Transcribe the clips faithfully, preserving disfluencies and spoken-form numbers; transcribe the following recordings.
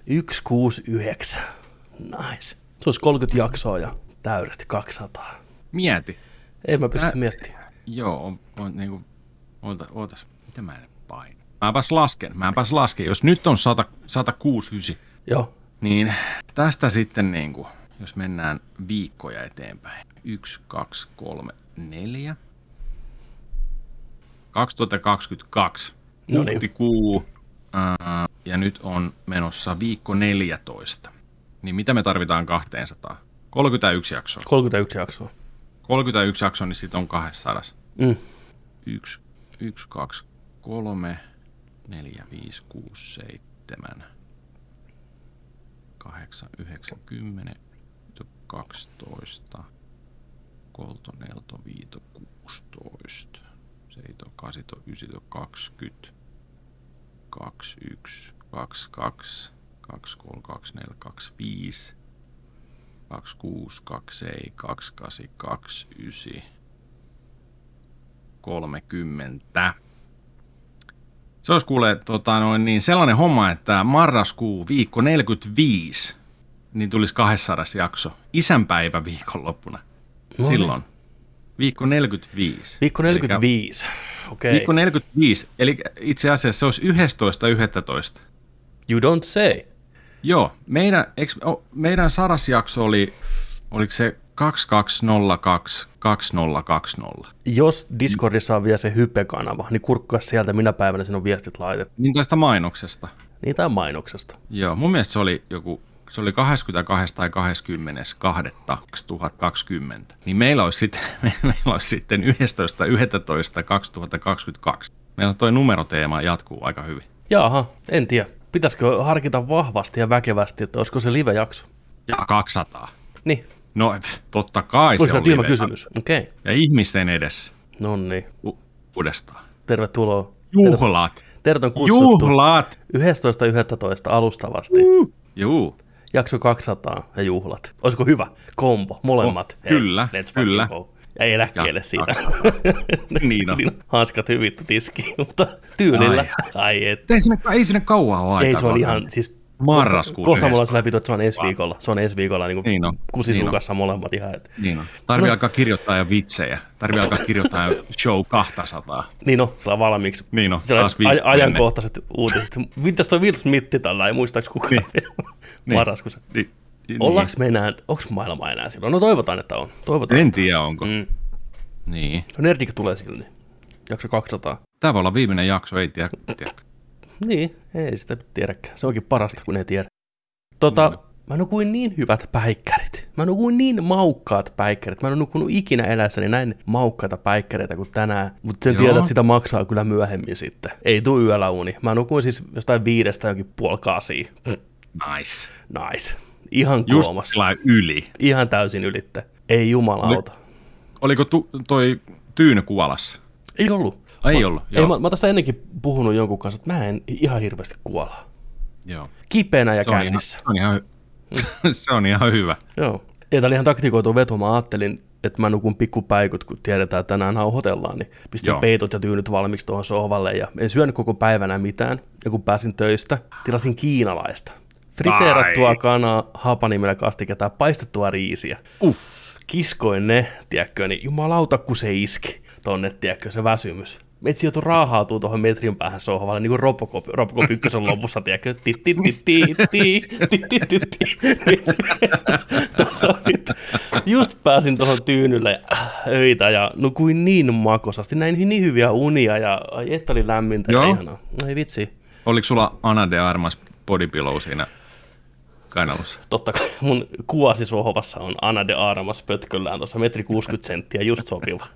yksi kuusi yhdeksän. Nice. Se olisi kolmekymmentä jaksoa ja täydet kaksisataa. Mieti. Ei mä pysty Ä... miettimään. Joo, on, on niinku... Oota, ootas. Mitä mä en paina? Mäpäs lasken. Mäpäs lasken. Jos nyt on sata, sata kuusikymmentäyhdeksän, Joo. niin tästä sitten niinku, jos mennään viikkoja eteenpäin. Yksi, kaksi, kolme, neljä. kaksituhattakaksikymmentäkaksi. No niin. Huhtikuu. Ää, ja nyt on menossa viikko neljätoista. Niin mitä me tarvitaan kaksisataa? kolmekymmentäyksi jaksoa. kolmekymmentäyksi jaksoa. kolmekymmentäyksi jaksoa, niin sitten on kaksisataa. Mm. yksi, yksi, kaksi, kolme, neljä, viisi, kuusi, seitsemän, kahdeksan, yhdeksän, kymmenen, kaksitoista, kolto, nelto, viito, kuusitoista, seitsemän, kahdeksan, yhdeksän, kaksikymmentä, kaksi, yksi, kaksi, kaksi, kaksi, kolme, kaksi, neljä, kaksi, viisi, kaksi, kuusi, kaksi, seitsemän, kaksi, kahdeksan, kaksi, yhdeksän, kolmekymmentä. Se olisi kuule tota, noin, niin sellainen homma, että marraskuu viikko neljäkymmentäviisi, niin tulisi kaksisataa jakso. Isänpäivä viikonloppuna. No Silloin. Viikko neljäkymmentäviisi. Viikko neljäkymmentäviisi. Okei. Viikko neljäkymmentäviisi. Eli itse asiassa se olisi yksitoista yksitoista. You don't say. Joo. Meidän, eikö, meidän sadas jakso oli, oliko se kaksikymmentäkaksi kaksikymmentäkaksi. Jos Discordissa on vielä se Hype-kanava, niin kurkkaa sieltä, minä päivänä sinun viestit laitettu. Niin tästä mainoksesta. Niin tai mainoksesta. Joo, mun mielestä se oli joku, se oli kahdeskymmenestoinen tai kahdeskymmenestoinen kaksituhattakaksikymmentä. Niin meillä olisi sitten, meillä olisi sitten yksitoista yksitoista kaksituhattakaksikymmentäkaksi. Meillä toi numeroteema jatkuu aika hyvin. Jaha, en tiedä. Pitäisikö harkita vahvasti ja väkevästi, että olisiko se live-jakso? Ja kaksisataa. Niin. No totta kai Olisi se on tyhmä live. kysymys. Okei. Okay. Ja ihmisten edessä. Noniin. U- uudestaan. Tervetuloa. Juhlat. Teidät on kutsuttu. Juhlat. yksitoista yksitoista alustavasti. Uh. Juu. Jakso kaksisataa ja juhlat. Olisiko hyvä? Kombo. Molemmat. Oh, kyllä, Let's kyllä. Go. Ja eläkkeelle Ja, siitä. niin on. Hanskat hyvittu tiskiin, mutta tyylillä. Ai, Ai et. Ei sinne, ei sinne kauan ole aikaa. Ei se on ihan, siis marraskuun kohta, kohta mulla on yhdestoista. sellainen vitu, että se on ensi viikolla. Se on ensi viikolla niin kuin Niin on, kusisukassa niin molemmat ihan. Et. Niin on. Tarvii No. alkaa kirjoittaa jo vitsejä. Tarvii alkaa kirjoittaa jo show kaksisataa. Niin on, sillä on valmiiksi. Niin on, Siellä taas aj- viikko ajankohtaiset uutiset. Mitäs toi Will Smith tällä, ei muistaaks kukaan Niin. vielä Niin. marraskuussa. Niin. Niin. Ollaanko me enää, onko maailma enää silloin? No toivotaan, että on. Toivotaan. En tiedä onko. Mm. Niin. No Nerdikin tulee silti. Jakso kaksisataa. Tämä voi olla viimeinen jakso, ei tiedä. tiedä. Niin, ei sitä tiedäkään. Se onkin parasta, kun ei tiedä. Tota, Mm. mä nukuin niin hyvät päikkärit. Mä nukuin niin maukkaat päikkärit. Mä en ole nukkunut ikinä elässäni näin maukkaita päikkäreitä kuin tänään. Mutta sen Joo. tiedät, että sitä maksaa kyllä myöhemmin sitten. Ei tuu yöllä uni. Mä nukuin siis jostain viidestä jokin puoli kasia. Nice. Nice. Ihan Just koomassa. sellainen yli. Ihan täysin ylitte. Ei jumalauta. Oliko tu, toi Tyyny kuolassa? Ei ollut. Ei mä, ollut, Ei, joo. mä, mä oon tässä ennenkin puhunut jonkun kanssa, että mä en ihan hirveästi kuolla. Joo. Kipeänä ja Se on, ihan, kännissä. se, on ihan, se on ihan hyvä. Joo. Ja tää oli ihan taktikoitu veto. Mä ajattelin, että mä nukun pikkupäikut, kun tiedetään, että tänään nauhoitellaan, niin pistin Joo. peitot ja tyynyt valmiiksi tuohon sohvalle. Ja en syönyt koko päivänä mitään. Ja kun pääsin töistä, tilasin kiinalaista. Friteerattua Ai. kanaa, hapanimellä kastiketta ja paistettua riisiä. Uff. Kiskoin ne, tiedätkö, niin jumalauta, kun se iski tonne, tiedätkö, se väsymys. Metsi joutui raahautuu tuohon metrin päähän sohvalle, niin kuin Robocop, Robocop ykkösen lopussa, tiedätkö, Tässä on vittu. Just pääsin tuohon tyynylle ja äh, öitä ja nukuin niin makosasti, näin niin hyviä unia ja ai, että oli lämmintä ja Joo. ihanaa. Ai vitsi. Oliko sulla Ana de Armas bodypillow siinä kainalossa? Totta kai mun kuosisohvassa on Ana de Armas pötköllään tuossa metri kuusikymmentä senttiä, just sopiva.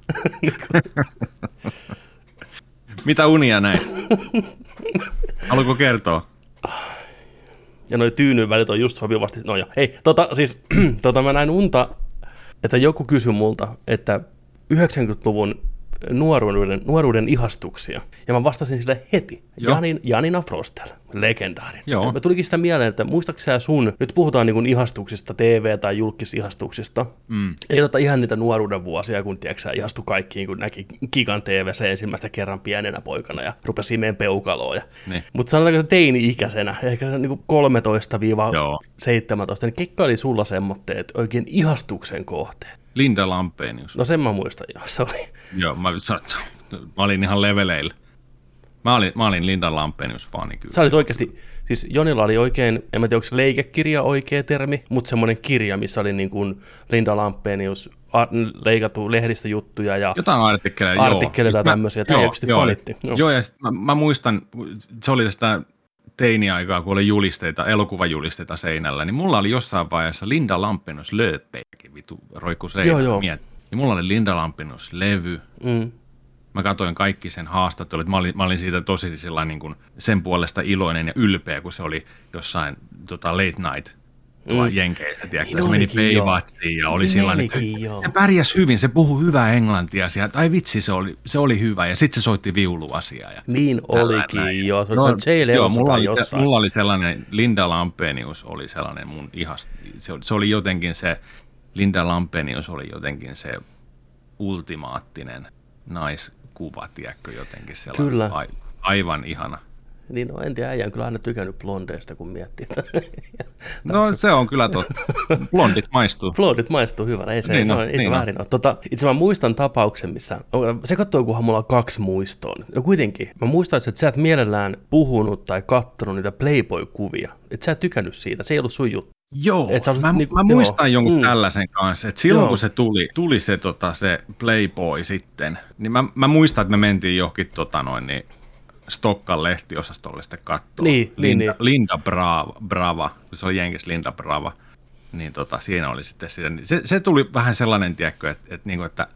Mitä unia näin? Haluatko kertoa? Ja noi tyynyn välit on just sopivasti, no joo. Hei, tota siis, tota mä näin unta, että joku kysyi multa, että yhdeksänkymmentäluvun nuoruuden, nuoruuden ihastuksia. Ja mä vastasin sille heti. Joo. Janin, Janina Frostel, legendaarinen. Joo. Me tulikin sitä mieleen, että muistatko sä sun, nyt puhutaan niin kuin ihastuksista, T V- tai julkisihastuksista. Mm. Ei tota ihan niitä nuoruuden vuosia, kun tiedätkö, sä ihastui kaikkiin, kun näki Kikan T V:ssä ensimmäistä kerran pienenä poikana ja rupesi imeen peukaloa. Niin. Mutta sanotaanko se teini-ikäisenä, ehkä niin kolmetoista seitsemäntoista, niin ketkä oli sulla semmoitteet oikein ihastuksen kohteet? Linda Lampenius. No sen mä muistan, joo, se oli. Joo, mä, mä olin ihan leveleillä. Mä olin, mä olin Linda Lampenius-fani kyllä. Sä olit oikeasti, siis Jonilla oli oikein, en mä tiedä, onko se leikekirja oikea termi, mutta semmoinen kirja, missä oli niin kuin Linda Lampenius leikattu lehdistä juttuja ja jotain artikkeleita, artikkeleita ja tämmöisiä. Tämä oikeasti fanitti. Joo, joo ja sit mä, mä muistan, se oli tästä teini-aikaa, kun oli julisteita, elokuvajulisteita seinällä, niin mulla oli jossain vaiheessa Linda Lampenius lööppejäkin, vitu, roikku seinällä miet. Niin mulla oli Linda Lampenius levy. Mm. Mä katsoin kaikki sen haastattelut. Mä olin, mä olin siitä tosi sillä niin kuin sen puolesta iloinen ja ylpeä, kun se oli jossain tota, late night tuolla mm. Jenkeissä. Niin se meni Baywatsiin ja oli sellainen, että se pärjäsi hyvin, se puhui hyvää englantia. Sieltä. Ai vitsi, se oli, se oli hyvä. Ja sitten se soitti viuluasiaa. Ja niin olikin, joo. Se oli no, J. Leossa tai jossain. Mulla oli sellainen, Linda Lampenius oli sellainen mun ihas. Se, se oli jotenkin se, Linda Lampenius oli jotenkin se ultimaattinen naiskuva, tiedätkö, jotenkin sellainen. Kyllä. A, aivan ihana. Niin no, en tiedä, äijä on kyllä aina tykännyt blondeista, kun miettii. No se on kyllä totta. Blondit maistuu. Blondit maistuu hyvänä, ei se, niin, se, no, ei niin se väärin ole. Tota, itse mä muistan tapauksen, missä, se katsoi, kunhan mulla on kaksi muistoa. No kuitenkin, mä muistaisin, että sä et mielellään puhunut tai kattonut niitä Playboy-kuvia. Että sä et tykännyt siitä, se ei ollut sun juttu. Joo, mä, niinku, mä muistan joo. jonkun mm. tällaisen kanssa, että silloin joo. kun se tuli, tuli se, tota, se Playboy sitten, niin mä, mä muistan, että me mentiin johonkin tota noin, niin Stokkan lehtiosastolle sitten katsoa. Niin, Linda, niin, Linda Brava, Brava, se oli Jenkis Linda Brava, niin tota, siinä oli sitten sitä. Se, se tuli vähän sellainen, tiedätkö, että, että, että, että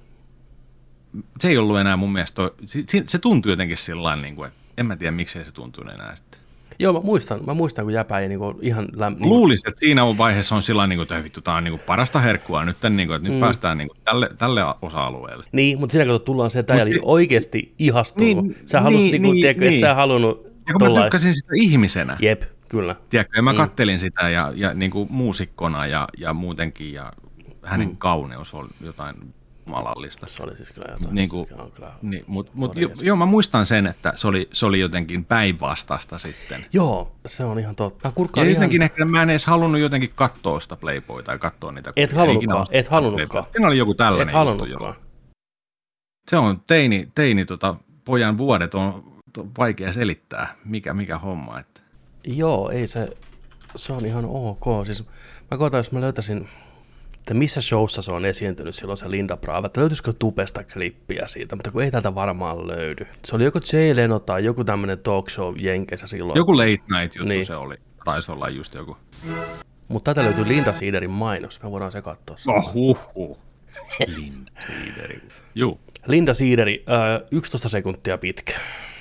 se ei ollut enää mun mielestä, toi, se, se tuntui jotenkin sellainen, niin kuin, että en mä tiedä, miksei se tuntunut enää sitten. Joo, mä muistan, mä muistan kun jäpä ei niinku ihan läm... Luulisin, että siinä vaiheessa on sillä niin että vittu, tää on niinku parasta herkkua nyt, niin kuin, että nyt mm. päästään niinku tälle, tälle osa-alueelle. Niin, mutta siinä kato tullaan se, että tämä oli oikeasti ihastunut. Niin, sä halusit, niin, niinku, niin, tiedätkö, niin. että sä halunnut... Ja kun mä tykkäsin sitä ihmisenä. Jep, kyllä. Tiedätkö, ja mä mm. kattelin sitä ja, ja niin kuin muusikkona ja, ja muutenkin, ja hänen mm. kauneus oli jotain malallista. Se oli siis kyllä jotain. Niin kuin, niin, Mutta mut, jo, joo, mä muistan sen, että se oli, se oli jotenkin päinvastaista sitten. Joo, se on ihan totta. Ja jotenkin ihan... ehkä mä en edes halunnut jotenkin katsoa sitä Playboyta tai katsoa niitä. Et halunnutkaan, et halunnutkaan. Siinä oli joku tällainen. Et halunnutkaan. Se on teini, teini tota, pojan vuodet on vaikea selittää, mikä, mikä homma. Että. Joo, ei se, se on ihan ok. Siis mä koitan, jos mä löytäisin... että missä showssa se on esiintynyt silloin se Linda Brava, että löytyisikö tubesta klippiä siitä, mutta kun ei täältä varmaan löydy. Se oli joku Jay Leno tai joku tämmöinen talk show Jenkeissä silloin. Joku late night juttu niin. Se oli, taisi olla just joku. Mutta täältä löytyy Linda Siiderin mainos, me voidaan se katsoa. Oh, huh, huh. Linda Siideri. Juu. Linda Siideri, äh, yksitoista sekuntia pitkä.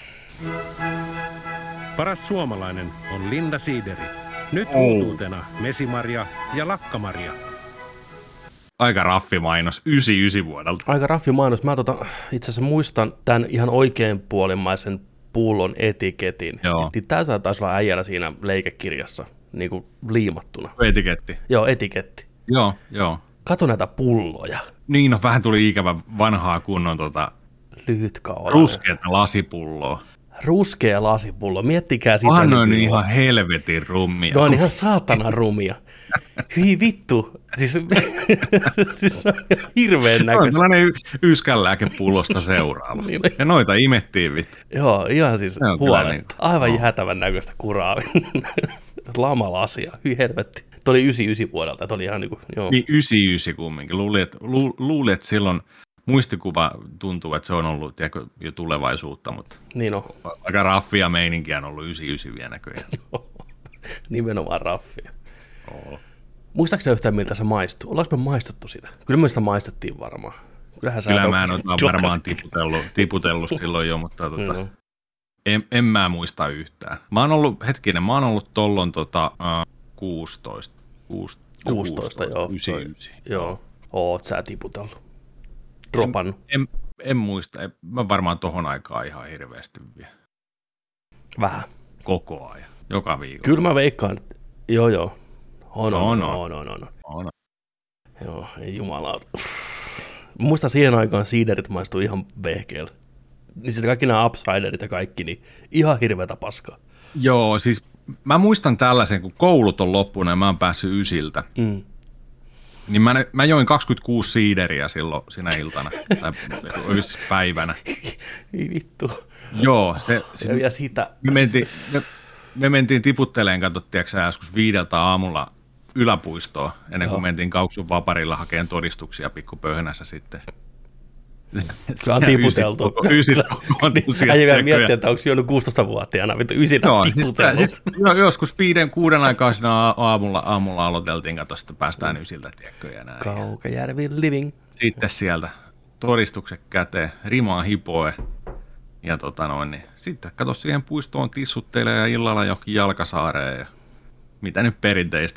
Paras suomalainen on Linda Siideri. Nyt uutuutena Mesimaria ja Lakkamaria. Aika raffi mainos, yhdeksänkymmentäyhdeksän vuodelta. Aika raffi mainos. Mä tota, itse asiassa muistan tämän ihan oikeinpuolimmaisen pullon etiketin. Joo. Niin tää taisi olla äijällä siinä leikekirjassa niin kuin liimattuna. Etiketti. Joo, etiketti. Joo, joo. Kato näitä pulloja. Niin, no vähän tuli ikävä vanhaa kunnon tota, lyhytkaulainen. Ruskeata lasipulloa. Ruskea lasipullo, miettikää sitä. Onhan on ihan helvetin rummia. No on ihan saatana rumia. Hyi vittu, siis, siis hirveän näköistä. On tällainen yskänlääke pullosta seuraava. Ja noita imettiin vittu. Joo, ihan siis huoletta. Aivan no. Jäätävän näköistä kuraa. Lamalasia, hyi helvetti. Tuo oli yhdeksänkymmentäyhdeksän vuodelta, tuo oli ihan niin kuin, joo. Niin yhdeksänkymmentäyhdeksän kumminkin. Luulin, että, lu, luulin, että silloin muistikuva tuntuu, että se on ollut tiedätkö, jo tulevaisuutta, mutta niin on. Aika raffia meininkiä on ollut yhdeksänkymmentäyhdeksän vielä näköjään. Nimenomaan raffia. Oh. Muistaakseni yhtään miltä se maistuu? Ollaanko me maistettu sitä? Kyllä me sitä maistettiin varmaan. Kyllähän Kyllä mä en ole varmaan tiputellut, tiputellut silloin jo, mutta tota, mm-hmm. en, en mä muista yhtään. Mä oon ollut, hetkinen, mä oon ollut tollon tota, uh, kuusitoista. kuusitoista, kuusitoista, joo. yhdeksänkymmentäyhdeksän. Joo, oot sä tiputellut. Dropannut. En, En muista, en, mä varmaan tohon aikaan ihan hirveästi vielä. Vähän. Koko ajan, joka viikko. Kyllä mä veikkaan, että joo joo. On, No, on, no. on, on, on. On. Joo, ei jumalauta. Muistan siihen aikaan siiderit maistuu ihan vehkeellä. Niin sitten kaikki nämä upsiderit ja kaikki, niin ihan hirveätä paskaa. Joo, siis mä muistan tällaisen, kun koulut on loppunut ja mä oon päässyt ysiltä. Mm. Niin mä, mä join kaksikymmentäkuusi siideriä silloin sinä iltana, tai päivänä. Ei vittu. Joo, se, se, ja sitä. me, mentiin, me, me mentiin tiputteleen, katsottiinko sä joskus viideltä aamulla yläpuistoon, ennen kuin Joo. mentiin Kauksun vaparilla hakemaan todistuksia pikkupöyhänässä sitten. Kyllä on tiputeltu. Ysit Äijä vielä miettiä, että onko juonut kuusitoistavuotiaana, vittu ysinä Joo, siis, tiputeltu. siis, jo, joskus viiden, kuuden aikaa siinä aamulla, aamulla aloiteltiin, katso, että päästään ysiltä, tiedätkö, ja näin. Kaukajärvi living. Sitten sieltä todistukset käteen, rimaa hipoe, ja tota noin, niin sitten kato siihen puistoon tissuttelee ja illalla jokin Jalkasaareen, ja mitä nyt perinteistä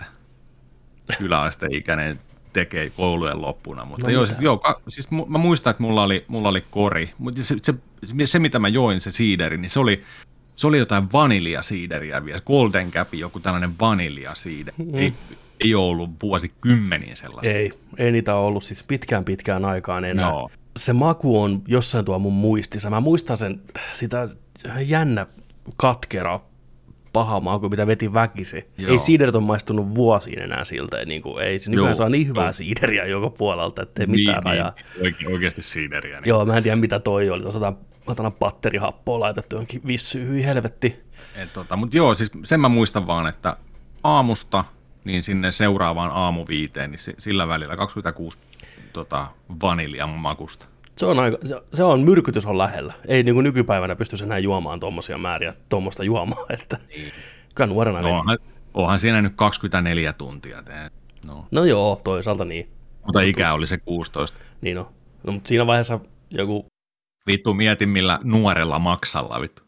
yläasteikäinen tekee koulujen loppuna, mutta No joo, mitä? siis, joo ka, siis mu- mä muistan, että mulla oli, mulla oli kori, mutta se, se, se, mitä mä join, se siideri, niin se oli, se oli jotain vaniljasiideriä vielä, Golden Cap, joku tällainen vaniljasiideri, Mm. ei, ei ole ollut vuosikymmeniä sellaista. Ei, ei niitä ole ollut siis pitkään pitkään aikaan enää. Joo. Se maku on jossain tuo mun muistissa. Mä muistan sen, sitä jännä katkera paha maku, mitä veti väkisi. Joo. Ei siiderit on maistunut vuosiin enää siltä. Niin kuin, ei se nykyään Joo, saa niin hyvää joo. siideriä joka puolelta, ettei mitään niin, rajaa. Niin, oike, oikeasti siideriä. Niin. Joo, mä en tiedä mitä toi oli. Tuossa jotain, jotain batterihappoa laitettu johonkin vissyyn, hyi helvetti. Tota, mutta joo, siis sen mä muistan vaan, että aamusta niin sinne seuraavaan aamuviiteen, niin sillä välillä kaksikymmentäkuusi tota, vaniljan makusta. Se on, aika, se, se on, myrkytys on lähellä. Ei niin kuin nykypäivänä pysty enää juomaan tuommoisia määriä, tuommoista juomaa, että Niin. kyllä nuorena No, veti. onhan, onhan siinä nyt kaksikymmentäneljä tuntia. Te, no. No joo, toisaalta niin. Mutta ikä oli se kuusitoista. Niin on. No, mutta siinä vaiheessa joku Vittu, mietin millä nuorella maksalla, vittu.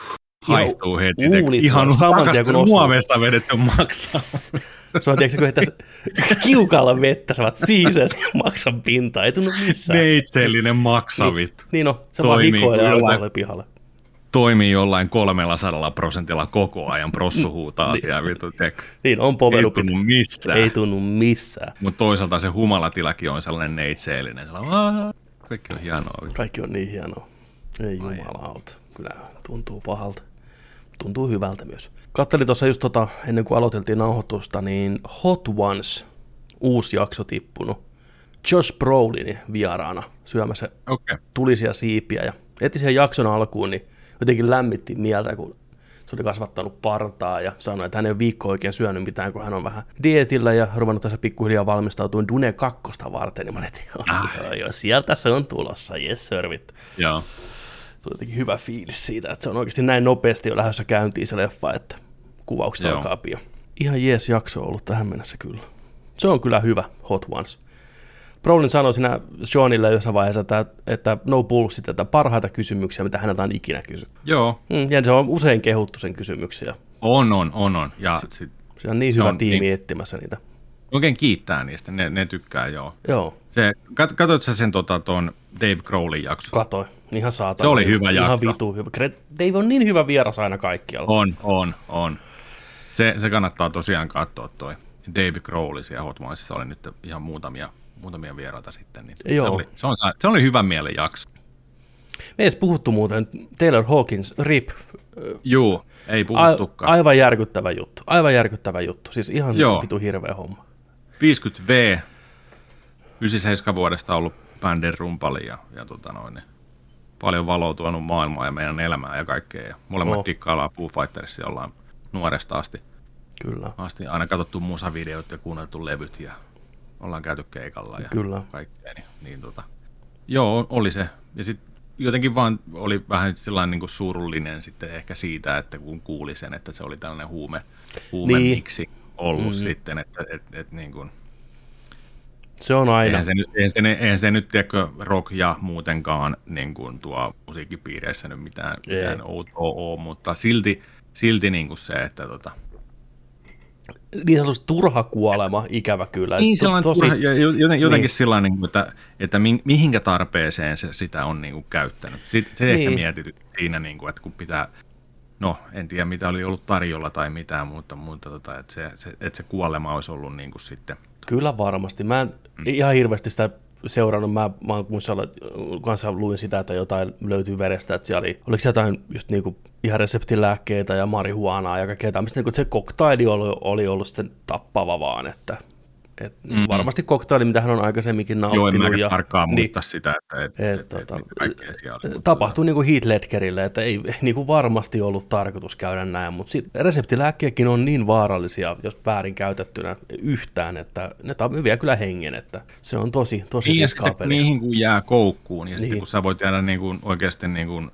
Haihtuu heti. uunit Ihan on saman tien kun osuu. muoveesta vedetty maksaa. Se on, tiedätkö, kun heittäisi kiukalla vettä, sä vaat siisee sen maksan pintaan, ei tunnu missään. Neitsellinen maksa, vittu. Niin on, se vaan Toimii hikoilee jollain- alkoholle pihalle. Toimii jollain kolmellasadalla prosentilla koko ajan, prossu huutaa ja vittu, tek. Niin, on Ei poverupit. tunnu missään. Ei tunnu missään. Mutta toisaalta se humalatilakin on sellainen neitseellinen. Sellainen, "Aa, kaikki on hienoa. vittu." Kaikki on niin hienoa. Ei jumalauta. Kyllä tuntuu pahalta. Tuntuu hyvältä myös. Kattelin tuossa just tota, ennen kuin aloiteltiin nauhoitusta, niin Hot Ones, uusi jakso tippunut. Josh Brolin vieraana syömässä Okei. tulisia siipiä. Ja heti siihen jakson alkuun niin jotenkin lämmitti mieltä, kun se oli kasvattanut partaa ja sanoi, että hän ei ole viikko oikein syönyt mitään, kun hän on vähän dietillä ja ruvennut tässä pikkuhiljaa valmistautumaan Dune kakkosta varten. Niin mä olin, että joo, Ah. joo, joo, sieltä se on tulossa, yes sir, vittu. Joo. Tuli jotenkin hyvä fiilis siitä, että se on oikeasti näin nopeasti jo lähdössä käyntiin se leffa, että kuvaukset Joo. alkaa pian. Ihan jees jakso on ollut tähän mennessä kyllä. Se on kyllä hyvä, Hot Ones. Brolin sanoi siinä Seanille jossain vaiheessa, että, että no bullshit, että parhaita kysymyksiä, mitä häneltä on ikinä kysytty. Joo, Mm, ja se on usein kehuttu sen kysymyksiä. on, on, on, on. Ja sit, Se on niin Se hyvä on tiimi niin- etsimässä niitä. oikein kiittää niistä, ne, ne tykkää, joo. Joo, Se, kat, katsoit sä sen tota, ton Dave Crowlin jakson? katoi. Ihan saatana. Se oli hyvä Ihan jakso. vitu hyvä. Gre- Dave on niin hyvä vieras aina kaikkialla. On, on, on. Se, se kannattaa tosiaan katsoa toi Dave Crowley siellä Hot Onesissa oli nyt ihan muutamia, muutamia vieraita sitten. Niin Joo. Se, oli, se, on, se oli hyvä mielen jakso. Me ei edes puhuttu muuten Taylor Hawkins, R I P. Juu, ei A- puhuttukaan. aivan järkyttävä juttu. Aivan järkyttävä juttu. Siis ihan Joo. vitu hirveä homma. viisikymmentä vuotta, yhdeksänkymmentäseitsemän vuodesta ollut bändin rumpali ja, ja tota noin, niin paljon valoa tuonut maailmaa ja meidän elämää ja kaikkea. Ja molemmat Oh. oh. dikkaillaan Foo Fightersia ollaan nuoresta asti, Kyllä. asti aina katsottu musavideot ja kuunneltu levyt ja ollaan käyty keikalla ja Kyllä. kaikkea. Niin, niin tota, joo, oli se. Ja sitten jotenkin vaan oli vähän sellainen niin kuin surullinen sitten ehkä siitä, että kun kuuli sen, että se oli tällainen huume, huume Niin. miksi ollut Mm. sitten, että et, et, niin kuin, Se on aina. eihän se, nyt- eihän se, eihän se nyt, tiedätkö, rock ja muutenkaan niin kuin tuo musiikkipiireissä nyt mitään, Ei. mitään outoa ole, mutta silti, silti niin kuin se, että tota, niin sanotusti turha kuolema, ikävä kyllä. Niin, sellainen tosi, turha, ja jotenkin niin. sellainen, että, että mihinkä tarpeeseen se sitä on niin kuin käyttänyt. Se, se niin. ehkä mietityt siinä, niin kuin, että kun pitää, no en tiedä mitä oli ollut tarjolla tai mitään muuta, mutta tota, että, se, se, että se kuolema olisi ollut niin kuin sitten. Kyllä varmasti. Mä en mm. ihan hirveästi sitä seurannut. Mä, mä kanssa luin sitä, että jotain löytyy verestä, että siellä oli, oliko se jotain just niinku ihan reseptilääkkeitä ja marihuanaa ja kaikkea tämmöistä, niin se koktaili oli, oli ollut sitten tappava vaan, että et mm-hmm. varmasti koktaili, mitä hän on aikaisemminkin nauttinut. Joo, en ja, tarkkaan niin, muista sitä, että et, et, et, tota, et, oli, tapahtui niin kuin Heath Ledgerille, että ei niin kuin varmasti ollut tarkoitus käydä näin, mutta reseptilääkkeekin on niin vaarallisia, jos väärin käytettynä yhtään, että ne vie kyllä hengen, että se on tosi, tosi niin, riskaapelia. Niihin kun jää koukkuun, ja niin. sitten kun sä voit jäädä niin kuin oikeasti niin kuin,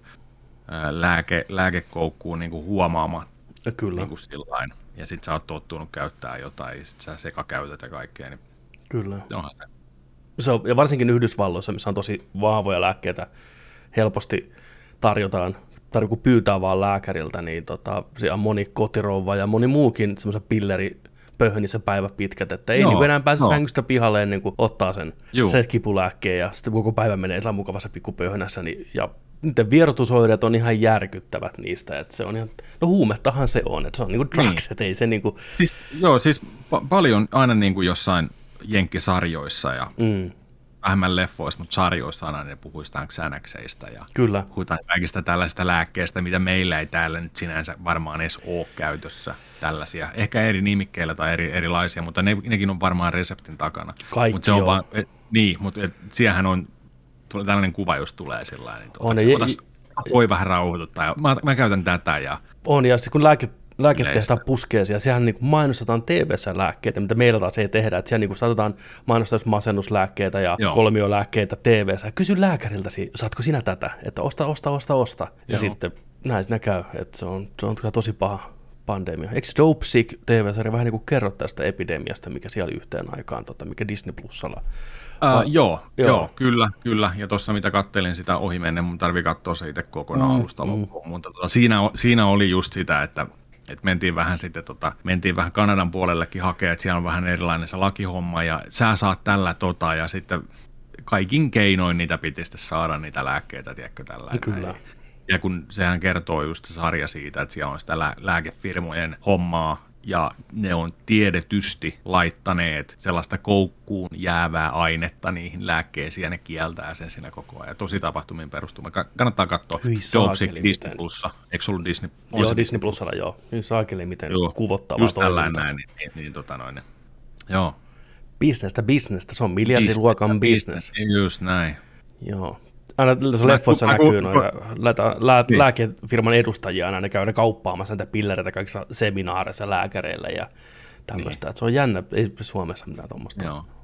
ää, lääke, lääkekoukkuun niin kuin huomaamaan, kyllä. Niin kuin sillain. Ja sit sä oot tottunut käyttää jotain, ja sit sä sekakäytät ja kaikkea. Niin kyllä. Onhan se. Se on, ja varsinkin Yhdysvalloissa, missä on tosi vahvoja lääkkeitä, helposti tarjotaan, tai kun pyytää vaan lääkäriltä, niin tota, siellä on moni kotirouva ja moni muukin semmoisen pilleri pöhnissä päivä pitkät, että ei niin enää pääse sängystä pihalle ennen kuin ottaa sen, sen kipulääkkeen, ja sitten koko päivä menee sillä mukavassa pikkupöhnässä, niin, ja niiden vierotusoireet on ihan järkyttävät niistä, että se on ihan, no huumettahan se on, että se on niinku drugs, niin. Että ei se niinku. Siis, joo, siis pa- paljon aina niinku jossain jenkkisarjoissa ja mm. vähemmän leffoissa, mutta sarjoissa aina ne puhuistaan Xanaxeista ja kyllä. puhutaan kaikista tällaisista lääkkeistä, mitä meillä ei täällä nyt sinänsä varmaan edes ole käytössä tällaisia. Ehkä eri nimikkeillä tai eri, erilaisia, mutta ne, nekin on varmaan reseptin takana. Kaikki mut se on on. vaan, et, niin, mutta et, siellähän on tällainen kuva, jos tulee sellainen. Niin on, tuota, otas, voi vähän rauhoituttaa. Mä, mä käytän tätä. Ja on, ja kun lääke, lääketehtaan puskee siellä, siellä niin mainostetaan T V:ssä lääkkeitä, mitä meillä taas ei tehdä. Että siellä niin saatetaan mainostaa masennuslääkkeitä ja Joo. kolmiolääkkeitä T V:ssä. Kysy lääkäriltä, saatko sinä tätä? Että osta, osta, osta, osta. Ja Joo. sitten näin siinä käy. Että se on, se on tosi paha pandemia. Eikö Dopesick T V-sarja vähän niin kuin kerro tästä epidemiasta, mikä siellä oli yhteen aikaan, tota, mikä Disney Plusalla? Uh, joo, joo. joo, kyllä, kyllä. Ja tuossa mitä kattelin sitä ohi menneen, mun tarvii katsoa se itse kokonaan mm, alusta mm. loppuun. Mutta tota, siinä, siinä oli just sitä, että, että mentiin vähän sitten, tota, mentiin vähän Kanadan puolellekin hakea, että siellä on vähän erilainen se lakihomma ja sä saat tällä tota ja sitten kaikin keinoin niitä piti sitten saada niitä lääkkeitä, tiedätkö, tällä. Kyllä. Ja kun sehän kertoo just se sarja siitä, että siellä on sitä lää- lääkefirmojen hommaa, ja ne on tiedetysti laittaneet sellaista koukkuun jäävää ainetta niihin lääkkeisiin, ja ne kieltää sen siinä koko ajan. Tosi tapahtumiin perustuma. Kannattaa katsoa Dopesick Disney Plussa. Eikö se ollut Disney? Joo, Disney, Disney Plusalla joo. Niin saakeli, miten joo, kuvottavaa just tällainen näin, niin, niin, niin, tota noin. Joo. Bisnestä, bisnestä. Se on miljardiluokan bisnes. Just näin. Joo. Aina tuossa leffoissa mä, näkyy noita lä- lä- niin. lääkefirman edustajia, aina ne käy ne kauppaamassa näitä pillereitä kaikissa seminaareissa lääkäreillä ja tämmöistä. Niin. Se on jännä, ei Suomessa mitään tuommoista.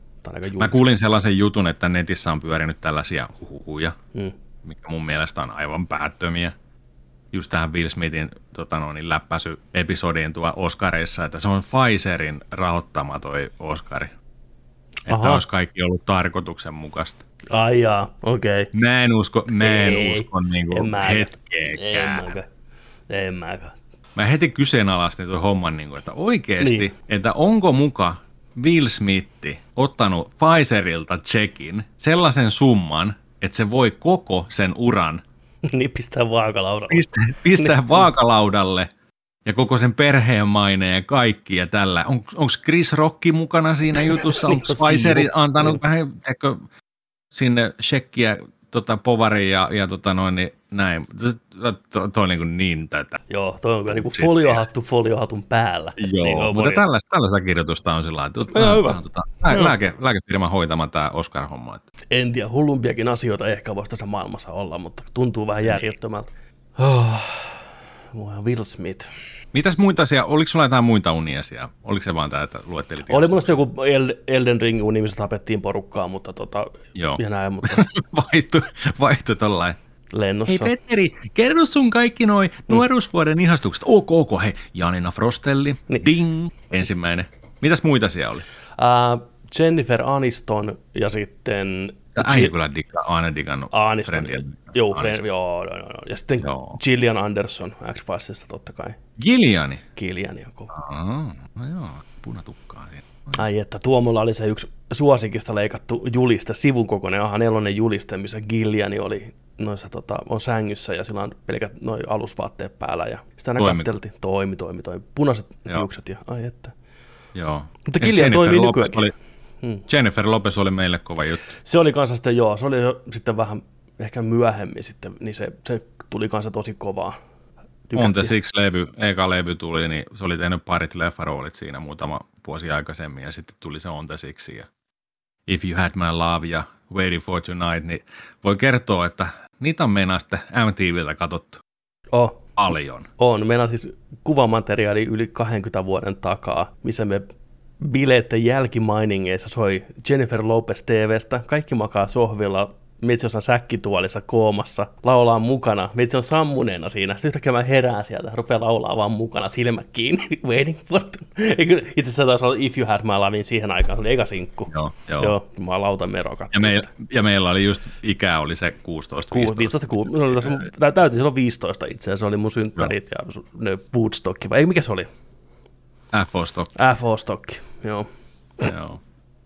Mä kuulin sellaisen jutun, että netissä on pyörinyt tällaisia huhuja, mm. mikä mun mielestä on aivan päättömiä. Just tähän Will Smithin tota noin, läppäsy-episodiin tuo Oscarissa, että se on Pfizerin rahoittama toi Oscari. Aha. Että olisi kaikki ollut tarkoituksenmukaista. Ai jaa, okei. Okay. Mä en usko, mä en Ei, usko niinku en hetkeäkään. En, en mäkään. Mä heti kyseenalaistin tuon homman, niinku, että oikeesti, niin. että onko muka Will Smith ottanut Pfizerilta checkin sellaisen summan, että se voi koko sen uran niin pistää vaakalaudalle. Pistää, pistää vaakalaudalle. Ja koko sen perheen maine ja kaikki ja tällä. On, onko Chris Rock mukana siinä jutussa? Onko Pfizer antanut vähän teikö, sinne shekkiä tota, povariin ja, ja tota noin, niin näin. Tuo to, on niin, kuin niin tätä. Joo, toi on kyllä niin kuin foliohattu foliohatun päällä. Joo, niin mutta tällaista, tällaista kirjoitusta on sillä lailla. Tota, lääke, lääke, lääkefirman hoitama tämä Oscar-homma. En tiedä, hullumpiakin asioita ehkä voisi tässä maailmassa olla, mutta tuntuu vähän järjettömältä. Oh, Will Smith. Mitäs muita asia, oliko sulla jotain muita unia siellä? Oliko se vaan tämä, että luettelit? Oli mulla joku Elden Ring-uni, missä tapettiin porukkaa, mutta tota, joo. Ja näin, mutta vaihtu, vaihtu tollain. Lennossa. Hei Petteri, kerro sun kaikki noi nuoruusvuoden ihastukset. Ok, ok, hei, Janina Frostelli, niin. Ding, ensimmäinen. Mitäs muita siellä oli? Uh, Jennifer Aniston ja sitten... Äijä kyllä digga, aina digannut. Aniston, joo, Friend, joo, joo, joo, ja sitten joo. Gillian Anderson X-Filesista totta kai. Gilliani? Gilliani on kova. Aa, no joo, punatukkaa. Ai että Tuomolla oli se yksi suosikista leikattu juliste, sivun kokoinen A neljä juliste, missä Gilliani oli noissa, tota, on sängyssä ja sillä on pelkät noi alusvaatteet päällä ja sitä aina katteltiin. Toimi, toimi, toimi. Punaiset hiukset ja ai että. Joo. Mutta Gillian toimii nykyäänkin. Oli, hmm. Jennifer Lopez oli meille kova juttu. Se oli kanssa sitten, joo, se oli jo sitten vähän ehkä myöhemmin sitten, niin se, se tuli kanssa tosi kovaa. On The Six-levy, eka levy tuli, niin se oli tehnyt parit leffaroolit siinä muutama vuosi aikaisemmin, ja sitten tuli se On The Six, ja If You Had My Love ja Waiting For Tonight, niin voi kertoa, että niitä on meinaa sitten M T V:ltä katsottu oh. paljon. On, meillä on siis kuvamateriaali yli kaksikymmentä vuoden takaa, missä me bileiden jälkimainingeissa soi Jennifer Lopez T V:stä, kaikki makaa sohvilla, meitsi jossain säkkituolissa koomassa, laulaa mukana, meitsi on sammuneena siinä, sitten yhtäkkiä mä herään sieltä, rupeaa laulaa vaan mukana, silmät kiinni, waiting for itse asiassa taisi olla If You Had My Love siihen aikaan, se oli eka sinkku. Joo, joo. Joo, mä lautan mero ja, me, ja meillä oli just, ikä oli se kuusitoista viisitoista. viisitoista täytin silloin viisitoista itse asiassa, se oli mun synttärit joo. ja ne Woodstock, vai ei mikä se oli? F O Stock. F O Stock, joo. Joo.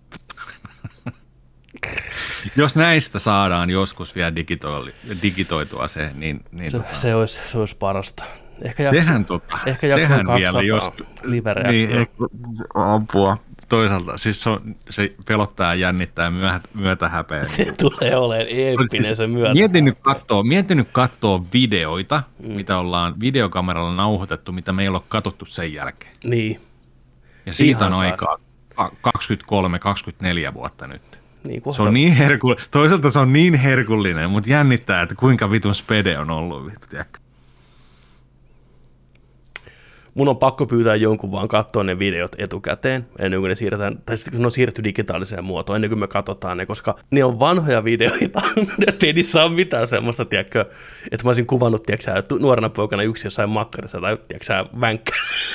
Jos näistä saadaan joskus vielä digitoitua se, niin... niin se, tota, se, olisi, se olisi parasta. Ehkä jakson, sehän tota, ehkä jakson kaksisataa jos, livereaktio. Niin, apua. Toisaalta siis se, on, se pelottaa ja jännittää myötä, myötähäpeä. Se niin, tulee olemaan eeppinen siis, se myötä. Mietin nyt katsoa, mietin nyt katsoa videoita, mm. mitä ollaan videokameralla nauhoitettu, mitä me ei ole katsottu sen jälkeen. Niin. Ja siitä ihan on aikaa kaksikymmentäkolme kaksikymmentäneljä vuotta nyt. Niin, se on niin herku... Toisaalta se on niin herkullinen, mutta jännittää, että kuinka vitun spede on ollut. Vittu, mun on pakko pyytää jonkun vaan katsoa ne videot etukäteen, ennen kuin ne siirretään, tai sitten kun ne on siirretty digitaaliseen muotoon, ennen kuin me katsotaan ne, koska ne on vanhoja videoita, ei niissä ole mitään semmoista, tiedätkö, että mä olisin kuvannut, tiedätkö, nuorena poikana yksi jossain makkarissa, tai tiedätkö, vänkkä.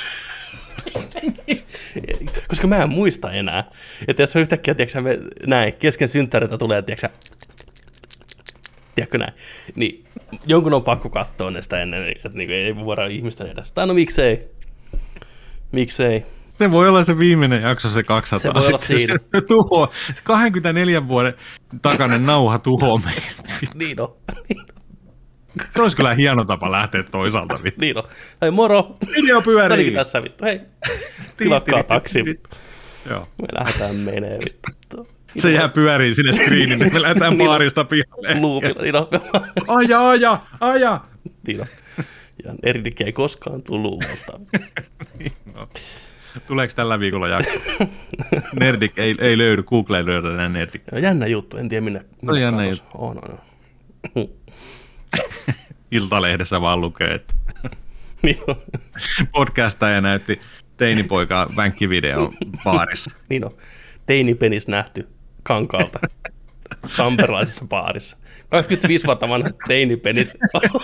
Koska mä en muista enää, että jos on yhtäkkiä, tiedätkö, me näin, kesken synttäreitä tulee, tiedätkö, tiedätkö näin, niin jonkun on pakko katsoa ne sitä ennen, että niin ei voida ihmisten edestä. Tai no miksei, miksei. Se voi olla se viimeinen jakso, se kaksisataa. Se voi olla siinä. Se tuhoaa, kaksikymmentäneljän vuoden takainen nauha tuhoaa meidän. Niin on, niin on. Se olisi kyllä hieno tapa lähteä toisaalta. Vittu. Niin on. Hei moro. Video pyörii. Tälikin tässä vittu, hei. Tilakkaa taksi vittu. Joo. Me lähdetään menee vittu. Se jää pyöriin sinne screenille, me lähdetään baarista pihalle. Luupilla, niin on. Aja, aja, aja. Niin on. Ja Nerdik ei koskaan tullut, mutta... no. Tuleeko tällä viikolla jakso? Nerdik ei, ei löydy, Google ei löydä enää Nerdik. Jännä juttu, en tiedä minne, minne jännä katos. On, on, on. Iltalehdessä vaan lukee, että niin on. podcastaja näytti teinipoika vänkkivideon baarissa. Niin on. Teinipenis nähty Kankaalta tamperelaisessa baarissa. kaksikymmentäviisi vuotta vanha teinipenis.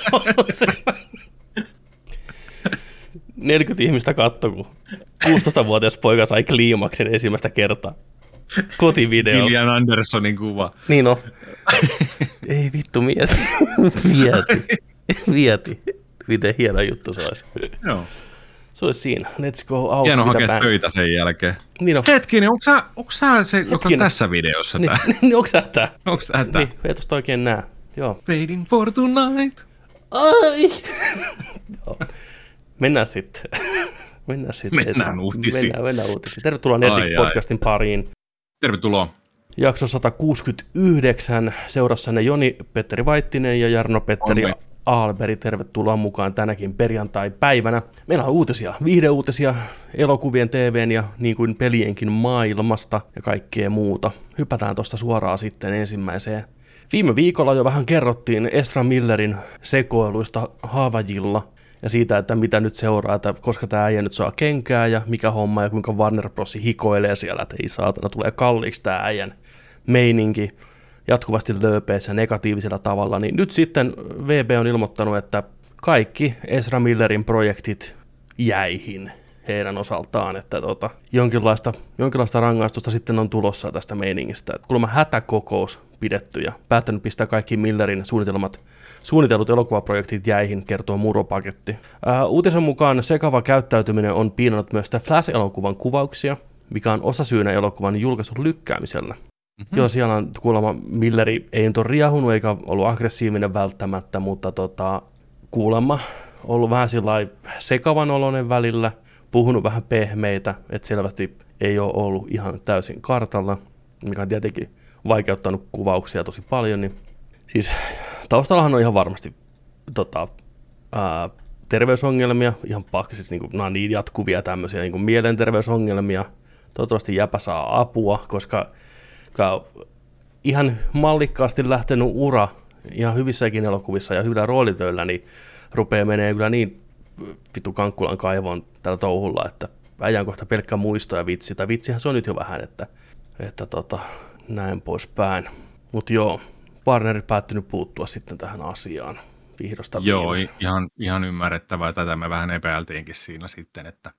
neljäkymmentä ihmistä katsoi, kun kuusitoistavuotias poika sai kliimaksen ensimmäistä kertaa. Kotivideo. Gillian Andersonin kuva. Niin on. Ei vittu, mieti. Vieti. Vieti. Miten hieno juttu se olisi. Joo. Se olisi siinä. Let's go out. Hieno hakea töitä sen jälkeen. Niin on. Hetkinen, onko sä, onko sä se, joka on tässä videossa niin, tää? niin, onko sä tää? Onko sä tää? Niin, ei tosta oikein näe. Joo. Waiting for tonight. Ai! Joo. Mennään sitten. Mennään sitten. Mennään uutisiin. Mennään, mennään uutisiin. Tervetuloa Nerdik-podcastin pariin. Tervetuloa. Jakso sata kuusikymmentäyhdeksän. Seurassanne Joni Petteri Vaittinen ja Jarno Petteri Onnei. Aalberi. Tervetuloa mukaan tänäkin perjantai-päivänä. Meillä on uutisia, viihdeuutisia, elokuvien, T V:n ja niin kuin pelienkin maailmasta ja kaikkea muuta. Hypätään tuosta suoraan sitten ensimmäiseen. Viime viikolla jo vähän kerrottiin Ezra Millerin sekoiluista Haavajilla ja siitä, että mitä nyt seuraa, että koska tämä äijä nyt saa kenkää ja mikä homma ja kuinka Warner Bros. Hikoilee siellä, että ei saatana, tulee kalliiksi tämä äijän meininki jatkuvasti lööpeissä negatiivisella tavalla, niin nyt sitten V B on ilmoittanut, että kaikki Ezra Millerin projektit jäihin. heidän osaltaan, että tota, jonkinlaista, jonkinlaista rangaistusta sitten on tulossa tästä meiningistä. Et kuulemma hätäkokous pidetty ja päättänyt pistää kaikki Millerin suunnitelmat, suunnitellut elokuvaprojektit jäihin, kertoo Muro-paketti. Ää, uutisen mukaan sekava käyttäytyminen on piinannut myös sitä Flash-elokuvan kuvauksia, mikä on osasyynä elokuvan julkaisun lykkäämisellä. Mm-hmm. Joo, siellä on kuulemma Milleri ei nyt ole riahunut eikä ollut aggressiivinen välttämättä, mutta tota, kuulemma ollut vähän sillai sekavan oloinen välillä, puhunut vähän pehmeitä, että selvästi ei ole ollut ihan täysin kartalla, mikä on tietenkin vaikeuttanut kuvauksia tosi paljon. Niin. Siis taustallahan on ihan varmasti tota, ää, terveysongelmia, ihan pakko, siis niinku, nämä on niin jatkuvia tämmöisiä niinku mielenterveysongelmia. Toivottavasti jäpä saa apua, koska ihan mallikkaasti lähtenyt ura ihan hyvissäkin elokuvissa ja hyvillä roolitöillä, niin rupeaa menee kyllä niin vittu Kankkulan kaivoon tällä touhulla, että äijän kohta pelkkä muisto ja vitsi, tai vitsihän se on nyt jo vähän, että, että tota, näin poispäin. Mutta joo, Warner päättynyt puuttua sitten tähän asiaan vihdosta. Joo, ihan, ihan ymmärrettävää, tätä me vähän epäiltiinkin siinä sitten, että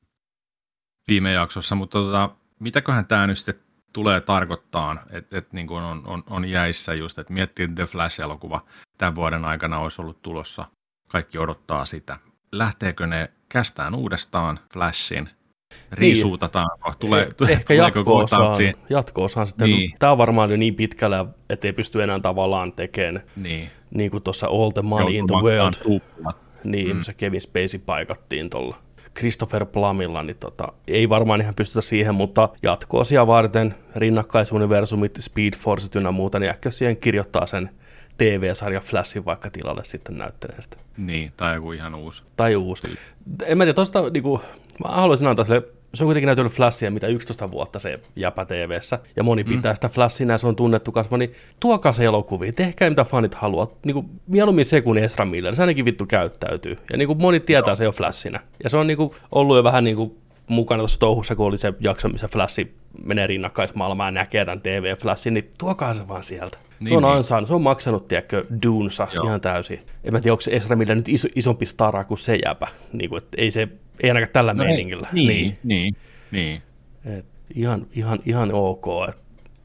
viime jaksossa, mutta tota, mitäköhän tämä nyt sitten tulee tarkoittaa, että et niin kuin on, on, on jäissä just, että miettii, että The Flash-elokuva tämän vuoden aikana olisi ollut tulossa. Kaikki odottaa sitä. Lähteekö ne kästään uudestaan Flashin? Riisuutataanko? Niin. Tulee, eh, ehkä jatko-osaan, jatko-osaan sitten. Niin. Tämä on varmaan jo niin pitkällä, että ei pysty enää tavallaan tekemään. Niin, niin kuin tuossa All the Money in the World. Tuplat. Niin, mm. se Kevin Spacey paikattiin tuolla Christopher Plumilla, niin tota, ei varmaan ihan pystytä siihen, mutta jatko-osia varten, rinnakkaisuniversumit, Speed Force ynnä muuta, niin ehkä siihen kirjoittaa sen T V-sarja Flashin vaikka tilalle sitten näyttelee sitä. Niin, tai joku ihan uusi. Tai uusi. En mä tiedä, tosta niinku, mä haluaisin antaa sille, se on kuitenkin näytellyt Flashia mitä yksitoista vuotta se jäpä T V:ssä, ja moni mm. pitää sitä Flashina, ja se on tunnettu kasvo, niin tuokaa se elokuvia, tehkää mitä fanit haluaa, niinku, mieluummin se kuin Ezra Miller, se ainakin vittu käyttäytyy, ja niinku, moni tietää Joo. se jo Flashina, ja se on niinku, ollut jo vähän niinku, mukana tuossa touhussa, kun oli se jakso, missä Flashi menee rinnakkaismaailmaan ja näkee tämän T V-Flashin, niin tuokaa se vaan sieltä. Niin, se on niin. ansaan, se on maksanut, tiedätkö, Dunesa ihan täysin. En mä tiedä, onko se Ezra Miller nyt iso, isompi stara kuin se jäpä, niin kuin, että ei se, ei ainakaan tällä no meiningillä. Niin, niin, niin. niin. Et ihan, ihan, ihan ok. Et.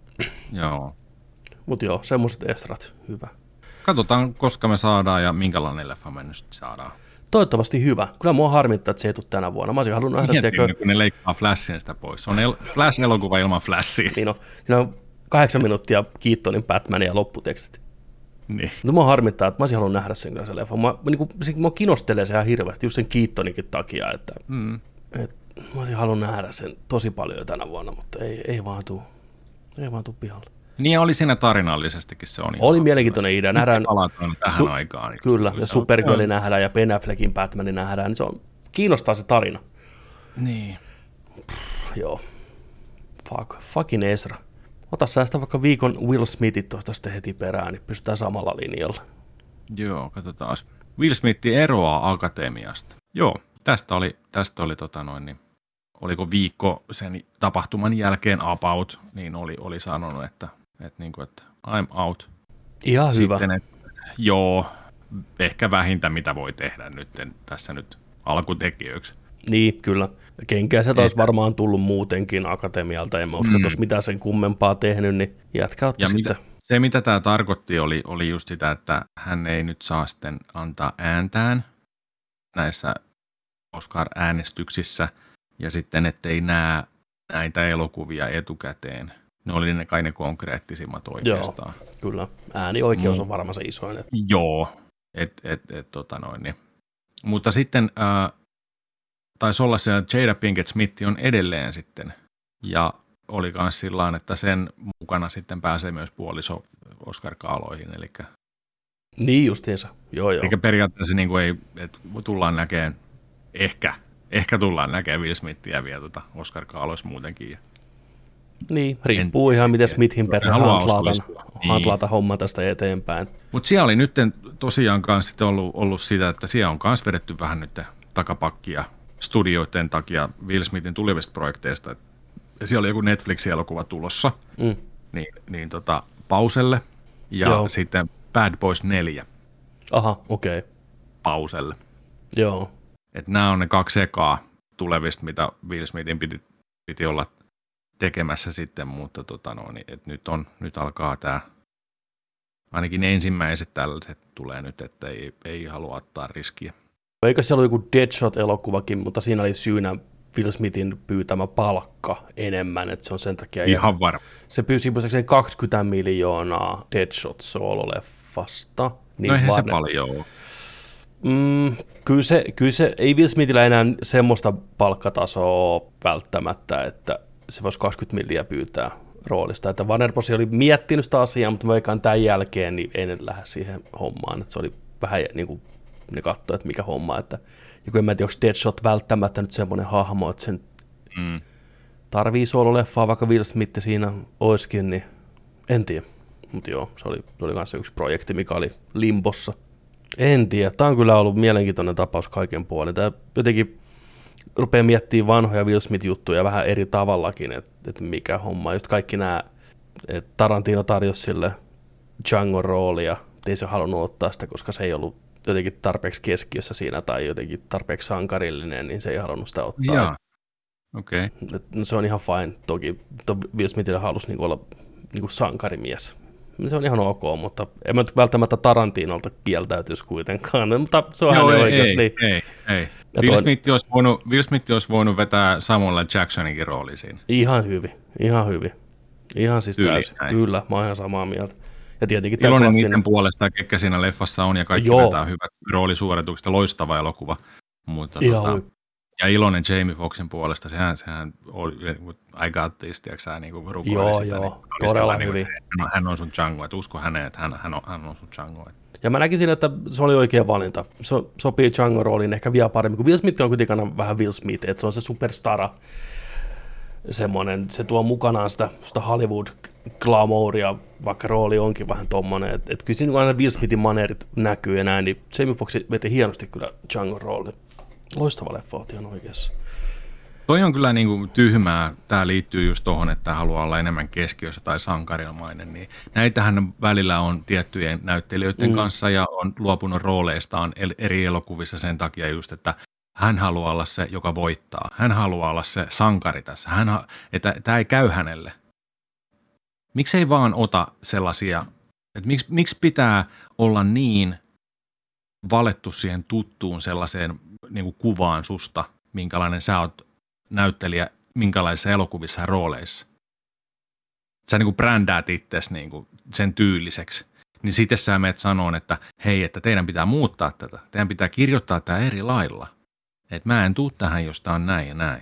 Joo. Mutta joo, semmoiset Ezrat, hyvä. Katsotaan, koska me saadaan ja minkälainen leffa me nyt saadaan. Toivottavasti hyvä. Kyllä mua harmittaa, että se ei tule tänä vuonna. Mä olisin halunnut nähdä, tiedätkö... kun ne leikkaa Flashin sitä pois. Se on el- Flash-elokuva ilman Flashia. Niin on. Siinä on kahdeksan minuuttia Keatonin Batman ja lopputekstit. Niin. Mutta mua harmittaa, että mä olisin halunnut nähdä sen kyllä se leffa. Mä, niin kuin, se, mua kinostelee se ihan hirveästi, just sen Keatoninkin takia. Että, mm. et, mä olisin halunnut nähdä sen tosi paljon jo tänä vuonna, mutta ei, ei vaan tuu. Ei vaan tuu pihalle. Niin oli siinä tarinallisestikin se on. Oli mielenkiintoinen idea. Nähdään palataan tähän su- aikaan. Niin kyllä, ja Supergirl nähdään ja Ben Affleckin Batman nähdään. Niin se on, kiinnostaa se tarina. Niin. Pff, joo. Fuck. Fucking Ezra. Ota sä sitä vaikka viikon Will Smithit tuosta sitten heti perään, niin pystytään samalla linjalla. Joo, katsotaan. Will Smith eroaa akatemiasta. Joo, tästä oli, tästä oli tota noin, niin, oliko viikko sen tapahtuman jälkeen about, niin oli, oli sanonut, että, että, niin kuin, että I'm out. Ihan sitten, hyvä. Että, joo, ehkä vähintä mitä voi tehdä nyt tässä nyt alkutekijöiksi. Niin, kyllä. Kenkää se taas varmaan tullut muutenkin akatemialta, en mä usko, mm. että olisi mitään sen kummempaa tehnyt, niin jätkä otti ja sitten. Mitä, se, mitä tämä tarkoitti, oli, oli just sitä, että hän ei nyt saa sitten antaa ääntään näissä Oscar-äänestyksissä, ja sitten ettei näe näitä elokuvia etukäteen. Ne oli ne kai ne konkreettisimmat oikeastaan. Joo, kyllä. Äänioikeus mm. on varmaan se isoin. Että... Joo, et, et, et, tota noin, niin. Mutta sitten... Äh, taisi olla se, että Jada Pinkett Smith on edelleen sitten, ja oli myös sillä että sen mukana sitten pääsee myös puoliso Oscar-kaaloihin, eli... Niin justiinsa, joo joo. Eli periaatteessa niin kuin ei, että tullaan näkemään, ehkä, ehkä tullaan näkemään Will Smithia vielä tuota Oscar-kaaloissa muutenkin. Ja... Niin, riippuu en, ihan miten Smithin perhe handlaata niin. homma tästä eteenpäin. Mutta siellä oli nyt tosiaan kanssa ollut, ollut sitä, että siellä on myös vedetty vähän nyt takapakkia studioiden takia Will Smithin tulevista projekteista. Ja siellä oli joku Netflix-elokuva tulossa, mm. niin, niin tota, pauselle. Ja Joo. sitten Bad Boys neljä. Aha, okei. Okay. Pauselle. Joo. Että nämä on ne kaksi ekaa tulevista, mitä Will Smithin piti, piti olla tekemässä sitten, mutta tota no, niin, et nyt, on, nyt alkaa tämä, ainakin ensimmäiset tällaiset tulee nyt, että ei, ei halua ottaa riskiä. Eikö siellä ollut joku Deadshot-elokuvakin, mutta siinä oli syynä Will Smithin pyytämä palkka enemmän, että se on sen takia. Ihan varma. Se pyysi muistaakseni kaksikymmentä miljoonaa Deadshot-soololeffasta. Niin no eihän vaan se paljon ole. Mm, kyllä, se, kyllä se, ei Will Smithillä enää semmoista palkkatasoa välttämättä, että se voisi kaksikymmentä milliä pyytää roolista. Että Warner Bros. Oli miettinyt sitä asiaa, mutta mä veikkaan tämän jälkeen niin ei ne lähde siihen hommaan. Että se oli vähän niin kuin ne katsoi, että mikä homma. Että, ja kun en mä tiedä, onko Deadshot välttämättä nyt semmoinen hahmo, että sen mm. tarvii soololeffaa, vaikka Will Smith siinä olisikin, niin en tiedä. Mutta joo, se oli, se oli kanssa yksi projekti, mikä oli limbossa. En tiedä. Tämä on kyllä ollut mielenkiintoinen tapaus kaiken puolin. Tämä jotenkin rupeaa miettimään vanhoja Will Smith-juttuja vähän eri tavallakin, että, että mikä homma. Just kaikki nämä, että Tarantino tarjosi sille Django roolia, ei se halunnut ottaa sitä, koska se ei ollut jotenkin tarpeeksi keskiössä siinä tai jotenkin tarpeeksi sankarillinen, niin se ei halunnut sitä ottaa. Jaa. Okei. Okay. No, se on ihan fine. Toki Will Smithillä halusi niin olla niin sankarimies. Se on ihan ok, mutta en mä nyt välttämättä Tarantinolta kieltäytyisi kuitenkaan, mutta se on Joo, hänen ei, oikeus. Ei, niin. ei, ei. Will, toin... Smith olisi voinut, Will Smith olisi voinut vetää Samuel Jacksoninkin rooli siinä. Ihan hyvin, ihan hyvin. Ihan siis Tyyli, täysin. Näin. Kyllä, mä oon ihan samaa mieltä. Ja tietenkin iloinen niiden siinä... puolesta, ketkä siinä leffassa on, ja kaikki Joo. vetää hyvät roolisuoritukset ja loistava elokuva. Mutta tota, ja iloinen Jamie Foxxin puolesta, sehän, sehän oli, I got this, tiiäksä, niin kuin rukoili joo, sitä. Joo, niin, todella niin, hyvin. Hän, hän on sun Django, että usko häneen, että hän, hän, on, hän on sun Django. Ja mä näkisin, että se oli oikea valinta. Se sopii Django-rooliin ehkä vielä paremmin, kun Will Smith on kuitenkin vähän Will Smith, että se on se superstara. Semmoinen, se tuo mukanaan sitä, sitä Hollywood-glamouria, vaikka rooli onkin vähän tommoinen. Että et kyllä siinä aina Will Smithin maneerit näkyy ja näin, niin Jamie Foxx veti hienosti kyllä Django-rooli. Loistava leffa, oot ihan oikeassa. Toi on kyllä niin kuin tyhmää. Tämä liittyy just tuohon, että haluaa olla enemmän keskiössä tai sankarinomainen. Niin näitähän välillä on tiettyjen näyttelijöiden mm. kanssa ja on luopunut rooleistaan eri elokuvissa sen takia just, että hän haluaa olla se, joka voittaa. Hän haluaa olla se sankari tässä. Hän ha- että tämä ei käy hänelle. Miksi ei vaan ota sellaisia, että miksi, miksi pitää olla niin valettu siihen tuttuun sellaiseen niin kuin kuvaan susta, minkälainen sä oot näyttelijä, minkälaisissa elokuvissa ja rooleissa. Sä niin kuin brändäät itsesi niin kuin sen tyyliseksi. Niin sitten sä menet sanoon, että hei, että teidän pitää muuttaa tätä. Teidän pitää kirjoittaa tämä eri lailla. Että mä en tuu tähän, jos tää on näin ja näin.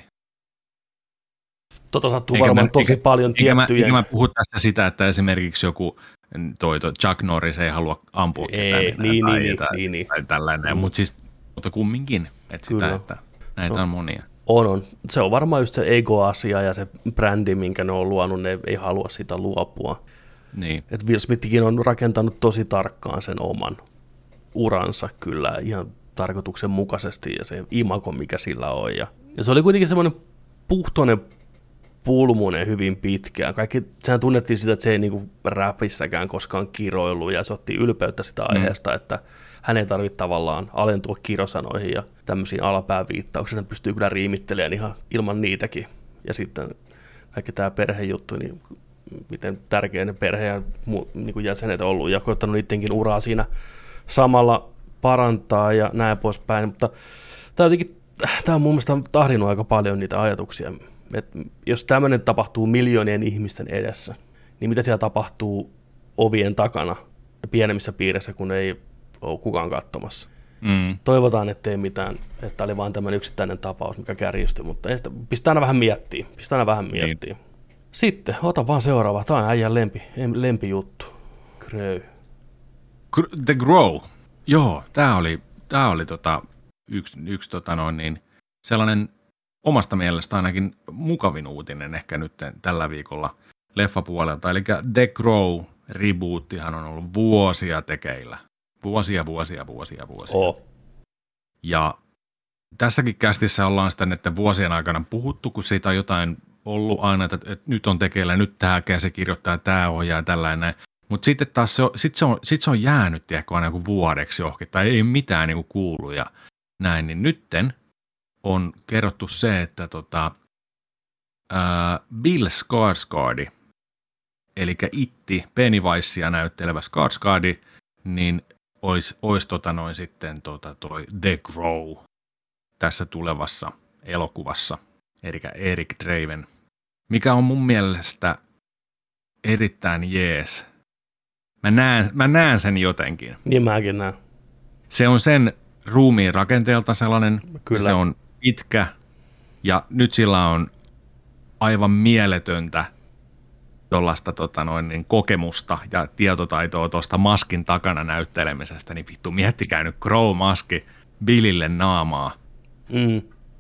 Tota sattuu eikä varmaan mä, tosi eikä, paljon eikä tiettyjä. Eikä mä puhu tästä sitä, että esimerkiksi joku toi, toi Chuck Norris ei halua ampua ketään. Ei, niin, tai, niin, tai, niin, niin. Tai tällainen, mm. mutta siis, mutta kumminkin, että sitä, että näitä on, on monia. On, on. Se on varmaan just se ego-asia ja se brändi, minkä ne on luonut, ne ei halua sitä luopua. Niin. Et Will Smithikin on rakentanut tosi tarkkaan sen oman uransa kyllä ihan tarkoituksenmukaisesti ja se imago, mikä sillä on. Ja, ja se oli kuitenkin semmoinen puhtoinen pulmunen hyvin pitkään. Kaikki, sehän tunnettiin sitä, että se ei niinku räpissäkään koskaan kiroillut ja se otti ylpeyttä sitä aiheesta, mm. että hän ei tarvitse tavallaan alentua kirosanoihin ja tämmöisiin alapääviittauksiin. Hän pystyy kyllä riimittelemään ihan ilman niitäkin. Ja sitten kaikki tämä perhejuttu, niin miten tärkeä ne perheen niin jäsenet on ollut ja koittanut niidenkin uraa siinä samalla parantaa ja näin poispäin. Mutta tämä, jotenkin, tämä on mun mielestä tahdinut aika paljon niitä ajatuksia. Että jos tämmöinen tapahtuu miljoonien ihmisten edessä, niin mitä siellä tapahtuu ovien takana pienemmissä piirissä, kun ei ole kukaan katsomassa. Mm. Toivotaan, ettei mitään, että oli vain tämmöinen yksittäinen tapaus, mikä kärjistyi, mutta ei sitä, pistää aina vähän miettiä. Pistää aina vähän miettiä. Niin. Sitten, ota vaan seuraava. Tämä on äijän lempi, lempijuttu. Grow. The Grow. Joo, tämä oli, tää oli tota, yksi, yksi tota noin, niin, sellainen omasta mielestä ainakin mukavin uutinen ehkä nyt tällä viikolla leffapuolelta. Eli The Grow reboottihan on ollut vuosia tekeillä. Vuosia, vuosia, vuosia, vuosia. Oh. Ja tässäkin kästissä ollaan sitä näiden vuosien aikana puhuttu, kun siitä on jotain ollut aina, että, että nyt on tekeillä, nyt tämä käsikirjoittaa, tämä ohjaa tällainen. Mutta sitten taas se on, sit se on, sit se on jäänyt ehkä aina joku vuodeksi johonkin, tai ei mitään niinku kuulu ja näin. Niin nytten on kerrottu se, että tota, ää, Bill Skarsgård, eli Itti Pennywicea näyttelevä Skarsgård, niin olisi, olisi tota noin sitten tota toi The Crow tässä tulevassa elokuvassa, eli Eric Draven, mikä on mun mielestä erittäin jees. Mä näen, mä näen sen jotenkin. Niin mäkin näen. Se on sen ruumiin rakenteelta sellainen, Kyllä. Se on pitkä ja nyt sillä on aivan mieletöntä tuollaista tota noin, niin kokemusta ja tietotaitoa tuosta maskin takana näyttelemisestä, niin vittu miettikää nyt Crow-maski Billille naamaa. Mm.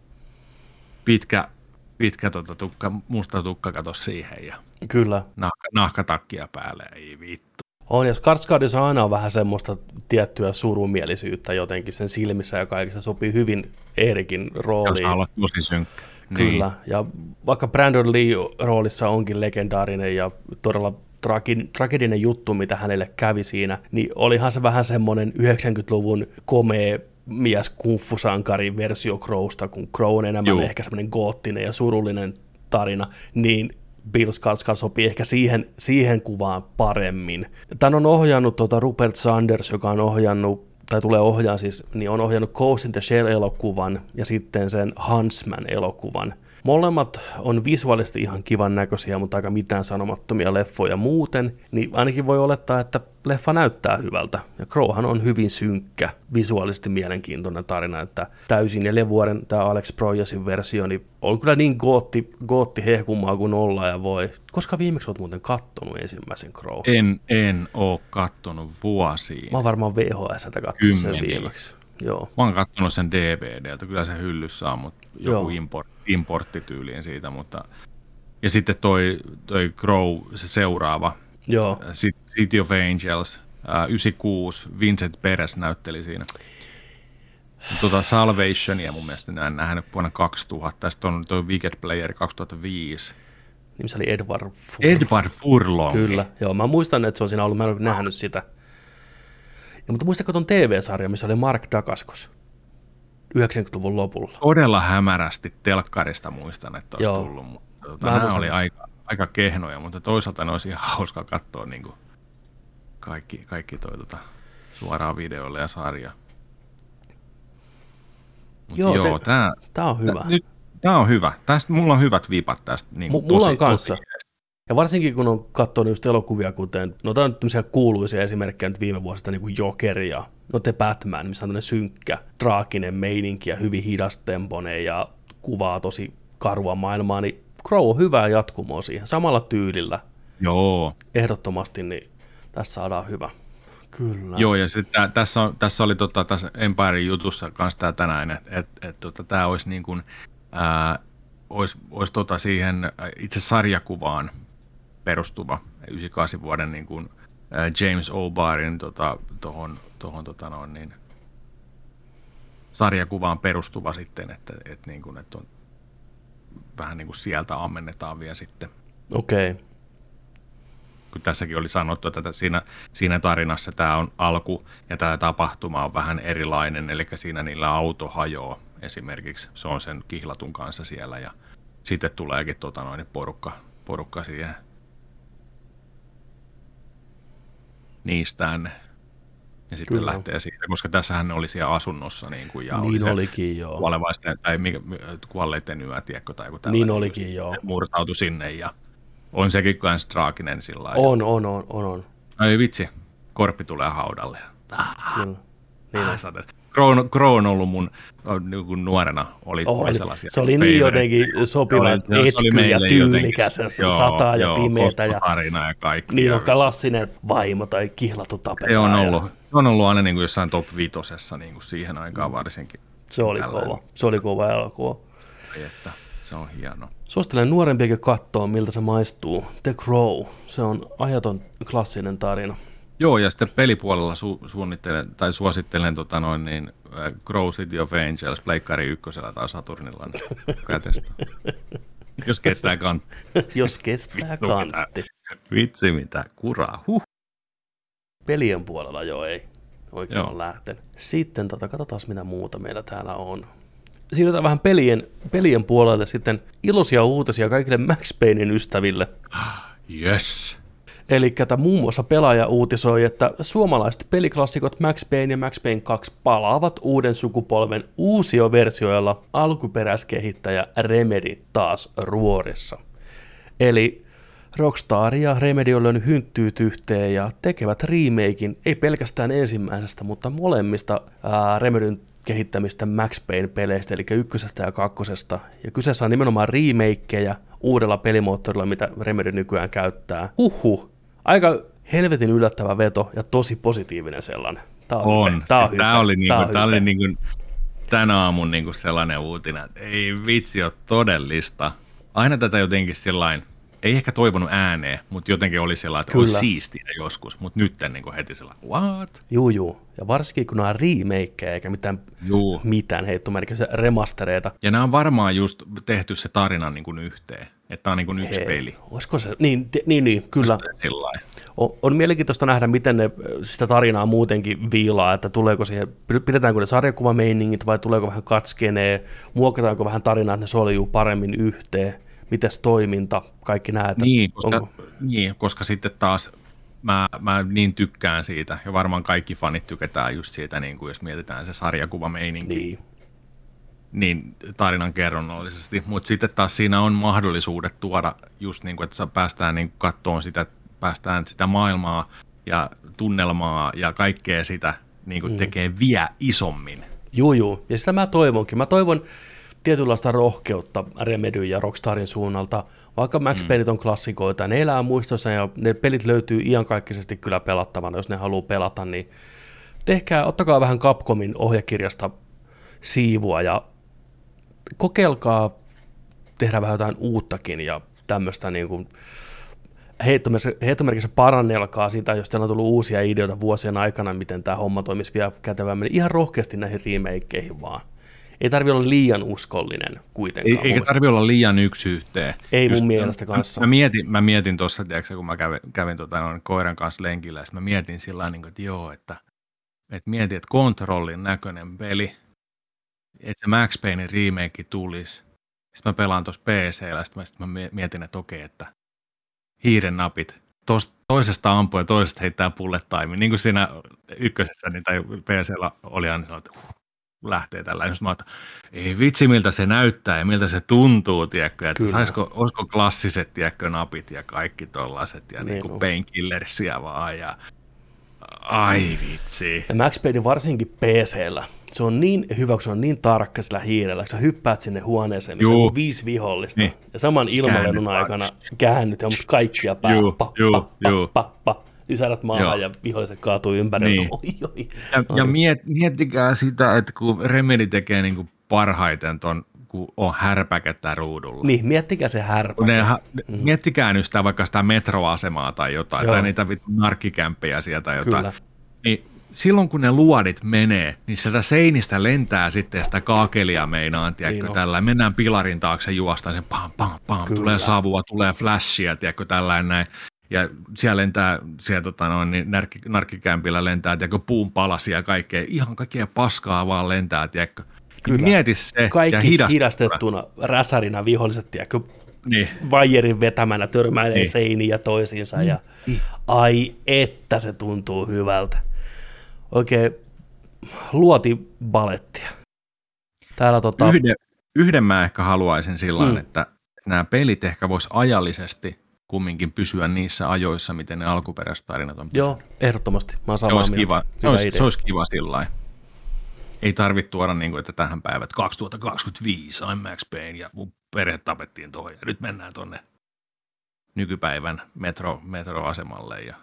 Pitkä, pitkä tota, tukka, musta tukka kato siihen ja Kyllä. nahka, nahkatakkia päälle, ei vittu. On, ja Skarsgårdissa aina on vähän semmoista tiettyä surumielisyyttä jotenkin sen silmissä ja kaikessa sopii hyvin Erikin rooliin. Jos haluat tosi synkkä. Kyllä, niin. ja vaikka Brandon Lee roolissa onkin legendaarinen ja todella tragi- tragedinen juttu, mitä hänelle kävi siinä, niin olihan se vähän semmoinen yhdeksänkymmentäluvun komea mies kungfu-sankari versio Crowsta, kun Crow on enemmän Juu. ehkä semmoinen goottinen ja surullinen tarina, niin Bill Skarsgård sopii ehkä siihen, siihen kuvaan paremmin. Tän on ohjannut tuota Rupert Sanders, joka on ohjannut, tai tulee ohjaa siis, niin on ohjannut Ghost in the Shell-elokuvan ja sitten sen Huntsman-elokuvan. Molemmat on visuaalisesti ihan kivan näköisiä, mutta aika mitään sanomattomia leffoja muuten, niin ainakin voi olettaa, että leffa näyttää hyvältä. Ja Crowhan on hyvin synkkä, visuaalisesti mielenkiintoinen tarina, että täysin neljän vuoden tämä Alex Proyasin versio, niin on kyllä niin gootti, gootti hehkumaa kuin olla ja voi. Koska viimeksi olet muuten kattonut ensimmäisen Crow? En, en ole kattonut vuosiin. Mä oon varmaan V H S:tä kattonut sen Kymmeniä. viimeksi. Joo. Mä oon kattonut sen D V D:ltä, kyllä se hyllyssä on, mutta joku Joo. import, importtityyliin siitä, mutta ja sitten toi, toi Crow, se seuraava, Joo. City of Angels, ää, yhdeksänkymmentäkuusi, Vincent Perez näytteli siinä. Tota Salvationia mun mielestä näen nähnyt vuonna kaksituhatta, sitten on toi Wicked Player kaksituhattaviisi. Niin se oli Edward Furlong. Edward Furlong. Kyllä, joo. Mä muistan, että se on siinä ollut, mä en ole nähnyt sitä. Ja, mutta muistatko ton T V-sarja, missä oli Mark Dacascos yhdeksänkymmentäluvun lopulla? Todella hämärästi telkkarista muistan, että olisi Joo. tullut. Mutta tota, Mä nämä muistan oli myös. aika, aika kehnoja, mutta toisaalta ne olisi ihan hauskaa katsoa niin kuin kaikki, kaikki toi, tota, suoraan videolle ja sarja. Mut Joo, joo te- tää, Tää on hyvä. tää, nyt, tää on hyvä. Tästä, mulla on hyvät vipat tästä. Niin M- kuin mulla tosi, on kanssa. tosi- Ja varsinkin kun on katsonut just elokuvia, kuten, no tää on nyt tämmöisiä kuuluisia esimerkkejä nyt viime vuosista, niin kuin Joker ja no The Batman, missä on tämmöinen synkkä, traaginen meininki ja hyvin hidastempoinen ja kuvaa tosi karua maailmaa, niin Crow on hyvää jatkumoa siihen, samalla tyylillä, Joo. ehdottomasti, niin tässä saadaan hyvä. Kyllä. Joo, ja sitten tää, tässä, on, tässä oli tota, tässä Empiren jutussa kanssa tää tänään, että et, et, tota, tämä olisi niin kuin, ää, olisi, olisi tota siihen itse sarjakuvaan perustuva yhdeksänkymmentäkahdeksan vuoden niin kuin, ää, James O'Barrin tota, tohon, tohon, tota, noin, niin, sarjakuvaan perustuva sitten, että et, niin kuin, että on, vähän niin kuin sieltä ammennetaan vielä sitten. Okei. Okay. Kun tässäkin oli sanottu, että siinä, siinä tarinassa tämä on alku ja tämä tapahtuma on vähän erilainen, eli siinä niillä auto hajoaa esimerkiksi, se on sen kihlatun kanssa siellä ja sitten tuleekin tota noin, porukka, porukka siihen niistään ja sitten Kyllä. lähtee siitä, koska tässähän ne oli siellä asunnossa niin kuin, ja oli Niin se olikin, joo. kuolevaisten tai mikä, kuolleiden yö, tiedätkö, tai joku Niin tällainen, olikin, joo. murtautui sinne ja on sekin kans traaginen sillä lailla. On, on, on, on, on. Ai vitsi, korppi tulee haudalle. Kyllä. Niin on. Crow, Crow on ollut mun niin nuorena, oli, Oh, oli oli, sellaisia. se oli niin jotenkin sopiva, Oli- se oli etky ja meille tyylikäs, jotenkin- se joo, sataa ja joo, pimeätä. Ja, kostotarina ja kaikki. niin ja on klassinen vaimo tai kihlattu tapetaan. se on ja ollut, se on ollut aina niin kuin jossain top vitosessa niin kuin siihen aikaan varsinkin. Se oli Tällainen. kova. Se oli kova elokuva. Että se on hieno. Suosittelen nuorempiakin katsoa, miltä se maistuu. The Crow. Se on ajaton klassinen tarina. Joo, ja sitten pelipuolella su- suunnittelen, tai suosittelen tota noin, niin, äh, Crow City of Angels, Pleikkari ykkösellä tai Saturnilla, niin kätestä. Jos kestää kantti. Jos kestää kantti. Vitsi mitä kuraa. Huh. Pelien puolella jo ei oikein Joo. ole lähtenyt. Sitten tota, katsotaan mitä muuta meillä täällä on. siirrytään vähän pelien, pelien puolelle sitten iloisia uutisia kaikille Max Paynein ystäville. Yes. Eli muun muassa pelaaja uutisoi, että suomalaiset peliklassikot Max Payne ja Max Payne kaksi palaavat uuden sukupolven uusioversioilla, alkuperäiskehittäjä Remedy taas ruorissa. Eli Rockstar ja Remedy on löynyt hynttyyt yhteen ja tekevät remakein, ei pelkästään ensimmäisestä, mutta molemmista ää, Remedyn kehittämistä Max Payne-peleistä, eli ykkösestä ja kakkosesta. Ja kyseessä on nimenomaan remakeja uudella pelimoottorilla, mitä Remedy nykyään käyttää. Huhhuh, aika helvetin yllättävä veto ja tosi positiivinen sellainen. Tämä on, on. Tämä on siis tämä oli, niinku, tämä tämä oli niinku tän aamun niinku sellainen uutinen, että ei vitsi ole todellista. Aina tätä jotenkin sellainen, ei ehkä toivonut ääneen, mutta jotenkin oli sellainen, että Kyllä. olisi siistiä joskus, mutta nyt niin heti sellainen, what? Juu, juu. Ja varsinkin kun nämä on remakeja eikä mitään, Juu. mitään heittomerkkiä remastereita. Ja nämä on varmaan just tehty se tarina niin kuin yhteen, että tämä on niin kuin yksi Hei, peli. Olisiko se? Niin, niin, niin kyllä. Sillain. On, on mielenkiintoista nähdä, miten ne sitä tarinaa muutenkin viilaa, että tuleeko siihen, pidetäänkö ne sarjakuvameiningit vai tuleeko vähän katskenee, muokataanko vähän tarinaa, että ne soljuu paremmin yhteen, mites toiminta, kaikki näet. Niin, koska, onko... niin, koska sitten taas mä, mä niin tykkään siitä, ja varmaan kaikki fanit tykätään just siitä, niin kuin jos mietitään se sarjakuvameininki, Niin. niin tarinan kerronnallisesti, mutta sitten taas siinä on mahdollisuudet tuoda just niin kuin, että päästään niin katsomaan sitä, päästään sitä maailmaa ja tunnelmaa ja kaikkea sitä niin kuin Mm. tekee vielä isommin. Juu, juu. Ja sitä mä toivonkin. Mä toivon tietynlaista rohkeutta Remedyn ja Rockstarin suunnalta, vaikka Max mm. Payneit on klassikoita, ja ne elää muistossa ja ne pelit löytyy iankaikkisesti kyllä pelattavana, jos ne haluaa pelata, niin tehkää, ottakaa vähän Capcomin ohjekirjasta siivua ja kokeilkaa tehdä vähän jotain uuttakin ja tämmöistä niin kuin heittomerkissä parannelkaa siitä, jos teillä on tullut uusia ideoita vuosien aikana, miten tämä homma toimisi vielä kätevämmin, ihan rohkeasti näihin remakeihin vaan. Ei tarvitse olla liian uskollinen kuitenkaan. Ei, eikä tarvitse olla liian yksi yhteen. Ei Just, mun mielestä kanssa. Mä, mä mietin, mä mietin tuossa, tiedätkö, kun mä kävin, kävin tota, noin koiran kanssa lenkillä, ja mä mietin sillä niin että joo, että, että mietin, että Controlin näköinen peli, että se Max Paynein remake tulisi. Sitten mä pelaan tuossa P C:llä, sitten mä, sit mä mietin, että okei, että hiiren napit. Tosta, toisesta ampuu ja toisesta heittää bullet time. Niin kuin siinä ykkösessä niin, tai P C:llä oli aina sanonut, että uh, lähtee tällä. Just mä otan, ei vitsi miltä se näyttää ja miltä se tuntuu, tiedätkö, että saisiko, olisiko klassiset, tiedätkö, napit ja kaikki tollaiset ja niin, niin kuin painkillersia vaan ja ai vitsi. Ja Max Payne varsinkin P C:llä, se on niin hyvä, kun se on niin tarkka sillä hiirellä, kun sä hyppäät sinne huoneeseen, missä on viisi vihollista, niin. Ja saman ilmalennun aikana käännyt ja mut kaikkia pää, juu, pa, juu, pa, juu. pa, pa, pa, ysäydät maahan ja viholliset kaatuu ympärillä. Niin. Oi, oi. Ja, ja miet, miettikää sitä, että kun Remedy tekee niin kuin parhaiten ton, kun on härpäkettä ruudulla. Niin, miettikää se härpäke. Ne, mm. Miettikää nyt sitä vaikka sitä metroasemaa tai jotain, Joo. tai niitä narkkikämppejä sieltä jotain. Kyllä. Niin silloin kun ne luodit menee, niin sieltä seinistä lentää sitten sitä kaakelia meinaan, tiedätkö, niin tällä. Mennään pilarin taakse, juostaan sen pam, pam, pam, Kyllä. tulee savua, tulee flashia, tiedätkö, tällainen näin. Ja siellä lentää, siellä tota noin, niin narkki, narkkikämpillä lentää, tiedätkö, puun palasia ja kaikkea, ihan kaikkea paskaa vaan lentää, tiedätkö. Kyllä. Mieti se Kaikki ja hidastettuna. hidastettuna, räsärinä viholliset, tiedätkö, Niin. vaijerin vetämänä törmäilee Niin. seiniin ja toisiinsa, ja ai että se tuntuu hyvältä. Oikein luoti balettia. Täällä tota... Yhden, yhden mä ehkä haluaisin sillä Mm. että nämä pelit ehkä vois ajallisesti kumminkin pysyä niissä ajoissa, miten ne alkuperäiset tarinat on pysynyt. Joo, ehdottomasti. Mä oon Se samaa olisi mieltä. kiva, se Hyvä olisi, idea. se olisi kiva sillä lailla. Ei tarvitse tuoda niin kuin, että tähän päivät kaksituhattakaksikymmentäviisi I'm Max Payne ja mun perhe tapettiin tuohon ja nyt mennään tonne nykypäivän metro, metroasemalle ja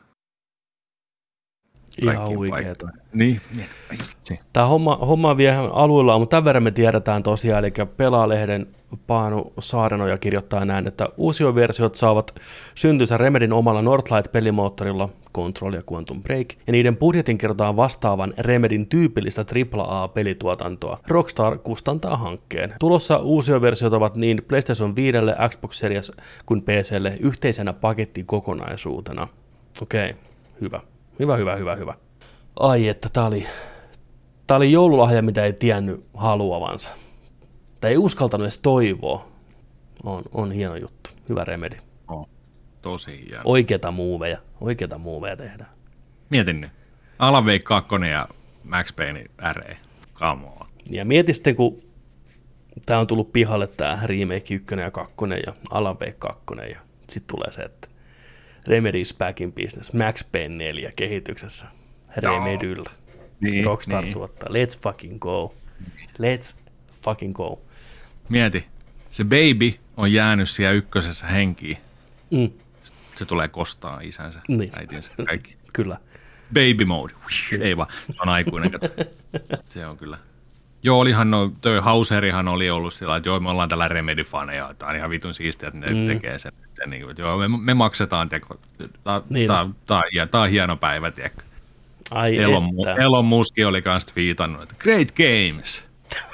Ihan kaikkiin huikeeta. paikkoihin. Niin, mieti, ai vitsi. Tämä homma, homma vie alueella, mutta tämän verran me tiedetään tosiaan, eli Pelaalehden Paanu Saarenoja kirjoittaa näin, että uusioversiot saavat syntynsä Remedyn omalla Northlight-pelimoottorilla, Control ja Quantum Break, ja niiden budjetin kerrotaan vastaavan Remedyn tyypillistä triple A-pelituotantoa. Rockstar kustantaa hankkeen. Tulossa uusioversiot ovat niin PlayStation viidelle, Xbox Series kuin P C:lle yhteisenä pakettikokonaisuutena. Okei, hyvä. Hyvä, hyvä, hyvä, hyvä. Ai että tää oli, tää oli joululahja, mitä ei tiennyt haluavansa. Tai ei uskaltanut edes toivoa. On, on hieno juttu. Hyvä Remedy. Oh, tosi hieno. Oikeita muuveja. Oikeita muuveja tehdään. Mietin nyt. Alan Wake kaksi ja Max Payne R E. Come on. Ja mieti sitten, kun tämä on tullut pihalle, tämä remake yksi ja kaksi ja Alan Wake kaksi, ja sitten tulee se, että Remedy's back in business, Max Payne neljä kehityksessä, Remedyllä, niin, Rockstar niin. tuottaa, let's fucking go, let's fucking go. Mieti, se baby on jäänyt siellä ykkösessä henkiin, Mm. se tulee kostaa isänsä, Niin. äitinsä, kaikki. Kyllä. Baby mode, ei vaan, se on aikuinen, kato. Se on kyllä. Joo, olihan no, toi Hauserihan oli ollut sillä, että joo, me ollaan tällä Remedy-faneja, että on ihan vitun siistiä, että ne mm. tekee sen. Niin, että joo, me, me maksetaan, teko, tämä Niin. on hieno päivä, tiedätkö. Ai Elon, että. Elon Musk oli kans twiitannut, että great games.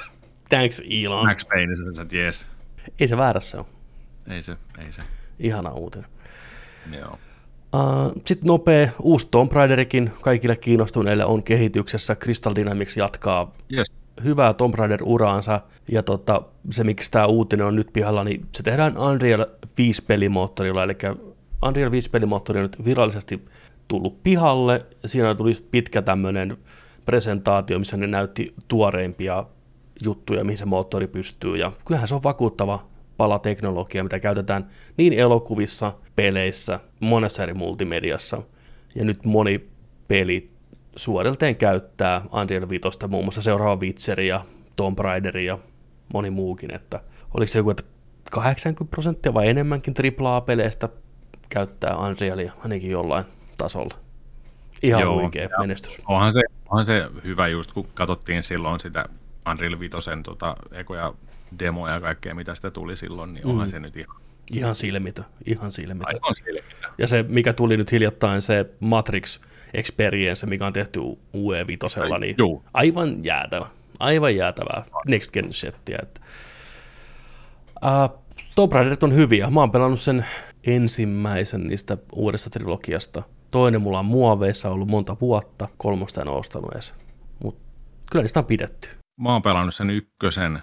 Thanks Elon. Max Payne, että jes. Ei se väärässä ole. Ei se, ei se. Ihana uutinen. Joo. Uh, Sitten nopea uusi Tomb Raiderikin kaikille kiinnostuneille on kehityksessä. Crystal Dynamics jatkaa Yes. hyvää Tomb Raider-uraansa, ja tota, se miksi tämä uutinen on nyt pihalla, niin se tehdään Unreal viisi pelimoottorilla, eli Unreal viisi pelimoottori on nyt virallisesti tullut pihalle, ja siinä tuli pitkä tämmöinen presentaatio, missä ne näytti tuoreimpia juttuja, mihin se moottori pystyy, ja kyllähän se on vakuuttava pala teknologiaa, mitä käytetään niin elokuvissa, peleissä, monessa eri multimediassa, ja nyt moni peli suorilteen käyttää Unreal viisi, muun muassa seuraava Witcher ja Tomb Raider ja moni muukin, että oliko se joku, että kahdeksankymmentä prosenttia vai enemmänkin A A A-peleistä käyttää Unrealia ainakin jollain tasolla. Ihan Joo, huikea ja menestys. Onhan se, onhan se hyvä just, kun katsottiin silloin sitä Unreal viisi tota, ekoja demoja ja kaikkea, mitä sitä tuli silloin, niin onhan Mm. se nyt ihan, Ihan silmitön, ihan silmitön. aivan silmitön. Ja se, mikä tuli nyt hiljattain, se Matrix Experience, mikä on tehty U E viisi, niin Juu. aivan jäätävä, aivan jäätävää next gen shittiä. Uh, Tomb Raiderit on hyviä. Mä oon pelannut sen ensimmäisen niistä uudesta trilogiasta. Toinen mulla on muoveissa ollut monta vuotta, kolmosta en oo ostanut edes. Mut kyllä niistä on pidetty. Mä oon pelannut sen ykkösen,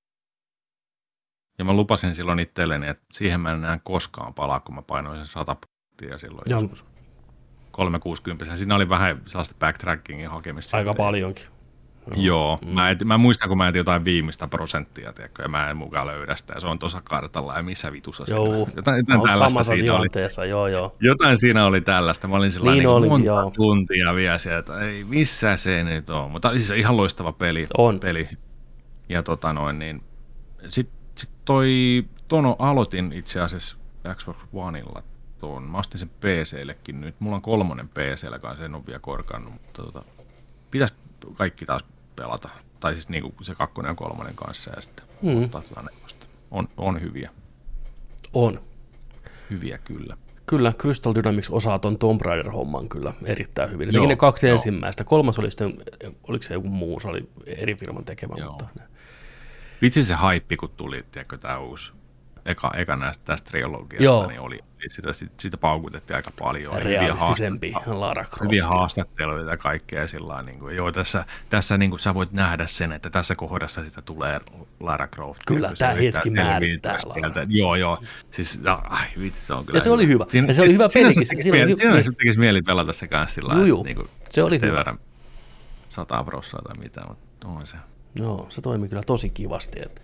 ja mä lupasin silloin itselleni, että siihen mä en enää koskaan palaa, kun mä painoin sen sata prosenttia silloin. Ja kolmesataakuusikymmentä. Siinä oli vähän sellaista backtrackingin hakemista. aika paljonkin. Joo, mm. mä, et, mä muistan, kun mä etin jotain viimeistä prosenttia, tiedätkö, ja mä en mukaan löydä sitä, ja se on tuossa kartalla, ja missä vitussa Joo, siinä. Jotain, jotain on tällaista samassa siinä oli. tilanteessa, joo joo. Jotain siinä oli tällaista. Mä olin sillä Niin niin oli, monta joo. tuntia vielä sieltä, että ei, missä se nyt on. Mutta siis ihan loistava peli. On. peli. Ja tota noin, niin sitten sit toi, Tono aloitin itse asiassa Xbox Oneilla tuon. Mä ostin sen P C:llekin nyt. Mulla on kolmonen P C:llä kanssa, en ole vielä korkannut, mutta tota, pitäisi kaikki taas pelata. Tai siis niinku se kakkonen ja kolmonen kanssa ja sitten Mm. ottaa tuota nelosta. On, on hyviä. On. Hyviä kyllä. Kyllä, Crystal Dynamics osaa ton Tomb Raider-homman kyllä erittäin hyvin. Joo, Eli ne kaksi joo. ensimmäistä. Kolmas oli sitten, oliko se joku muu, se oli eri firman tekemä, Joo. mutta Vitsi se haippi, kun tuli, tiedätkö, tämä uusi eka, eka näistä tästä trilogiasta, Joo. niin oli, sitä, sitä, sitä paukutettiin aika paljon. realistisempi Hyviä Lara Croft. Hyviä haastatteluja ja kaikkea sillä niin kuin, joo, tässä, tässä niin kuin sä voit nähdä sen, että tässä kohdassa sitä tulee Lara Croft. Kyllä, Se tää yrittää hetki selviytyä määrittää sieltä. Lara. Joo, joo. Siis, ai vitsi, se on kyllä Ja se oli hyvä. Ja se oli hyvä siinä pelikin. se Siinä oli hy- Siinä se tekisi mieli pelata se kanssa sillä Juu, juu. niin kuin, Se oli hyvä. verran sata prossaa tai mitä, mutta on se. Joo, se toimi kyllä tosi kivasti. Että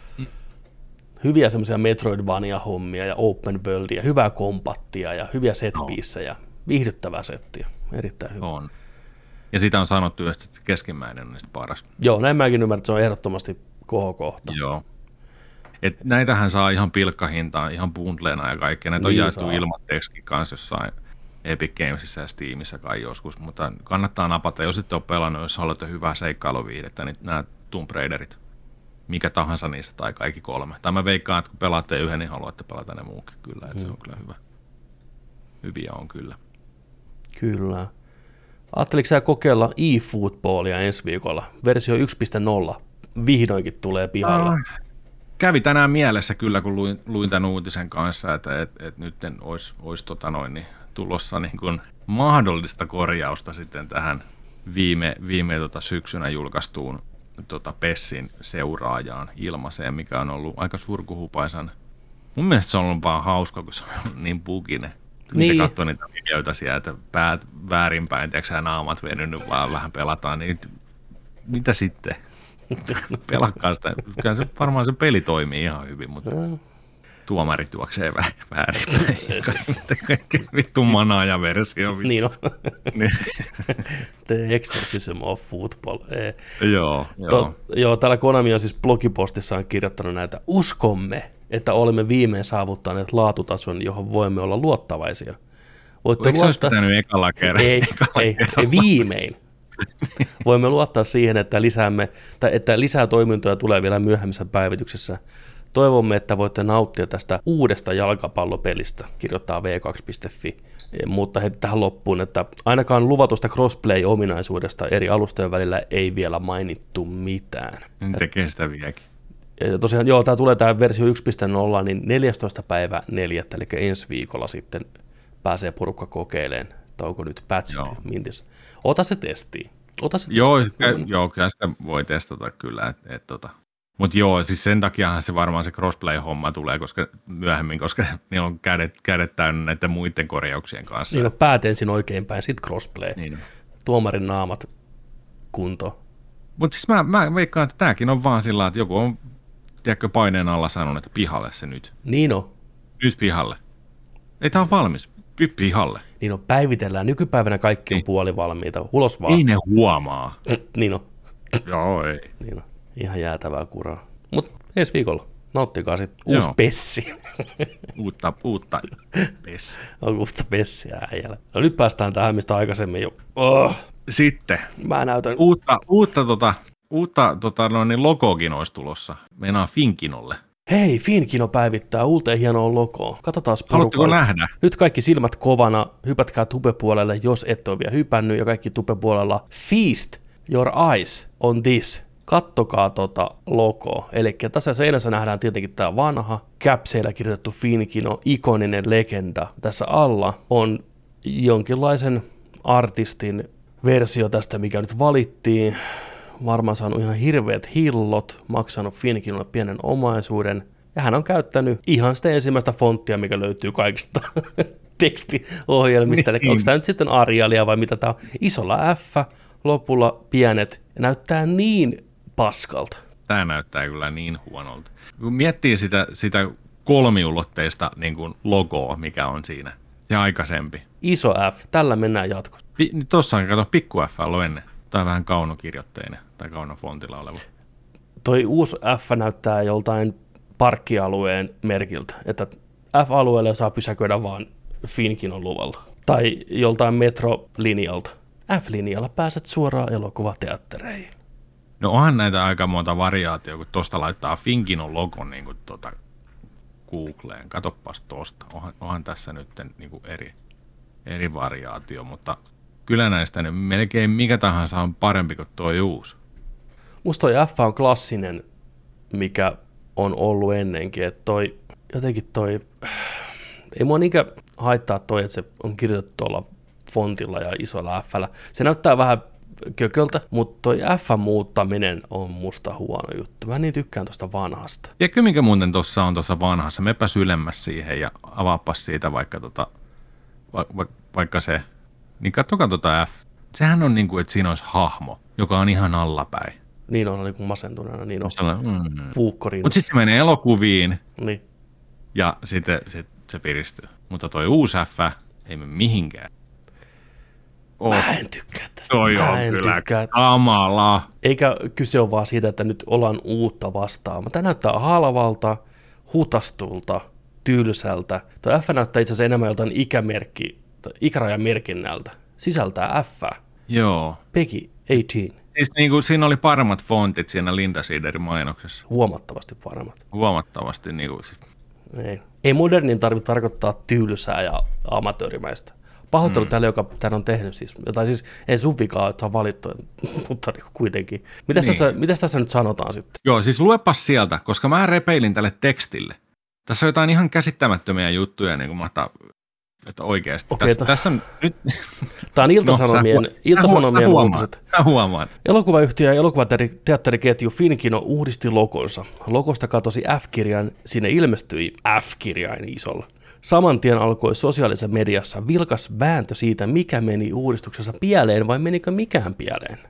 hyviä semmoisia Metroidvania-hommia ja open worldia, hyvää kompattia ja hyviä setpiissejä, viihdyttävää settiä. Erittäin hyvä. On. Ja sitä on sanottu, että keskimmäinen on niistä paras. Joo, näin mäkin ymmärrän, että se on ehdottomasti kohokohta. Joo. Et näitähän saa ihan pilkkahintaan, ihan bundleena ja kaikkea. Näitä Niin on jaettu saa. ilmatteeksi kanssa jossain Epic Gamesissa ja Steamissa kai joskus, mutta kannattaa napata. Jos ette ole pelannut, jos haluatte hyvää seikkailuviidettä, niin nämä Tomb Raiderit, mikä tahansa niistä tai kaikki kolme. Tai mä veikkaan, että kun pelaatte yhden, niin haluatte pelata ne muukin kyllä, että hmm. se on kyllä hyvä. Hyviä on kyllä. Kyllä. Ajatteliko sä kokeilla eFootballia ensi viikolla? Versio yksi piste nolla vihdoinkin tulee pihalle. Ah, kävi tänään mielessä kyllä, kun luin, luin tämän uutisen kanssa, että et, et nyt olisi olis, tota noin, niin tulossa niin kuin mahdollista korjausta sitten tähän viime, viime tota syksynä julkaistuun tota, Pessin seuraajaan ilmaiseen, mikä on ollut aika surkuhupaisan. Mun mielestä se on ollut vaan hauska, kun se on niin buginen. Niin. Mitä katsoo niitä videoita siellä, että päät väärinpäin, tiedätkö sä, naamat venynyt, vaan vähän pelataan, niin mitä sitten? Pelakkaa sitä. Kyllä se, varmaan se peli toimii ihan hyvin, mutta no. Tuomarit juoksee väärinpäin. Vittu manaaja-versio. Niin on. The Exorcism of Football. Ei. Joo, joo. To, joo, täällä Konami on siis blogipostissaan kirjoittanut näitä. Uskomme, että olemme viimein saavuttaneet laatutason, johon voimme olla luottavaisia. Voitte Eikö luottaa... se olisi pitänyt ekalla kerralla? Ei, ei, ei, viimein. Voimme luottaa siihen, että, lisäämme, tai että lisää toimintoja tulee vielä myöhemmässä päivityksessä. Toivomme, että voitte nauttia tästä uudesta jalkapallopelistä, kirjoittaa v kaksi piste fi. Mutta heti tähän loppuun, että ainakaan luvatusta crossplay-ominaisuudesta eri alustojen välillä ei vielä mainittu mitään. Ne tekee sitä vieläkin. Ja tosiaan, joo, tämä tulee tämä versio yksi piste nolla, niin neljästoista päivä neljättä, eli ensi viikolla sitten pääsee porukka kokeilemaan, että onko nyt patchit mintissä. Ota se testiin. Ota se joo, testiin. Joo, kyllä sitä voi testata kyllä. Et, et, tota. Mutta joo, siis sen takiahan se varmaan se crossplay-homma tulee koska myöhemmin, koska niillä on kädet, kädet täynnä näiden muiden korjauksien kanssa. Niin on päät ensin oikeinpäin, sitten crossplay. Niin. Tuomarin naamat kunto. Mutta siis mä, mä veikkaan, että tämäkin on vaan sillä, että joku on tiedätkö, paineen alla sanonut, että pihalle se nyt. Niin on. Nyt pihalle. Ei tämä ole valmis. Pihalle. Niin on, päivitellään. Nykypäivänä kaikki on puolivalmiita. Ulos vaan. Ei ne huomaa. Niin on. Joo, ei. Niin on. Ihan jäätävää kuraa. Mutta ensi viikolla. Nauttikaa sitten. Uusi Pessi. Uutta, uutta Pessi. Uutta Pessiä äijällä. No nyt päästään tähän, mistä aikaisemmin jo. Oh. Sitten. Mä näytän. Uutta, uutta, tota, uutta tota, no niin logokin olisi tulossa. Meinaa Finkinolle. Hei, Finkino päivittää uuteen hienoon logoon. Katsotaan porukalla. Haluatteko nähdä? Nyt kaikki silmät kovana. Hypätkää tubepuolelle, jos et ole vielä hypännyt. Ja kaikki tubepuolella. Feast your eyes on this. Kattokaa tota logoa. Eli tässä seinässä nähdään tietenkin tämä vanha, käpseillä kirjoitettu Finkino, ikoninen legenda. Tässä alla on jonkinlaisen artistin versio tästä, mikä nyt valittiin. Varmaan saanut ihan hirveät hillot, maksanut Finkinolle pienen omaisuuden. Ja hän on käyttänyt ihan sitä ensimmäistä fonttia, mikä löytyy kaikista tekstiohjelmista. Eli onko tämä nyt sitten Arialia vai mitä tämä on? Isolla F, lopulla pienet. Ja näyttää niin paskalta. Tämä näyttää kyllä niin huonolta. Kun miettii sitä, sitä kolmiulotteista niin kuin logoa, mikä on siinä, ja aikaisempi. Iso F, tällä mennään jatkossa. Tuossa on, kato, pikku F ollut ennen. Tai vähän kaunokirjoitteinen tai kaunofontilla oleva. Toi uusi F näyttää joltain parkkialueen merkiltä, että F-alueelle saa pysäköidä vaan Finkinon luvalla. Tai joltain metrolinjalta. F-linjalla pääset suoraan elokuvateattereihin. No onhan näitä aika monta variaatioa, kun tuosta laittaa Finkinon logon niin kuin tuota Googleen. Katoppas tuosta. Onhan, onhan tässä nyt niin kuin eri, eri variaatio, mutta kyllä näistä nyt melkein mikä tahansa on parempi kuin tuo uusi. Musta toi F on klassinen, mikä on ollut ennenkin, että toi jotenkin toi, ei mua niinkään haittaa toi, että se on kirjoitettu tuolla fontilla ja isolla F:llä. Se näyttää vähän kököltä, mutta toi F:n muuttaminen on musta huono juttu. Mä niin tykkään tuosta vanhasta. Tiedätkö, minkä muuten tuossa on tuossa vanhassa? Mepäs ylemmäs siihen ja avaapas siitä vaikka, tota, va, va, vaikka se. Niin katsokaa tuota F. Sehän on niin kuin, että siinä olisi hahmo, joka on ihan allapäin. Niin on, niin kuin masentuneena, niin on. Mm. Puukkorinnassa. Mutta sitten se menee elokuviin niin. Ja sitten sit se piristyy. Mutta toi uusi F ei mene mihinkään. Oh. Mä en tykkää tästä. Toi Mä on en kyllä tykkää. kamala. Eikä kyse ole vaan siitä, että nyt ollaan uutta vastaan. Tämä näyttää halvalta, hutastulta, tylsältä. Tuo F näyttää itse asiassa enemmän jotain ikämerkki, ikärajamerkinnältä. Sisältää F. Joo. Peggy kahdeksantoista. Siis niin kuin, siinä oli paremmat fontit siinä Linda Seederin mainoksessa. Huomattavasti paremmat. Huomattavasti. Niin kuin. Ei. Ei modernin tarvitse tarkoittaa tylsää ja amatöörimäistä. Pahoittelu mm. tälle, joka tämän on tehnyt siis. Tai siis ei sun vikaa, että on valittu, mutta niin kuitenkin. Mitäs, niin. tässä, mitäs tässä nyt sanotaan sitten? Joo, siis luepas sieltä, koska mä repeilin tälle tekstille. Tässä on jotain ihan käsittämättömiä juttuja, niin kuin mahtaa Että oikeasti. Okei, tässä, to... tässä on nyt... Tämä on Ilta-Sanomien, no, Ilta-Sanomien uutiset. Sä huomaat. Elokuvayhtiö ja elokuvateatteriketju Finkino uudisti logonsa. Logosta katosi F-kirjain, sinne ilmestyi F-kirjain isolla. Saman tien alkoi sosiaalisessa mediassa vilkas vääntö siitä, mikä meni uudistuksessa pieleen vai menikö mikään pieleen.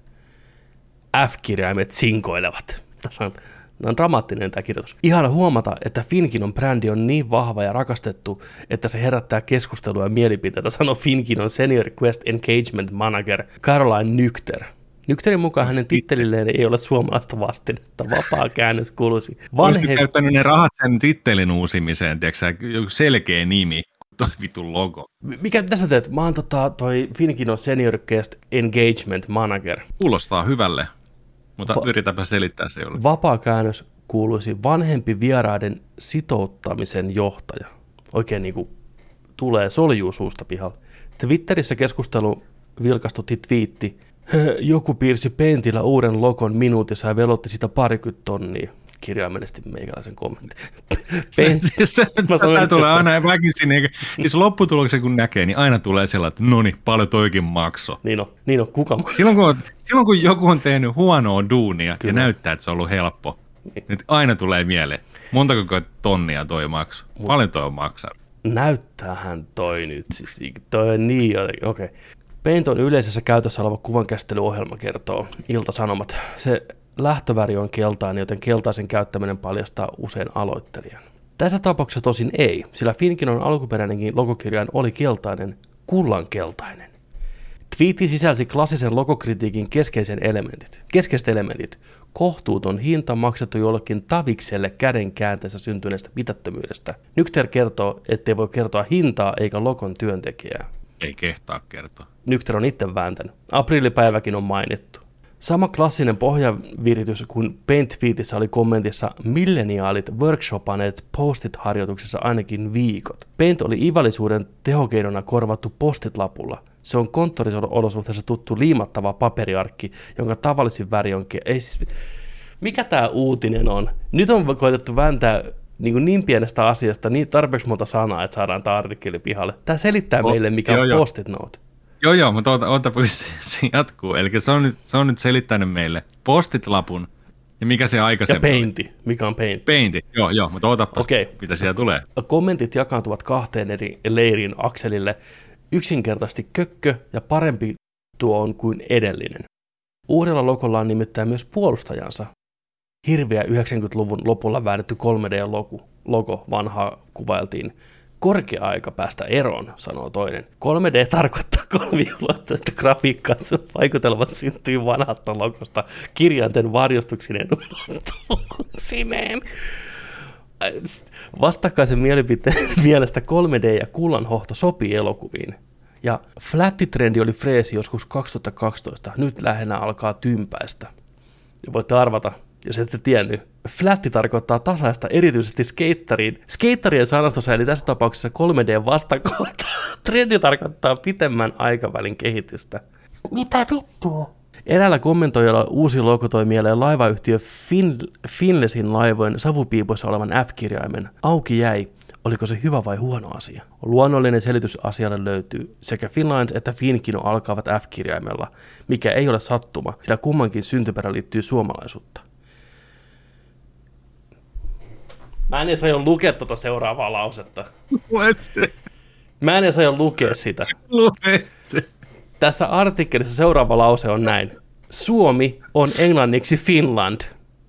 F-kirjaimet sinkoilevat. Tässä on, on dramaattinen tämä kirjoitus. Ihana huomata, että Finkinon brändi on niin vahva ja rakastettu, että se herättää keskustelua ja mielipiteitä, sanoi Finkinon Senior Quest Engagement Manager Caroline Nykter. Nykterin mukaan hänen tittelilleen ei ole suomalaista vastinetta. Vapaa käännös kuuluisi. Vanhem... Oletko käyttänyt ne rahat sen tittelin uusimiseen, tiedätkö joku selkeä nimi, toi vitun logo. Mikä tässä teet? Mä oon tota, toi Finkinon Senior Quest Engagement Manager. Kuulostaa hyvälle, mutta Va- yritäpä selittää se jollekin. Vapaa käännös kuuluisi vanhempi vieraiden sitouttamisen johtaja. Oikein niinku tulee soljuu suusta pihalle. Twitterissä keskustelu vilkastutti twiitti. Joku piirsi Paintillä uuden logon minuutissa ja velotti sitä parikymmentä tonnia. Kirjaimellisesti meikäläisen kommentti. Paint. Siis tämä tulee aina väkisin. Siis lopputuloksen kun näkee, niin aina tulee sellainen, että no niin, paljon toikin makso. Niin on, niin on kuka silloin kun, silloin kun joku on tehnyt huonoa duunia Kyllä. ja näyttää, että se on ollut helppo, niin, niin aina tulee mieleen, montako tonnia toi maksu, Mut paljon toi on maksanut. Näyttäähän toi nyt, siis toi on niin jotenkin, okei. Okay. Paint on yleisessä käytössä oleva kuvankäsittelyohjelma, kertoo Ilta-Sanomat. Se lähtöväri on keltainen, joten keltaisen käyttäminen paljastaa usein aloittelijan. Tässä tapauksessa tosin ei, sillä Finkinon alkuperäinenkin logokirjain oli keltainen, kullankeltainen. Twiitti sisälsi klassisen logokritiikin keskeisen elementit. Keskeiset elementit. Kohtuuton hinta maksettu jollekin tavikselle käden käänteessä syntyneestä mitättömyydestä. Nykter kertoo, ettei voi kertoa hintaa eikä logon työntekijää. Ei kehtaa kertoa. Nykter on itse vääntänyt. Aprillipäiväkin on mainittu. Sama klassinen pohjaviritys kuin Paint-tweetissä oli kommentissa milleniaalit workshopaneet postit-harjoituksessa ainakin viikot. Paint oli ivallisuuden tehokeinona korvattu postit-lapulla. Se on konttoriolosuhteessa tuttu liimattava paperiarkki, jonka tavallisin väri on... Ei, mikä tämä uutinen on? Nyt on koetettu vääntää niin, niin pienestä asiasta niin tarpeeksi monta sanaa, että saadaan tämä artikkeli pihalle. Tämä selittää oh, meille, mikä joo, on post-it note. Joo, joo, mutta oota, ootapa, se, se jatkuu. Eli se on, nyt, se on nyt selittänyt meille postit-lapun, ja mikä se aikaisemmin Ja Painti, mikä on Paint. Painti, joo, joo, mutta ootapas, okay. mitä siellä tulee. Kommentit jakaantuvat kahteen eri leirin akselille. Yksinkertaisesti kökkö ja parempi tuo on kuin edellinen. Uudella logolla on nimittäin myös puolustajansa. Hirveä yhdeksänkymmentäluvun lopulla väännetty kolme D-logo, logo vanhaa kuvailtiin. Korkea aika päästä eroon, sanoo toinen. kolme D tarkoittaa kolmiulotteista grafiikkaa, vaikutelma syntyy vanhasta logosta kirjainten varjostuksineen ulottuvuuksineen. Vastakkaisen mielipiteen mielestä kolme D ja kullanhohto sopii elokuviin. Ja flättitrendi oli freesi joskus kaksituhattakaksitoista, nyt lähinnä alkaa tympäistä. Ja voitte arvata, jos ette tiennyt, flätti tarkoittaa tasaista erityisesti skeittariin. Skeittarien sanastossa eli tässä tapauksessa kolme D vastakohta. Trendi tarkoittaa pitemmän aikavälin kehitystä. Mitä vittua? Eräällä kommentoijalla uusi logo toi mieleen laivayhtiö fin- Finlesin laivojen savupiipuissa olevan F-kirjaimen. Auki jäi, oliko se hyvä vai huono asia? Luonnollinen selitys asialle löytyy. Sekä Finlines että Finkino alkavat F-kirjaimella, mikä ei ole sattuma, sillä kummankin syntyperä liittyy suomalaisuutta. Mä en edes aio lukea tuota seuraavaa lausetta. Luet se. Mä en edes aio lukea sitä. Lue se. Tässä artikkelissa seuraava lause on näin. Suomi on englanniksi Finland.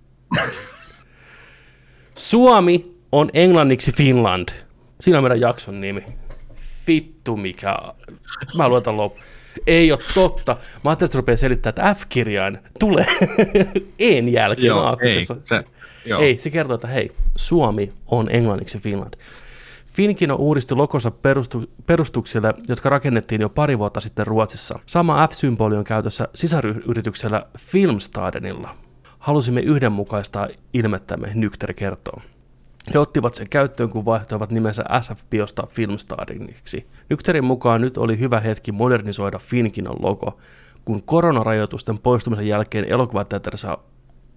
Suomi on englanniksi Finland. Siinä on meidän jakson nimi. Vittu mikä... Mä luetan loppuun. Ei ole totta. Mä ajattelin, että se rupeaa selittämään, että F-kirjain tulee en jälkeen. Joo, ei, se, joo. ei, se kertoo, että hei, Suomi on englanniksi Finland. Finkino uudisti logonsa perustu- perustuksille, jotka rakennettiin jo pari vuotta sitten Ruotsissa. Sama F-symboli on käytössä sisaryrityksellä Filmstadenilla. Halusimme yhdenmukaistaa ilmettämme, Nykter kertoo. He ottivat sen käyttöön, kun vaihtoivat nimensä S F-biosta Filmstadeniksi. Nykterin mukaan nyt oli hyvä hetki modernisoida Finkinon logo, kun koronarajoitusten poistumisen jälkeen elokuvateatterissa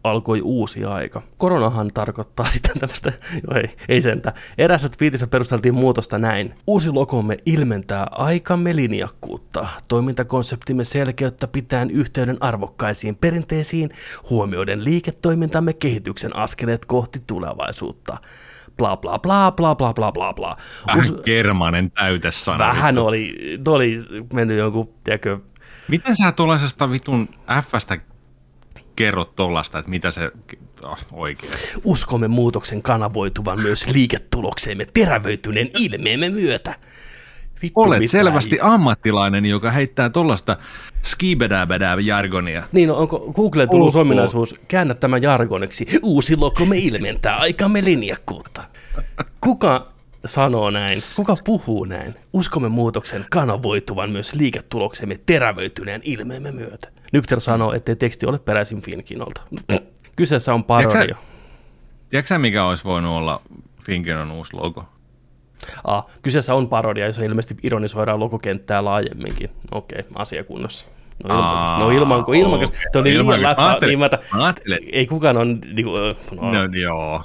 alkoi uusi aika. Koronahan tarkoittaa sitten tämmöistä, joo ei, ei sentään. Erässä twiitissä perusteltiin muutosta näin. Uusi logomme ilmentää aikamme linjakkuutta. Toimintakonseptimme selkeyttä pitäen yhteyden arvokkaisiin perinteisiin, huomioiden liiketoimintamme kehityksen askeleet kohti tulevaisuutta. Bla bla bla bla bla bla bla bla. Vähän Us... kermanen täytesana. Vähän vittu. oli, oli mennyt jonkun, tiedätkö... Miten sä tuollaisesta vitun F:stä kerrot tollasta, että mitä se oh, oikeasti? Uskomme muutoksen kanavoituvan myös liiketulokseemme terävöityneen ilmeemme myötä. Vittu, Olet selvästi ei. ammattilainen, joka heittää tollasta skibedäbedää jargonia. Niin, no, onko Googleen tullut ominaisuus käännä tämä jargoniksi? Uusi logomme ilmentää aikamme linjakkuutta. Kuka sanoo näin? Kuka puhuu näin? Uskomme muutoksen kanavoituvan myös liiketuloksemme terävöityneen ilmeemme myötä. Nykter sanoo, ettei teksti ole peräisin Finkinolta. Kyseessä on parodia. Tiedätkö mikä olisi voinut olla Finkinon uusi logo? Ah, kyseessä on parodia, jossa ilmeisesti ironisoidaan logokenttää laajemminkin. Okei, asiakunnossa. No ilman, no ilman, kun ilman, okay. Tuo oli liian läppää. Niin mä ei kukaan on... Niin kuin, no, no joo.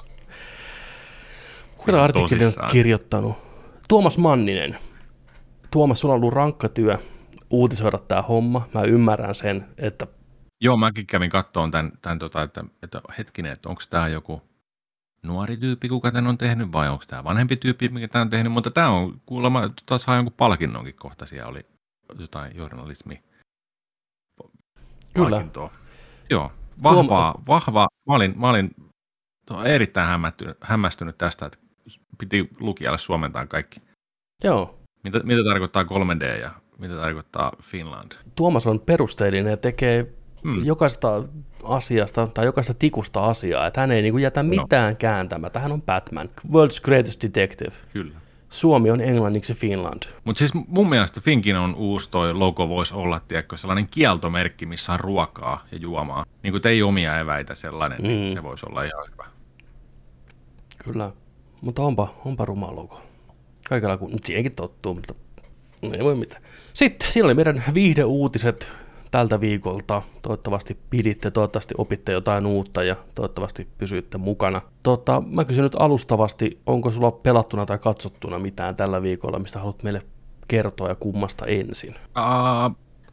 Kuka artikkeli on kirjoittanut? Tuomas Manninen. Tuomas, sulla on ollut rankka työ uutisoida tämä homma. Mä ymmärrän sen, että... Joo, mäkin kävin kattoon tämän, tämän tota, että, että hetkinen, että onko tämä joku nuori tyyppi, kuka tämän on tehnyt, vai onko tämä vanhempi tyyppi, mikä tämän on tehnyt, mutta tämä on kuulemma, tota, saa jonkun palkinnonkin kohta, siellä oli jotain journalismi palkintoa. Joo, vahvaa, Tuom- vahvaa. Mä olin, mä olin erittäin hämmästynyt, hämmästynyt tästä, että piti lukijalle suomentaa kaikki. Joo. Mitä, mitä tarkoittaa kolme D ja mitä tarkoittaa Finland? Tuomas on perusteellinen ja tekee hmm. jokaista asiasta tai jokaista tikusta asiaa, että hän ei niin kuin jätä mitään no. kääntämättä. Hän on Batman, World's Greatest Detective. Kyllä. Suomi on englanniksi Finland. Mutta siis mun mielestä Finkin on uusi toi logo voisi olla, tiedätkö, sellainen kieltomerkki, missä on ruokaa ja juomaa. Niin kuin ei omia eväitä sellainen, mm. niin se voisi olla ihan hyvä. Kyllä, mutta onpa, onpa ruma logo. Kaikella kun, siihenkin tottuu, mutta ei voi mitään. Sitten siinä oli meidän viihdeuutiset tältä viikolta. Toivottavasti piditte, toivottavasti opitte jotain uutta ja toivottavasti pysyitte mukana. Tota, mä kysyn nyt alustavasti, onko sulla pelattuna tai katsottuna mitään tällä viikolla, mistä haluat meille kertoa ja kummasta ensin? Uh,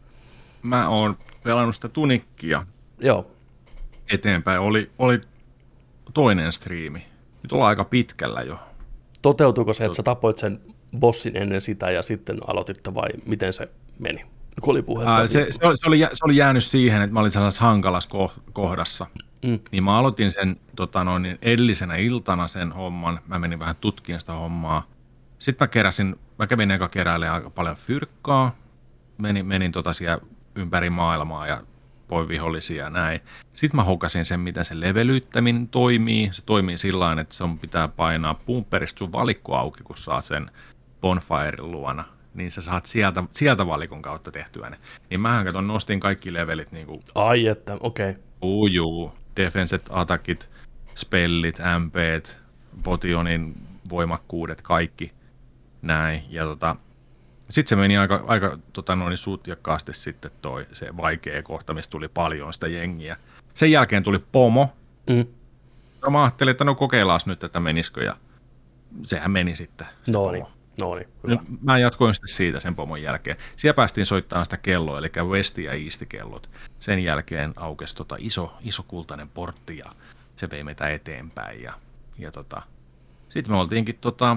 mä oon pelannut sitä Tunikkia. Joo. Eteenpäin oli, oli toinen striimi. Nyt ollaan aika pitkällä jo. Toteutuiko se, että sä tapoit sen bossin ennen sitä ja sitten aloititte vai miten se meni? Ää, se, se, oli, se, oli, se oli jäänyt siihen, että mä olin sellaisessa hankalassa kohdassa. Mm. Niin mä aloitin sen tota noin, edellisenä iltana sen homman. Mä menin vähän tutkimaan sitä hommaa. Sitten mä keräsin, mä kävin eka keräilemään aika paljon fyrkkaa. Menin, menin tota siellä ympäri maailmaa ja poin vihollisia ja näin. Sitten mä hokasin sen, miten se levelyyttäminen toimii. Se toimii sillain, että sun pitää painaa pumperista sun valikko auki, kun saa sen bonfiren luona. Niin sä saat sieltä, sieltä valikon kautta tehtyä ne. Niin mähän katon, nostin kaikki levelit niinku... Ai että, okei. Okay. Ujuu, defenset, atakit, spellit, M P:t, potionin voimakkuudet, kaikki näin. Ja tota... Sitten se meni aika, aika tota noin sutjakkaasti sitten toi se vaikea kohta, mistä tuli paljon sitä jengiä. Sen jälkeen tuli pomo. Mm. No mä ajattelin, että no kokeillaan nyt, että menisikö, ja sehän meni sitten. No niin, no niin, hyvä. Mä jatkoin sitten siitä sen pomon jälkeen. Siellä päästiin soittamaan sitä kelloa, eli West- ja East-kellot. Sen jälkeen aukesi tota iso, iso kultainen portti, ja se vei meitä eteenpäin. Ja, ja tota, sitten me oltiinkin... Tota,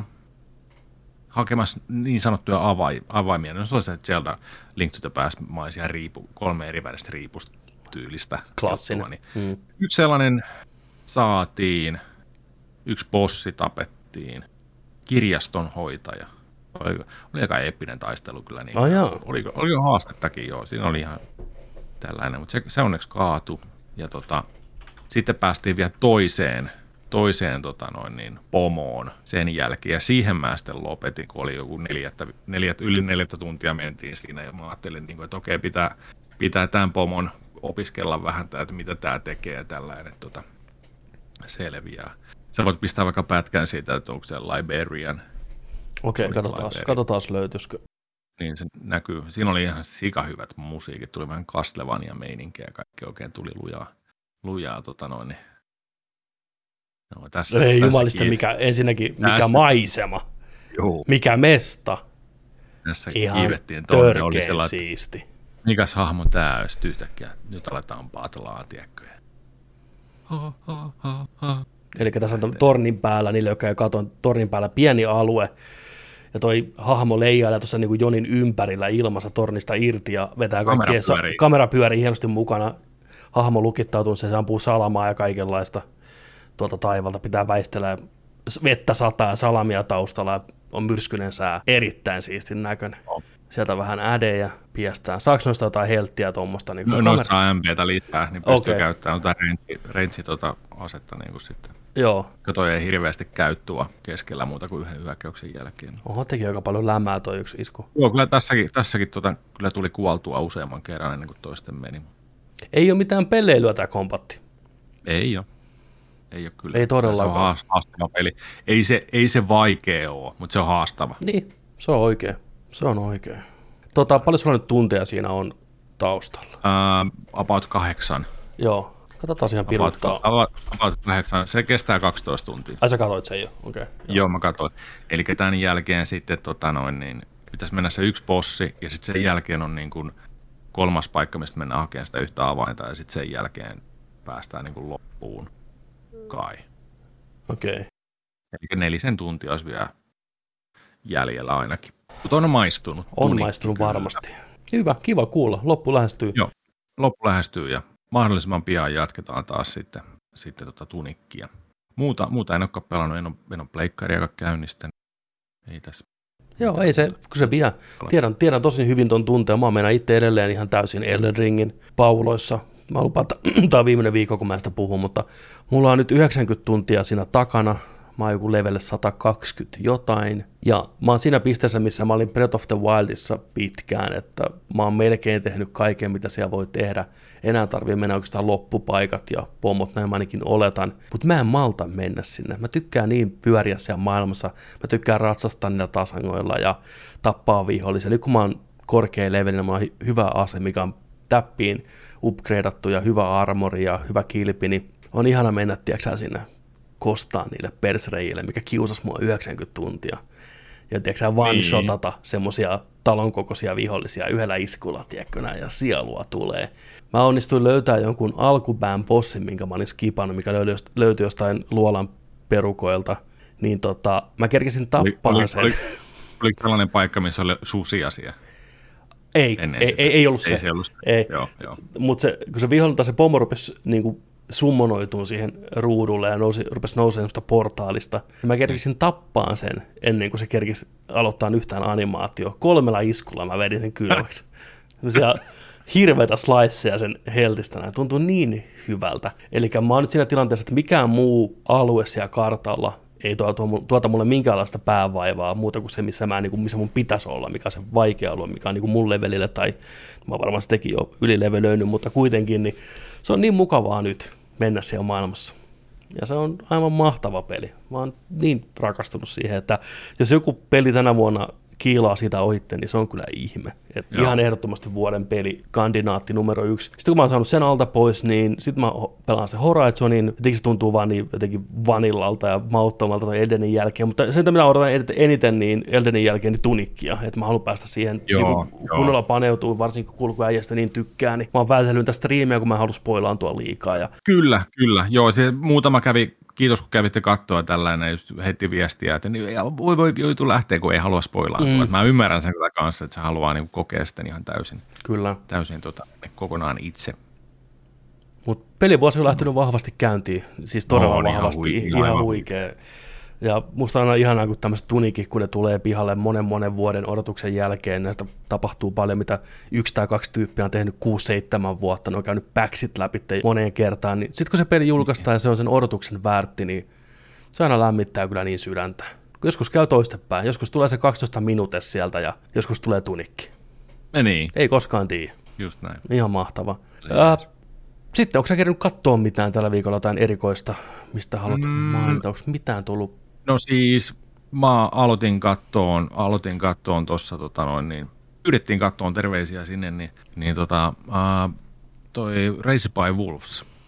hakemassa niin sanottuja avai, avaimia. Ne on sellaisia Zelda Link to the Past-maisia riipu, kolme eri väristä riipusta tyylistä. Klassinen. Niin mm. Yksi sellainen saatiin, yksi bossi tapettiin, kirjastonhoitaja. Oli, oli aika eeppinen taistelu kyllä. Niin oh, oliko, oliko haastettakin joo, siinä oli ihan tällainen, mutta se, se onneksi kaatui. Ja tota, sitten päästiin vielä toiseen toiseen tota noin, niin, pomoon sen jälkeen, ja siihen mä sitten lopetin, kun oli joku neljättä, neljät, yli neljättä tuntia mentiin siinä, ja mä ajattelin, niin kuin, että okei, pitää, pitää tämän pomon opiskella vähän, että mitä tämä tekee, ja tällainen tota, selviää. Sä voit pistää vaikka pätkän siitä, että onko se Liberian. Okei, katsotaan, katsotaan löytyisikö. Niin se näkyy. Siinä oli ihan sikahyvät musiikit, tuli vähän Castlevania meininkiä, ja kaikki oikein tuli lujaa. lujaa tota noin. Niin. No, tässä, ei tässä jumalista, kiin... mikä, ensinnäkin mikä tässä... maisema, Juu. mikä mesta. Tässä ihan kiivettiin törkeä oli sellainen, siisti. Mikäs hahmo tää on sitten yhtäkkiä? Nyt aletaan paatlaa, tiedäkö? Ha, ha, ha, ha. Eli tässä on tornin päällä, niille, jotka ei katon, tornin päällä pieni alue, ja toi hahmo leijailee tuossa niin kuin Jonin ympärillä ilmassa tornista irti, ja vetää kaikkea, kamera pyörii, kamera pyörii hienosti mukana, hahmo lukittautunut, se ampuu salamaa ja kaikenlaista tuolta taivalta, pitää väistellä, vettä sataa, salamia taustalla, on myrskyinen sää, erittäin siistin näköinen. Oh. Sieltä vähän ädejä piestään. Saako noista jotain helttiä tuommoista? Niin no, noista saa M P:tä lisää, niin pystyy okay. käyttämään jotain range, range tuota asetta niin kuin sitten. Joo. Kato ei hirveästi käyttöä keskellä muuta kuin yhden hyökkäyksen jälkeen. Oho, teki aika paljon lämmää toi yksi isku. Joo, kyllä tässäkin, tässäkin tota, kyllä tuli kuvaltua useamman kerran ennen kuin toisten meni. Ei ole mitään peleilyä tämä kompatti. Ei ole. Ei ole kyllä. Ei todellakaan. Se on haastava peli. Ei se, ei se vaikea ole, mutta se on haastava. Niin, se on oikein. Se on oikein. Tota, paljon sulla nyt tunteja siinä on taustalla? Uh, about kahdeksan. Joo. Katsotaan ihan piruttaa. About, about kahdeksan. Se kestää kaksitoista tuntia. Ai sä katsoit sen jo? Okei. Okay, joo. joo, mä katsoin. Eli tämän jälkeen sitten tota noin, niin pitäisi mennä se yksi bossi, ja sitten sen jälkeen on niin kuin kolmas paikka, mistä mennään hakemaan sitä yhtä avainta, ja sitten sen jälkeen päästään niin kuin loppuun. Kai. Okei. Okay. Eli nelisen tuntia olisi vielä jäljellä ainakin. Mutta on maistunut. On Tunikki, maistunut kyllä. Varmasti. Hyvä, kiva kuulla. Loppu lähestyy. Joo, loppu lähestyy ja mahdollisimman pian jatketaan taas sitten, sitten tota tunikkia. Muuta, muuta en olekaan pelannut, en ole, en ole pleikkariakaan käynnistänyt. Ei tässä. Joo, ei se, kun se vie. Tiedän, tiedän tosi hyvin ton tunteen. Mä menen itse edelleen ihan täysin Elden Ringin pauloissa. Mä lupaan, että tämä on viimeinen viikko, kun mä sitä puhun, mutta mulla on nyt yhdeksänkymmentä tuntia siinä takana. Mä oon joku levelle sata kaksikymmentä jotain. Ja mä oon siinä pisteessä, missä mä olin Breath of the Wildissa pitkään, että mä oon melkein tehnyt kaiken, mitä siellä voi tehdä. Enää tarvii mennä oikeastaan loppupaikat ja pommot, näin mä ainakin oletan. Mutta mä en malta mennä sinne. Mä tykkään niin pyöriä siellä maailmassa. Mä tykkään ratsastaa niillä tasangoilla ja tappaa vihollisia. Nyt kun mä oon korkea levelillä, mä oon hyvä ase, mikä on täppiin upgradeattu ja hyvä armori ja hyvä kilpi, niin on ihana mennä, tiedätkö sinne kostaa niille persreijille, mikä kiusasi mua yhdeksänkymmentä tuntia. Ja tiedätkö one-shotata niin. Semmoisia talonkokoisia vihollisia yhdellä iskulla, tiedätkö näin, ja sielua tulee. Mä onnistuin löytää jonkun alkupään bossin, minkä mä olin skipannut, mikä löytyi jostain luolan perukoilta, niin tota, mä kerkisin tappaa oli, sen. Oli, oli, oli tällainen paikka, missä oli susi-asia? Ei, ei, ei, ei ollut se. Ei se ollut. Ei. Joo, joo. Mutta se, kun se vihollinen, se pomo rupesi niin kuin summonoituun siihen ruudulle ja nousi, rupesi nousemaan portaalista. Mä kerkisin tappaa sen ennen kuin se kerkisi aloittaa yhtään animaatio. Kolmella iskulla mä vedin sen kylmäksi. Sellaisia hirveitä sliceja sen heltistä. Näin. Tuntuu niin hyvältä. Eli mä oon nyt siinä tilanteessa, että mikään muu alue siellä kartalla ei tuota mulle minkäänlaista päävaivaa muuta kuin se, missä, mä, niin kuin, missä mun pitäisi olla, mikä on se vaikea alue, mikä on niin kuin mun levelille, tai mä varmaan se teki jo ylilevelöinyt, mutta kuitenkin niin se on niin mukavaa nyt mennä siellä maailmassa. Ja se on aivan mahtava peli. Mä oon niin rakastunut siihen, että jos joku peli tänä vuonna kiilaa sitä ohitte, niin se on kyllä ihme. Et ihan ehdottomasti vuoden peli, kandidaatti numero yksi. Sitten kun mä oon saanut sen alta pois, niin sitten mä pelaan se Horizonin, jotenkin se tuntuu vaan niin jotenkin vanillalta ja mauttomalta tai Eldenin jälkeen, mutta sen mitä odotan eniten, niin Eldenin jälkeen niin tunikkia, että mä haluan päästä siihen joo, niin kunnolla paneutuu, varsinkin kun kulkuäijästä niin tykkää, niin mä oon vältellyt tästä striimiä, kun mä en halua spoilaantua liikaa. Ja... Kyllä, kyllä. Joo, se muutama kävi. Kiitos, kun kävitte katsoa tällainen, just heti viestiä, että niin, voi voi joutu lähteä, kun ei halua spoilaantua. Mm. Mä ymmärrän sen kyllä kanssa, että se haluaa niin kokea sitten ihan täysin, kyllä. täysin tota, kokonaan itse. Mutta pelivuosi on lähtenyt vahvasti käyntiin, siis todella no, vahvasti, ihan, ihan, ihan huikea. Ja musta on aina ihanaa, kun tämmöiset tunikit, kun ne tulee pihalle monen monen vuoden odotuksen jälkeen, näistä tapahtuu paljon, mitä yksi tai kaksi tyyppiä on tehnyt kuusi seitsemän vuotta, ne on käynyt backsit läpi moneen kertaan, niin sitten kun se peli julkaistaan ja se on sen odotuksen väärti, niin se aina lämmittää kyllä niin sydäntä. Joskus käy toistepäin, joskus tulee se kaksitoista minuuttia sieltä ja joskus tulee tunikki. Ja niin. Ei koskaan tiedä. Just näin. Ihan mahtava. Ää, sitten, onko sä kerännyt katsoa mitään tällä viikolla jotain erikoista, mistä haluat mm. mainita? Onko mitään tullut? No siis mä aloitin kattoon, aloitin kattoon tuossa, tota noin, niin yritettiin kattoon terveisiä sinne, niin, niin tota, uh, toi Race by Wolves.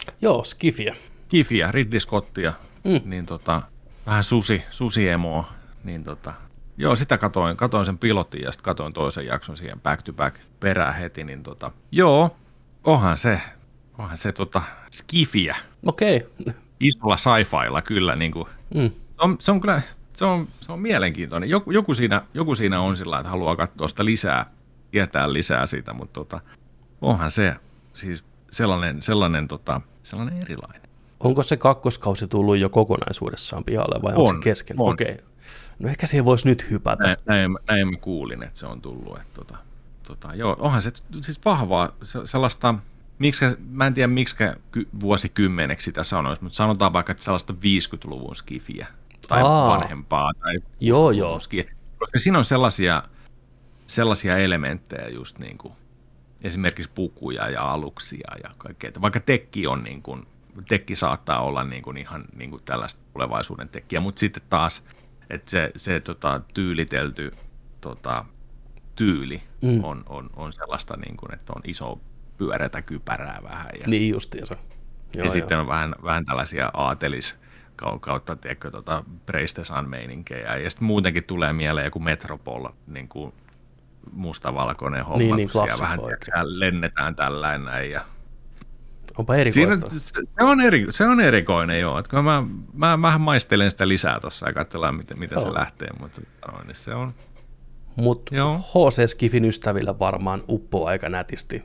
Joo, Skifiä. Skifiä, Ridley Scottia, mm. niin tota, vähän susi, susiemoa, niin tota, joo, sitä katoin, katoin sen pilotin ja sitten katoin toisen jakson siihen back to back perään heti, niin tota, joo, onhan se, onhan se tota, Skifiä. Okei. Okay. Isolla sci-filla kyllä, niin kuin, mm. on, se on kyllä, se on, se on mielenkiintoinen. Joku, joku, siinä, joku siinä on sillä, että haluaa katsoa sitä lisää, tietää lisää siitä, mutta tota, onhan se siis sellainen, sellainen, tota, sellainen erilainen. Onko se kakkoskausi tullut jo kokonaisuudessaan pihalle vai on, onko se kesken? On. Okei. No ehkä siihen voisi nyt hypätä. Näin, näin, näin mä kuulin, että se on tullut. Että, tota, tota, joo, onhan se siis vahvaa sellaista, miksikä, mä en tiedä miksi vuosikymmeneksi sitä sanoisi, mutta sanotaan vaikka, että sellaista viisikymmentäluvun skifiä tai Aa. vanhempaa tai joo, joo. Skifiä. Koska siinä on sellaisia, sellaisia elementtejä just niin kuin esimerkiksi pukuja ja aluksia ja kaikkea. Vaikka tekki on niin kuin, tekki saattaa olla niin kuin ihan niin kuin tällaista tulevaisuuden tekkiä, mutta sitten taas, että se, se tota, tyylitelty tota, tyyli mm. on, on, on sellaista, niin kuin, että on iso pyöreätä kypärää vähän. Ja, niin justiinsa. Ja joo, sitten joo. on vähän, vähän tällaisia aatelis kautta, tiedätkö, tota, Preistesan-meininkejä. Ja sitten muutenkin tulee mieleen joku Metropol, niin kuin mustavalkoinen homma, niin, niin, kun siellä vähän tiedätkö, lennetään tällainen näin. Ja onpa erikoista. Siinä, se, on eri, se on erikoinen, joo. Että mä, mä, mä vähän maistelen sitä lisää tuossa ja katsellaan, miten, miten se lähtee. Mutta no, niin se on. Mutta H C-skifin ystävillä varmaan uppoo aika nätisti,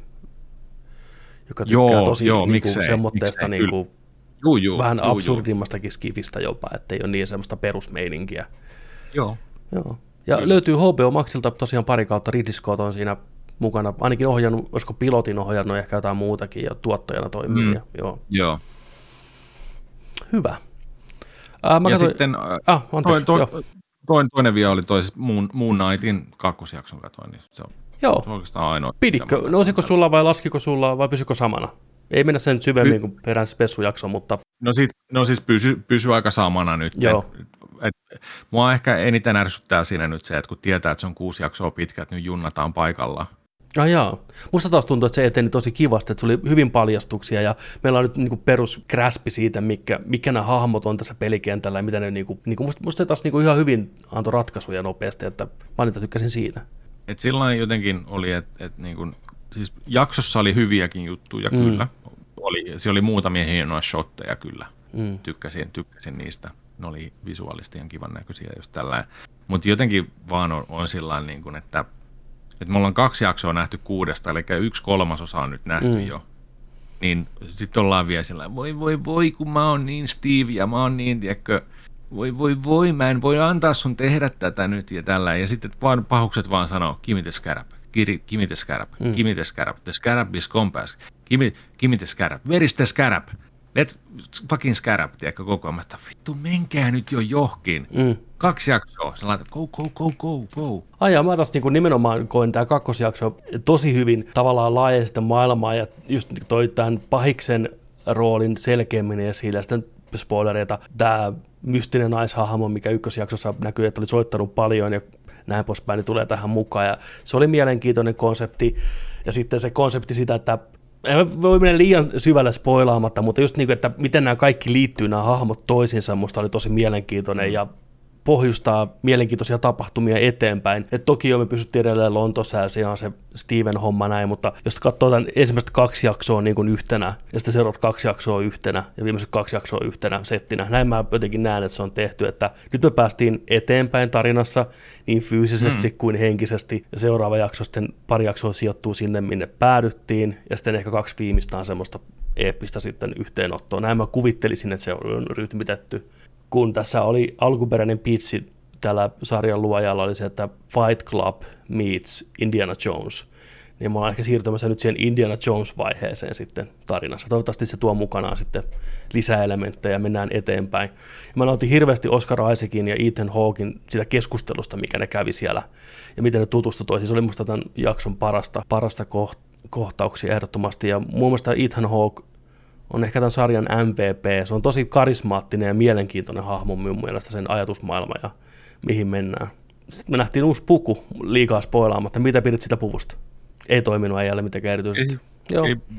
joka tykkää joo, tosi joo, niinku, semmoitteesta niinku, juu, juu, vähän juu, absurdimmastakin juu. skifistä jopa, ettei ole niin semmoista perusmeininkiä. Joo. joo. Ja joo. löytyy H B O Maxilta tosiaan pari kautta, Ridley Scott on siinä mukana, ainakin ohjannut, olisiko pilotin ohjannut, ehkä jotain muutakin, ja tuottajana toimii. Mm. Ja, joo. joo. Hyvä. Ää, mä ja katsoin, sitten ah, anteeksi, toinen, toi, toinen, toinen vielä oli toi Moon, Moon Knightin kakkosjakson katoin, niin se on, joo. se on oikeastaan ainoa. Piditkö? Nousiko sulla vai laskiko sulla vai pysykö samana? Ei mennä sen syvemmin kuin perään spessujakson, mutta no siis, no siis pysy, pysy aika samana nyt. Joo. Et, mua ehkä eniten ärsyttää siinä nyt se, että kun tietää, että se on kuusi jaksoa pitkä, että nyt junnataan paikallaan. Ah jaa. Musta taas tuntuu, että se eteni tosi kivasti, että se oli hyvin paljastuksia ja meillä on nyt niinku perusgräspi siitä, mikä, mikä nämä hahmot on tässä pelikentällä ja mitä ne niinku, niinku musta, musta taas niinku ihan hyvin antoi ratkaisuja nopeasti, että mä niitä tykkäsin siitä. Et sillain jotenkin oli, että et niinku, siis jaksossa oli hyviäkin juttuja mm. kyllä, oli, siellä oli muutamia hienoja shotteja kyllä, mm. tykkäsin, tykkäsin niistä. Ne oli visuaalisesti ihan kivan näköisiä just tällä. Mutta jotenkin vaan on, on sillain, niin kuin, että, että me ollaan kaksi jaksoa nähty kuudesta, eli yksi kolmasosa on nyt nähty mm. jo. Niin sitten ollaan vielä sillä voi voi voi, kun mä oon niin Steve ja mä oon niin, tiedätkö, voi voi voi, mä en voi antaa sun tehdä tätä nyt ja tällä. Ja sitten vaan pahukset vaan sanoo, give me the scarab, give me the scarab, mm. give me the scarab, the scarab is compass, give me, give me the scarab, where is the scarab? Let's fucking scarab, tiedätkö, koko ajan. Mä vittu, menkää nyt jo johonkin. Mm. Kaksi jaksoa. Sä laitat, go, go, go, go, go. Ai ja mä taas niin nimenomaan koin tämä kakkosjakso tosi hyvin tavallaan laajensi sitä maailmaa ja just toi tämän pahiksen roolin selkeämmin esille ja sitten spoilereita. Tämä mystinen naishahmo, mikä ykkösjaksossa näkyy, että oli soittanut paljon ja näin poispäin, niin tulee tähän mukaan. Ja se oli mielenkiintoinen konsepti. Ja sitten se konsepti sitä, että en voi mennä liian syvälle spoilaamatta, mutta just niin kuin, että miten nämä kaikki liittyy, nämä hahmot toisiinsa, musta oli tosi mielenkiintoinen ja pohjustaa mielenkiintoisia tapahtumia eteenpäin. Et toki me pysyttiin edelleen Lontoossa ja siinä on se Steven homma näin, mutta jos katsoo tämän ensimmäistä kaksi jaksoa niin kuin yhtenä ja sitten seuraavat kaksi jaksoa yhtenä ja viimeiset kaksi jaksoa yhtenä settinä, näin mä jotenkin näen, että se on tehty, että nyt me päästiin eteenpäin tarinassa niin fyysisesti mm. kuin henkisesti ja seuraava jakso sitten pari jaksoa sijoittuu sinne, minne päädyttiin ja sitten ehkä kaksi viimeistä on semmoista eeppistä sitten yhteenottoa. Näin mä kuvittelisin, että se on rytmitetty. Kun tässä oli alkuperäinen pitchi tällä sarjan luojalla oli se, että Fight Club meets Indiana Jones, niin me ollaan ehkä siirtymässä nyt siihen Indiana Jones-vaiheeseen sitten tarinassa. Toivottavasti se tuo mukanaan sitten lisäelementtejä ja mennään eteenpäin. Ja mä nautin hirveästi Oscar Isaacin ja Ethan Hawken sitä keskustelusta, mikä ne kävi siellä ja miten ne tutustui toisiin. Se oli musta tämän jakson parasta, parasta kohtauksia ehdottomasti ja muun muassa Ethan Hawke on ehkä tämän sarjan M V P. Se on tosi karismaattinen ja mielenkiintoinen hahmo minun mielestä sen ajatusmaailma ja mihin mennään. Sitten me nähtiin uusi puku liikaa spoilaamatta. Mitä pidit sitä puvusta? Ei toiminut äijälle mitenkään erityisesti. Ei, ei,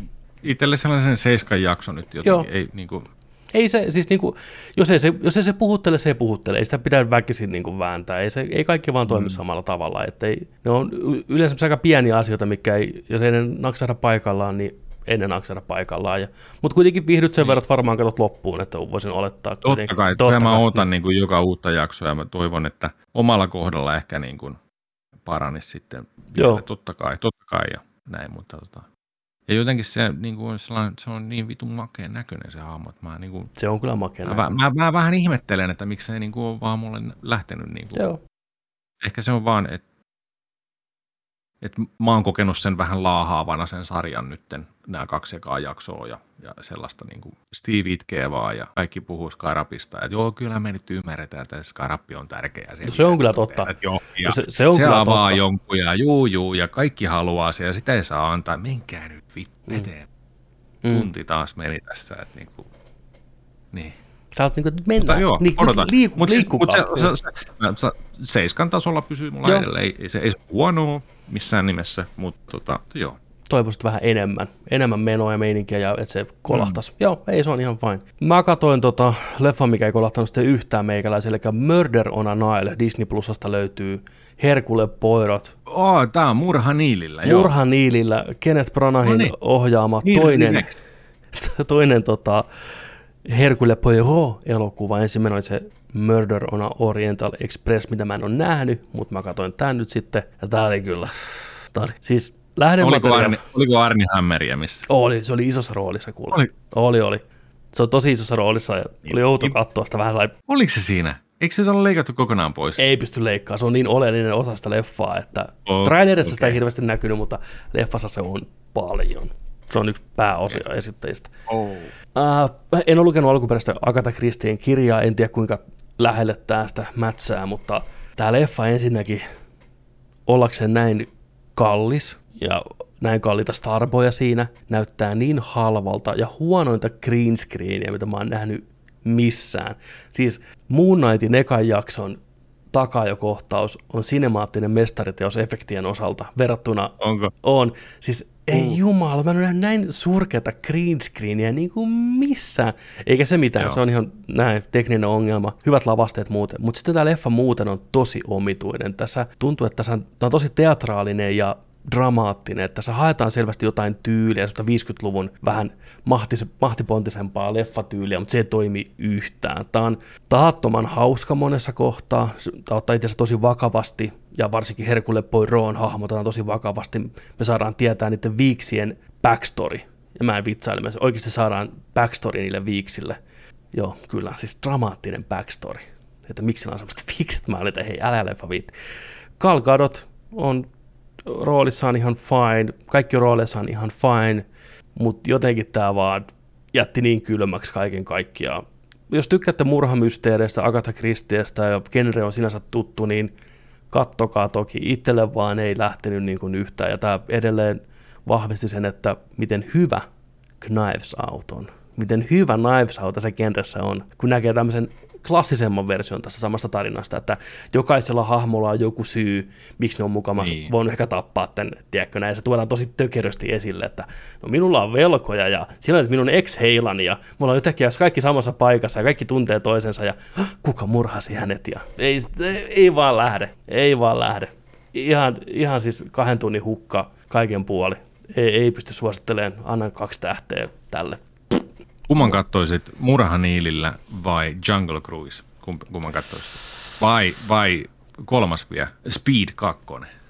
itselle sellaisen seiskan jakso nyt jotenkin. Ei, niin kuin... ei se, siis niin kuin, jos, ei se, jos ei se puhuttele, se ei puhuttele. Ei sitä pidä väkisin niin kuin vääntää. Ei, se, ei kaikki vaan toimi mm. samalla tavalla. Että ei, ne on yleensä aika pieniä asioita, mikä ei, jos ei ne naksahda paikallaan, niin ei ne naksahda paikallaan. Ja, mutta kuitenkin viihdyt sen niin. verran, että varmaan katsot loppuun, että voisin olettaa. Totta kuitenkin. kai. Totta mä odotan niin kuin joka uutta jaksoa ja mä toivon, että omalla kohdalla ehkä niin kuin paranisi sitten. Joo. Totta kai, totta kai ja näin, mutta tota. Ja jotenkin se, niin kuin se on niin vitun makeen näköinen se hahmo, että mä niin kuin, se on kyllä makeen mä, mä, mä, vähän ihmettelen, että miksi se niin kuin on vaan mulle lähtenyt. Niin kuin. Joo. Ehkä se on vaan, että et mä oon kokenut sen vähän laahaavana sen sarjan nytten, nämä kaksi ekaa jaksoa ja, ja sellaista niin kuin Steve itkee vaan ja kaikki puhuu Scarapista, että joo, kyllä me nyt ymmärretään, että Scarappi on tärkeä. No se on kyllä totta. Joo, ja se, se, on se kyllä avaa totta. jonkun ja juu, juu, ja kaikki haluaa se ja sitä ei saa antaa. Menkää nyt vittu eteen. Mm. Tunti taas meni tässä, että niin kuin, niin. Sä oot niin kuin, että mennään, joo, niin, liiku, mut liikkukaa. Mut se, se, se, se, seiskan tasolla pysyy mulla joo. edelleen, ei, se ei se huonoa missään nimessä, mutta tota, joo. Toivoisit vähän enemmän, enemmän menoa ja meininkiä, ja että se kolahtaisi. Mm. Joo, ei se on ihan fine. Mä katoin tota leffan, mikä ei kolahtanut sitten yhtään meikäläiselle, eli Murder on a Nile, Disney Plusasta löytyy Hercule Poirot. Oh, tää on Murha Niilillä, joo. Murha Niilillä, Kenneth Branahin no niin. ohjaama niin, toinen, toinen tota, Hercule Poirot-elokuva. Ensimmäinen oli se Murder on a Oriental Express, mitä mä en ole nähnyt, mutta mä katsoin tän nyt sitten, ja tää oli kyllä, tää oli siis Oliko Arni, oliko Arni Hämmeriä missä? Oli, se oli isossa roolissa kuule. Oli. oli, oli. Se on tosi isossa roolissa ja oli outo katsoa sitä vähän sellainen. Oliko se siinä? Eikö se ole leikattu kokonaan pois? Ei pysty leikkaamaan, se on niin oleellinen osa sitä leffaa, että oh, trailerissa okay. sitä ei hirveästi näkynyt, mutta leffassa se on paljon. Se on yksi pääosia okay. esittäjistä. Oh. Uh, en ole lukenut alkuperäistä Agatha Christien kirjaa, en tiedä kuinka lähelle tää sitä mätsää, mutta tämä leffa ensinnäkin ollakseen näin kallis, ja näin kalliita starboja siinä, näyttää niin halvalta ja huonointa green screenia, mitä mä oon nähnyt missään. Siis Moon Knightin ekan jakson takajokohtaus on sinemaattinen mestariteos efektien osalta verrattuna... Onko? On. Siis ei mm. jumala, mä en ole nähnyt näin surkeata green screeniä niin kuin missään. Eikä se mitään, Joo. se on ihan näin tekninen ongelma. Hyvät lavasteet muuten. Mutta sitten tämä leffa muuten on tosi omituinen. Tässä tuntuu, että tässä on, on tosi teatraalinen ja dramaattinen, että tässä haetaan selvästi jotain tyyliä, viisikymmentäluvun vähän mahtis, mahtipontisempaa leffatyyliä, mutta se ei toimi yhtään. Tämä on tahattoman hauska monessa kohtaa, tämä ottaa itse asiassa tosi vakavasti, ja varsinkin Hercule Poirotin hahmotetaan tosi vakavasti. Me saadaan tietää niiden viiksien backstory, ja mä en vitsaile, me oikeasti saadaan backstory niille viiksille. Joo, kyllä, siis dramaattinen backstory, että miksi on semmoista viikset, mä olin, että hei, älä leffa viitti. Gal Gadot on roolissaan ihan fine, kaikki rooleissa on ihan fine, mutta jotenkin tämä vaan jätti niin kylmäksi kaiken kaikkiaan. Jos tykkäätte murhamysteereistä, Agatha Christiestä ja genre on sinänsä tuttu, niin kattokaa toki. Itselle vaan ei lähtenyt niin kuin yhtään, ja tämä edelleen vahvisti sen, että miten hyvä Knives Out on. Miten hyvä Knives Out se genressä on, kun näkee tämmöisen klassisemman version tässä samasta tarinasta, että jokaisella hahmolla on joku syy, miksi ne on mukamassa, niin. voinut ehkä tappaa tämän, tiedätkö näin, ja se tuodaan tosi tökerösti esille, että no minulla on velkoja, ja siinä on minun ex-heilani, ja mulla on yhtäkkiä kaikki samassa paikassa, ja kaikki tuntee toisensa, ja kuka murhasi hänet, ja ei, ei vaan lähde, ei vaan lähde. Ihan, ihan siis kahden tunnin hukka kaiken puoli. Ei, ei pysty suosittelemaan, annan kaksi tähteä tälle. Kumman katsoisit, Murha Niilillä vai Jungle Cruise? Kumman katsoisit? Vai, vai kolmas vielä, Speed kaksi?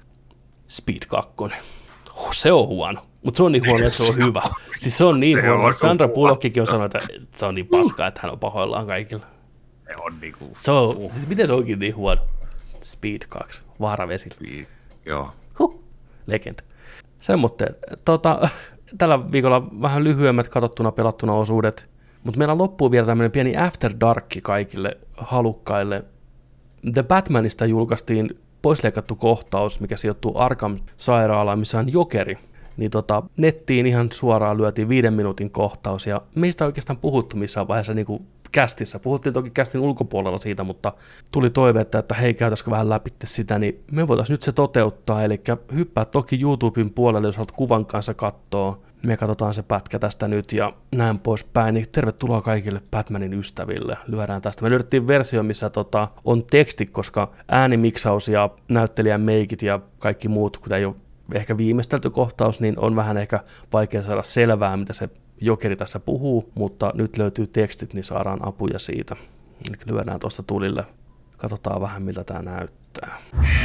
Speed kaksi. Huh, se on huono, mutta se on niin huono, että se on hyvä. Siis se on niin se huono. On Sandra Bullockikin on sanonut, että se on niin paskaa, että hän on pahoillaan kaikilla. Se on niin kuin... Se on, uh. siis miten se onkin niin huono? Speed kaksi, vaaravesillä. Speed, joo. Huh, legend. Semmoitteet. Tota... Tällä viikolla vähän lyhyemmät katsottuna pelattuna osuudet, mutta meillä loppuu vielä tämmöinen pieni After Darkki kaikille halukkaille. The Batmanista julkaistiin poisleikattu kohtaus, mikä sijoittuu Arkham-sairaalaan, missä on Jokeri. Niin tota, nettiin ihan suoraan lyötiin viiden minuutin kohtaus, ja meistä oikeastaan puhuttu missään vaiheessa niin kuin kästissä. Puhuttiin toki kästin ulkopuolella siitä, mutta tuli toiveetta, että hei, käytäisikö vähän läpi sitä, niin me voitaisiin nyt se toteuttaa, eli hyppää toki YouTuben puolelle, jos haluat kuvan kanssa katsoa. me katsotaan se pätkä tästä nyt ja näin poispäin, niin tervetuloa kaikille Batmanin ystäville. Lyödään tästä. Me löydettiin versio, missä tota, on teksti, koska äänimiksaus ja näyttelijän meikit ja kaikki muut, kun tämä ei ole ehkä viimeistelty kohtaus, niin on vähän ehkä vaikea saada selvää, mitä se Jokeri tässä puhuu, mutta nyt löytyy tekstit, niin saadaan apuja siitä. Eli lyödään tuosta tulille. Katsotaan vähän, miltä tämä näyttää.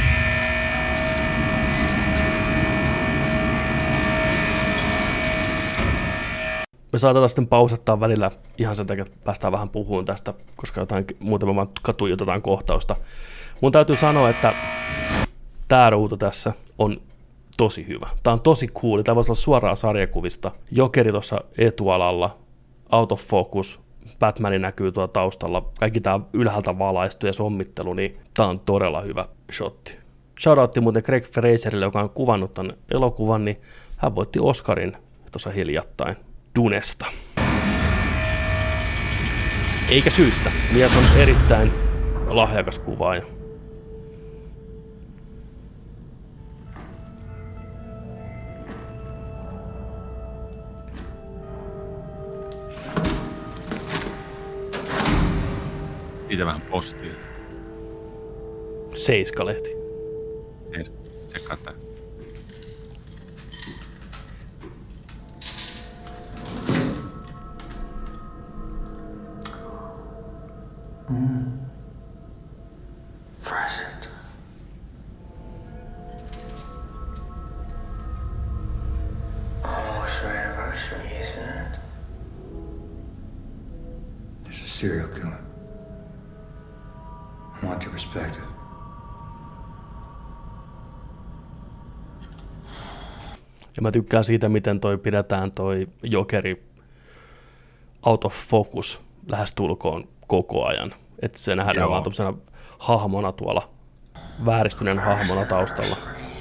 Me saatetaan sitten pausettaa välillä ihan sen takia, että päästään vähän puhumaan tästä, koska jotain muuten vaan katujotetaan kohtausta. Mun täytyy sanoa, että tämä ruutu tässä on tosi hyvä. Tämä on tosi cool. Tämä voisi olla suoraan sarjakuvista. Jokeri tuossa etualalla, out of focus, Batman näkyy tuolla taustalla, kaikki tämä ylhäältä valaistu ja sommittelu, niin tämä on todella hyvä shotti. Shoutoutti muuten Greg Fraserille, joka on kuvannut tämän elokuvan, niin hän voitti Oscarin tuossa hiljattain Dunesta. Eikä syyttä. Mies on erittäin lahjakas kuvaaja. Siitä vähän postia. Seiska-lehti. Tsekkaa tää. Mm. Present. Almost our anniversary, isn't it? There's a serial killer. I want your perspective. Ja mä tykkään siitä, miten toi pidetään toi Jokeri out of focus lähestulkoon koko ajan. Että se nähdään Joo. vaan tuollaisena hahmona tuolla, vääristyneen hahmona taustalla.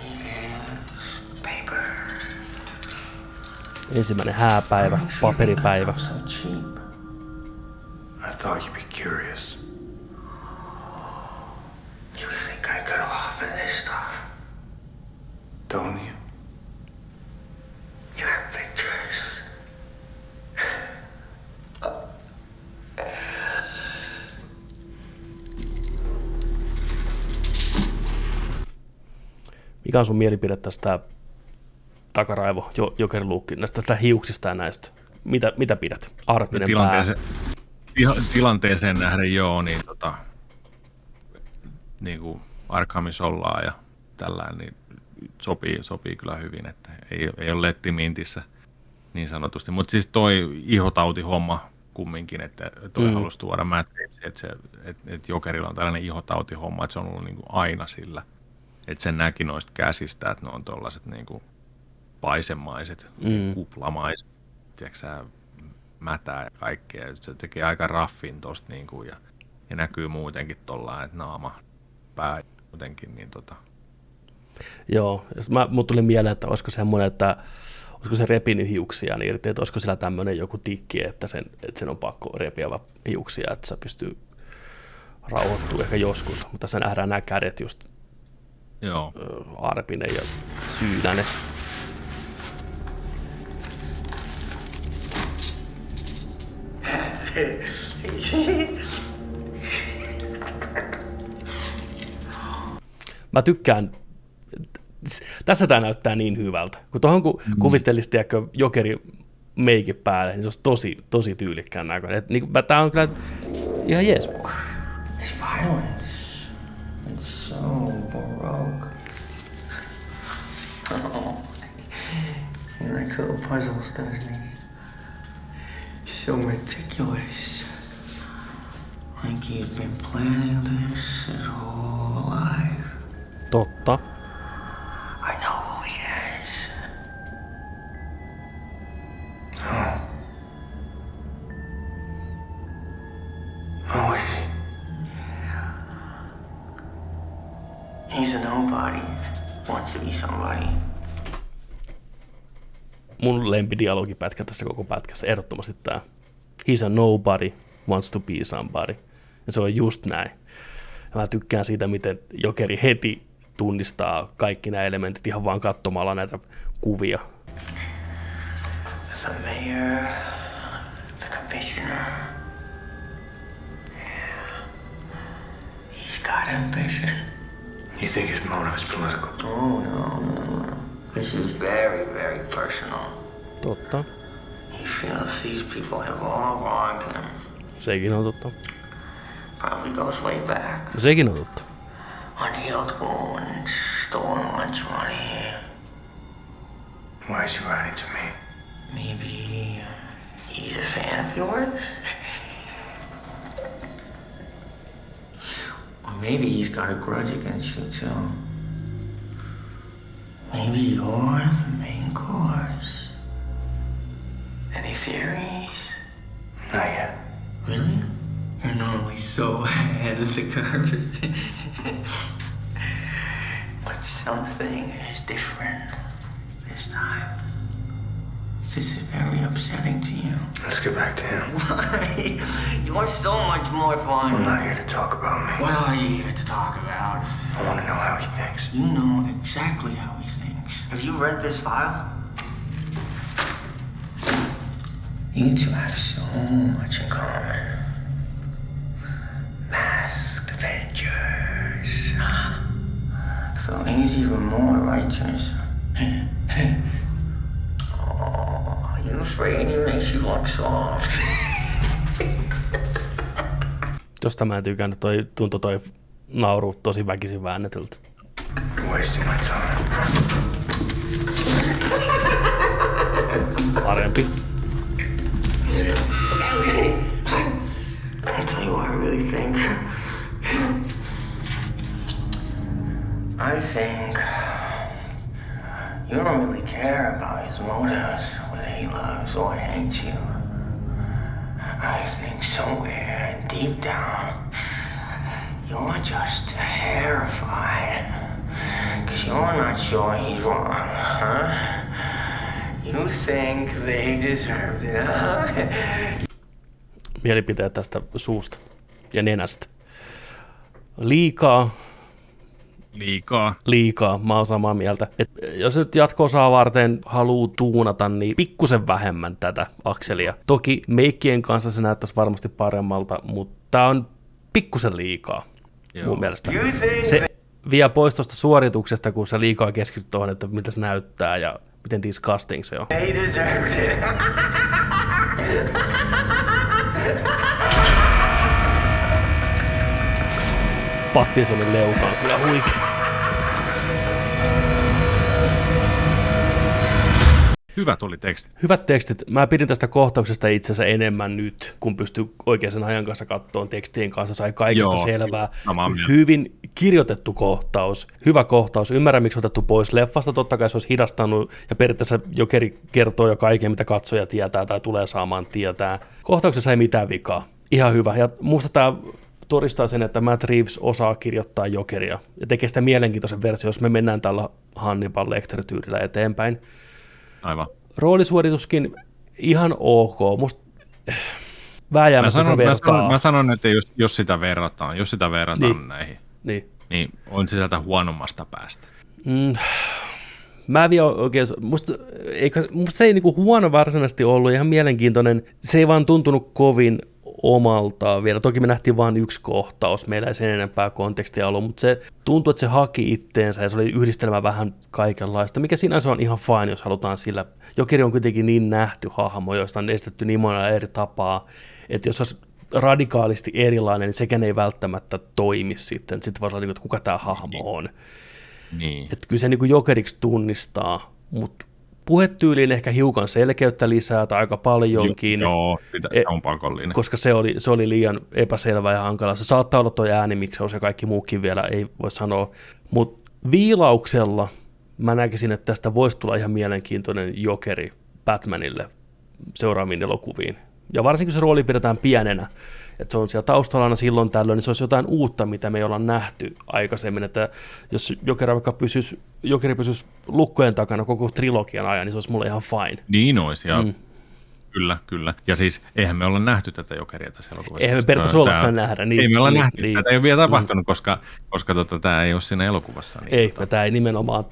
Ensimmäinen hääpäivä, paperipäivä. I thought you'd be curious. You think I could offer this stuff? Don't you? You have pictures. Mikä on sun mielipide tästä takaraivo Joker-luukkiin, näistä tästä hiuksista ja näistä? Mitä, mitä pidät? Arpinen tilanteeseen, pää. Tilanteeseen nähden joo, niin tota, niin kuin Arkhamissa ollaan ja tällään, niin sopii, sopii kyllä hyvin, että ei, ei ole letti mintissä niin sanotusti. Mutta siis toi ihotauti-homma kumminkin, että toi mm. halusi tuoda Matt Reeves, että, se, että, että Jokerilla on tällainen ihotauti-homma, että se on ollut niin kuin aina sillä. Että sen näki noista käsistä, että ne on tollaiset niin kuin paisemaiset, mm. kuplamaiset, tiedätkö mätää ja kaikkea. Se tekee aika raffin tosta niin kuin, ja, ja näkyy muutenkin tollain, että naama, pää muutenkin, niin tota. Joo, mä, mut tuli mieleen, että olisiko semmoinen, että olisiko se repinyt hiuksia niin irti, että olisiko sillä tämmöinen joku tikki, että sen, että sen on pakko repiä hiuksia, että se pystyy rauhoittumaan ehkä joskus, mutta tässä nähdään nämä kädet just Joo. Arpinen ja Syynänen. Mä tykkään, tässä tää näyttää niin hyvältä, kun tuohon kun mm. kuvittelisi, tiedätkö, Jokeri meikin päälle, niin se olisi tosi, tosi tyylikkään näköinen. Niin, tää on kyllä ihan jees. It's violence. It's so baroque. Oh, he likes little puzzles, doesn't he? So meticulous. Like he's been planning this his whole life. Totta. I know who he is. Oh. Who is he? He's a nobody. Wants to be somebody. Mun lempidialogipätkä tässä koko pätkässä, ehdottomasti tää. He's a nobody, wants to be somebody. Ja se on just näin. Ja mä tykkään siitä, miten Jokeri heti tunnistaa kaikki nämä elementit ihan vaan katsomalla näitä kuvia. The mayor, the commissioner. Yeah. He's got ambition. You think his motive is political? Oh, no, no, no. This is very, very personal. Totta. He feels these people have all wronged him. Sekin on totta. Probably goes way back. Sekin on totta. Unhealed wounds, stolen lunch money. Why is he writing to me? Maybe he's a fan of yours? Or maybe he's got a grudge against you too. Maybe you're the main course. Any theories? Not yet. Really? You're normally so ahead of the curve. But something is different this time. This is very upsetting to you. Let's get back to him. Why? You're so much more I'm fun. not here to talk about me. What are you here to talk about? I want to know how he thinks. You know exactly how he thinks. Have you read this file? You two have so much in common. Masked Avengers. So he's even more righteous. Oh, you afraid he makes you look soft? Josta mä en tykännyt, toi, tuntui toi nauru tosi väkisin väännetyltä. Wasting my time. Parempi. I'll tell you what I really think. I think you don't really care about his motives, whether he loves or hates you. I think somewhere deep down, you're just terrified. Because you're not sure he's wrong, huh? You think they deserved it, huh? Mielipiteet tästä suusta ja nenästä. Liikaa. Liikaa. Liikaa, mä oon samaa mieltä. Et jos nyt jatko-osaa varten haluu tuunata, niin pikkusen vähemmän tätä akselia. Toki meikkien kanssa se näyttäisi varmasti paremmalta, mutta tää on pikkusen liikaa. Joo. Mun mielestä. Se vie pois tuosta suorituksesta, kun sä liikaa keskityt tuohon, että miltä se näyttää ja miten disgusting se on. They deserved it. Pattinsonin leuka on kyllä huikea. Hyvät oli tekstit. Hyvät tekstit. Mä pidin tästä kohtauksesta itse asiassa enemmän nyt, kun pystyy oikein sen ajan kanssa kattoon tekstien kanssa, sai kaikesta Joo, selvää. kyllä, hyvin kirjoitettu kohtaus, hyvä kohtaus. Ymmärrän, miksi otettu pois leffasta. Totta kai se olisi hidastanut, ja periaatteessa Jokeri kertoo jo kaiken, mitä katsoja tietää tai tulee saamaan tietää. Kohtauksessa ei mitään vikaa. Ihan hyvä. Ja musta tämä todistaa sen, että Matt Reeves osaa kirjoittaa Jokeria ja tekee sitä mielenkiintoisen versio, jos me mennään tällä Hannibal Lecter-tyylillä eteenpäin. Aivan. Roolisuorituskin ihan ok. Musta vääjäämättä sitä vertaa. Mä sanon, mä sanon, että jos, jos sitä verrataan, jos sitä verrataan niin. näihin, niin. niin on se sieltä huonommasta päästä. Mm. Mä vielä oikein, musta, eikä, musta se ei niinku huono varsinaisesti ollut, ihan mielenkiintoinen. Se ei vaan tuntunut kovin omaltaan vielä. Toki me nähtiin vain yksi kohtaus, meillä ei sen enempää kontekstia ollut, mutta se tuntui, että se haki itteensä ja se oli yhdistelmä vähän kaikenlaista, mikä sinänsä on ihan fine, jos halutaan sillä. Jokeri on kuitenkin niin nähty hahmo, joista on estetty niin monella eri tapaa, että jos olisi radikaalisti erilainen, niin sekään ei välttämättä toimi sitten. Sitten voisi olla, että kuka tämä hahmo on. Niin. Että kyllä se niin kuin Jokeriksi tunnistaa, mutta puhetyyliin ehkä hiukan selkeyttä lisää tai aika paljonkin. Joo, sitä on pakollinen. Koska se oli, se oli liian epäselvä ja hankala. Se saattaa olla tuo äänimiksaus ja kaikki muukin vielä, ei voi sanoa. Mutta viilauksella mä näkisin, että tästä voisi tulla ihan mielenkiintoinen Jokeri Batmanille seuraaviin elokuviin. Ja varsinkin se rooli pidetään pienenä, että se on siellä taustalla aina silloin tällöin, niin se olisi jotain uutta, mitä me ei olla nähty aikaisemmin, että jos Jokeri vaikka pysyisi, Jokeri pysyisi lukkojen takana koko trilogian ajan, niin se olisi mulle ihan fine. Niin olisi, ja mm. kyllä, kyllä. Ja siis eihän me olla nähty tätä Jokeria tässä elokuvassa. Eihän me periaatteessa ollakaan nähdä. Niin, ei me olla niin, nähty, niin, tätä ei ole vielä tapahtunut, mm. koska, koska tota, tämä ei ole siinä elokuvassa. Niin ei, tota... tämä ei nimenomaan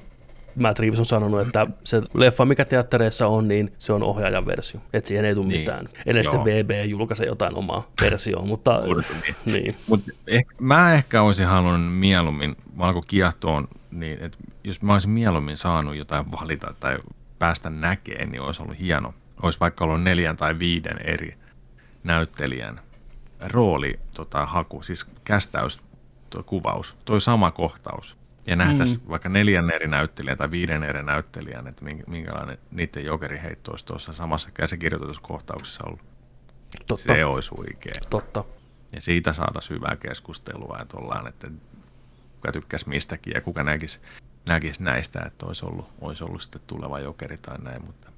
Matt Reeves on sanonut, että se leffa, mikä teattereissa on, niin se on ohjaajan versio. Että siihen ei tule niin. mitään. Ennen sitten V B julkaisee jotain omaa versioon, mutta niin. Mut ehkä, mä ehkä olisin halunnut mieluummin, mä alkoi kiehtoon, niin että jos mä olisin mieluummin saanut jotain valita tai päästä näkeen, niin olisi ollut hieno. Olisi vaikka ollut neljän tai viiden eri näyttelijän rooli tota, haku, siis kästäys, tuo kuvaus, toi sama kohtaus. Ja nähtäisiin mm. vaikka neljän eri näyttelijän tai viiden eri näyttelijän, että minkälainen niiden jokeriheitto olisi tuossa samassa käsikirjoitetussa kohtauksessa ollut. Totta. Se olisi huikea. Totta. Ja siitä saataisiin hyvää keskustelua, että ollaan, että kuka tykkäisi mistäkin ja kuka näkisi, näkisi näistä, että olisi ollut, olisi ollut sitten tuleva jokeri tai näin. Mutta...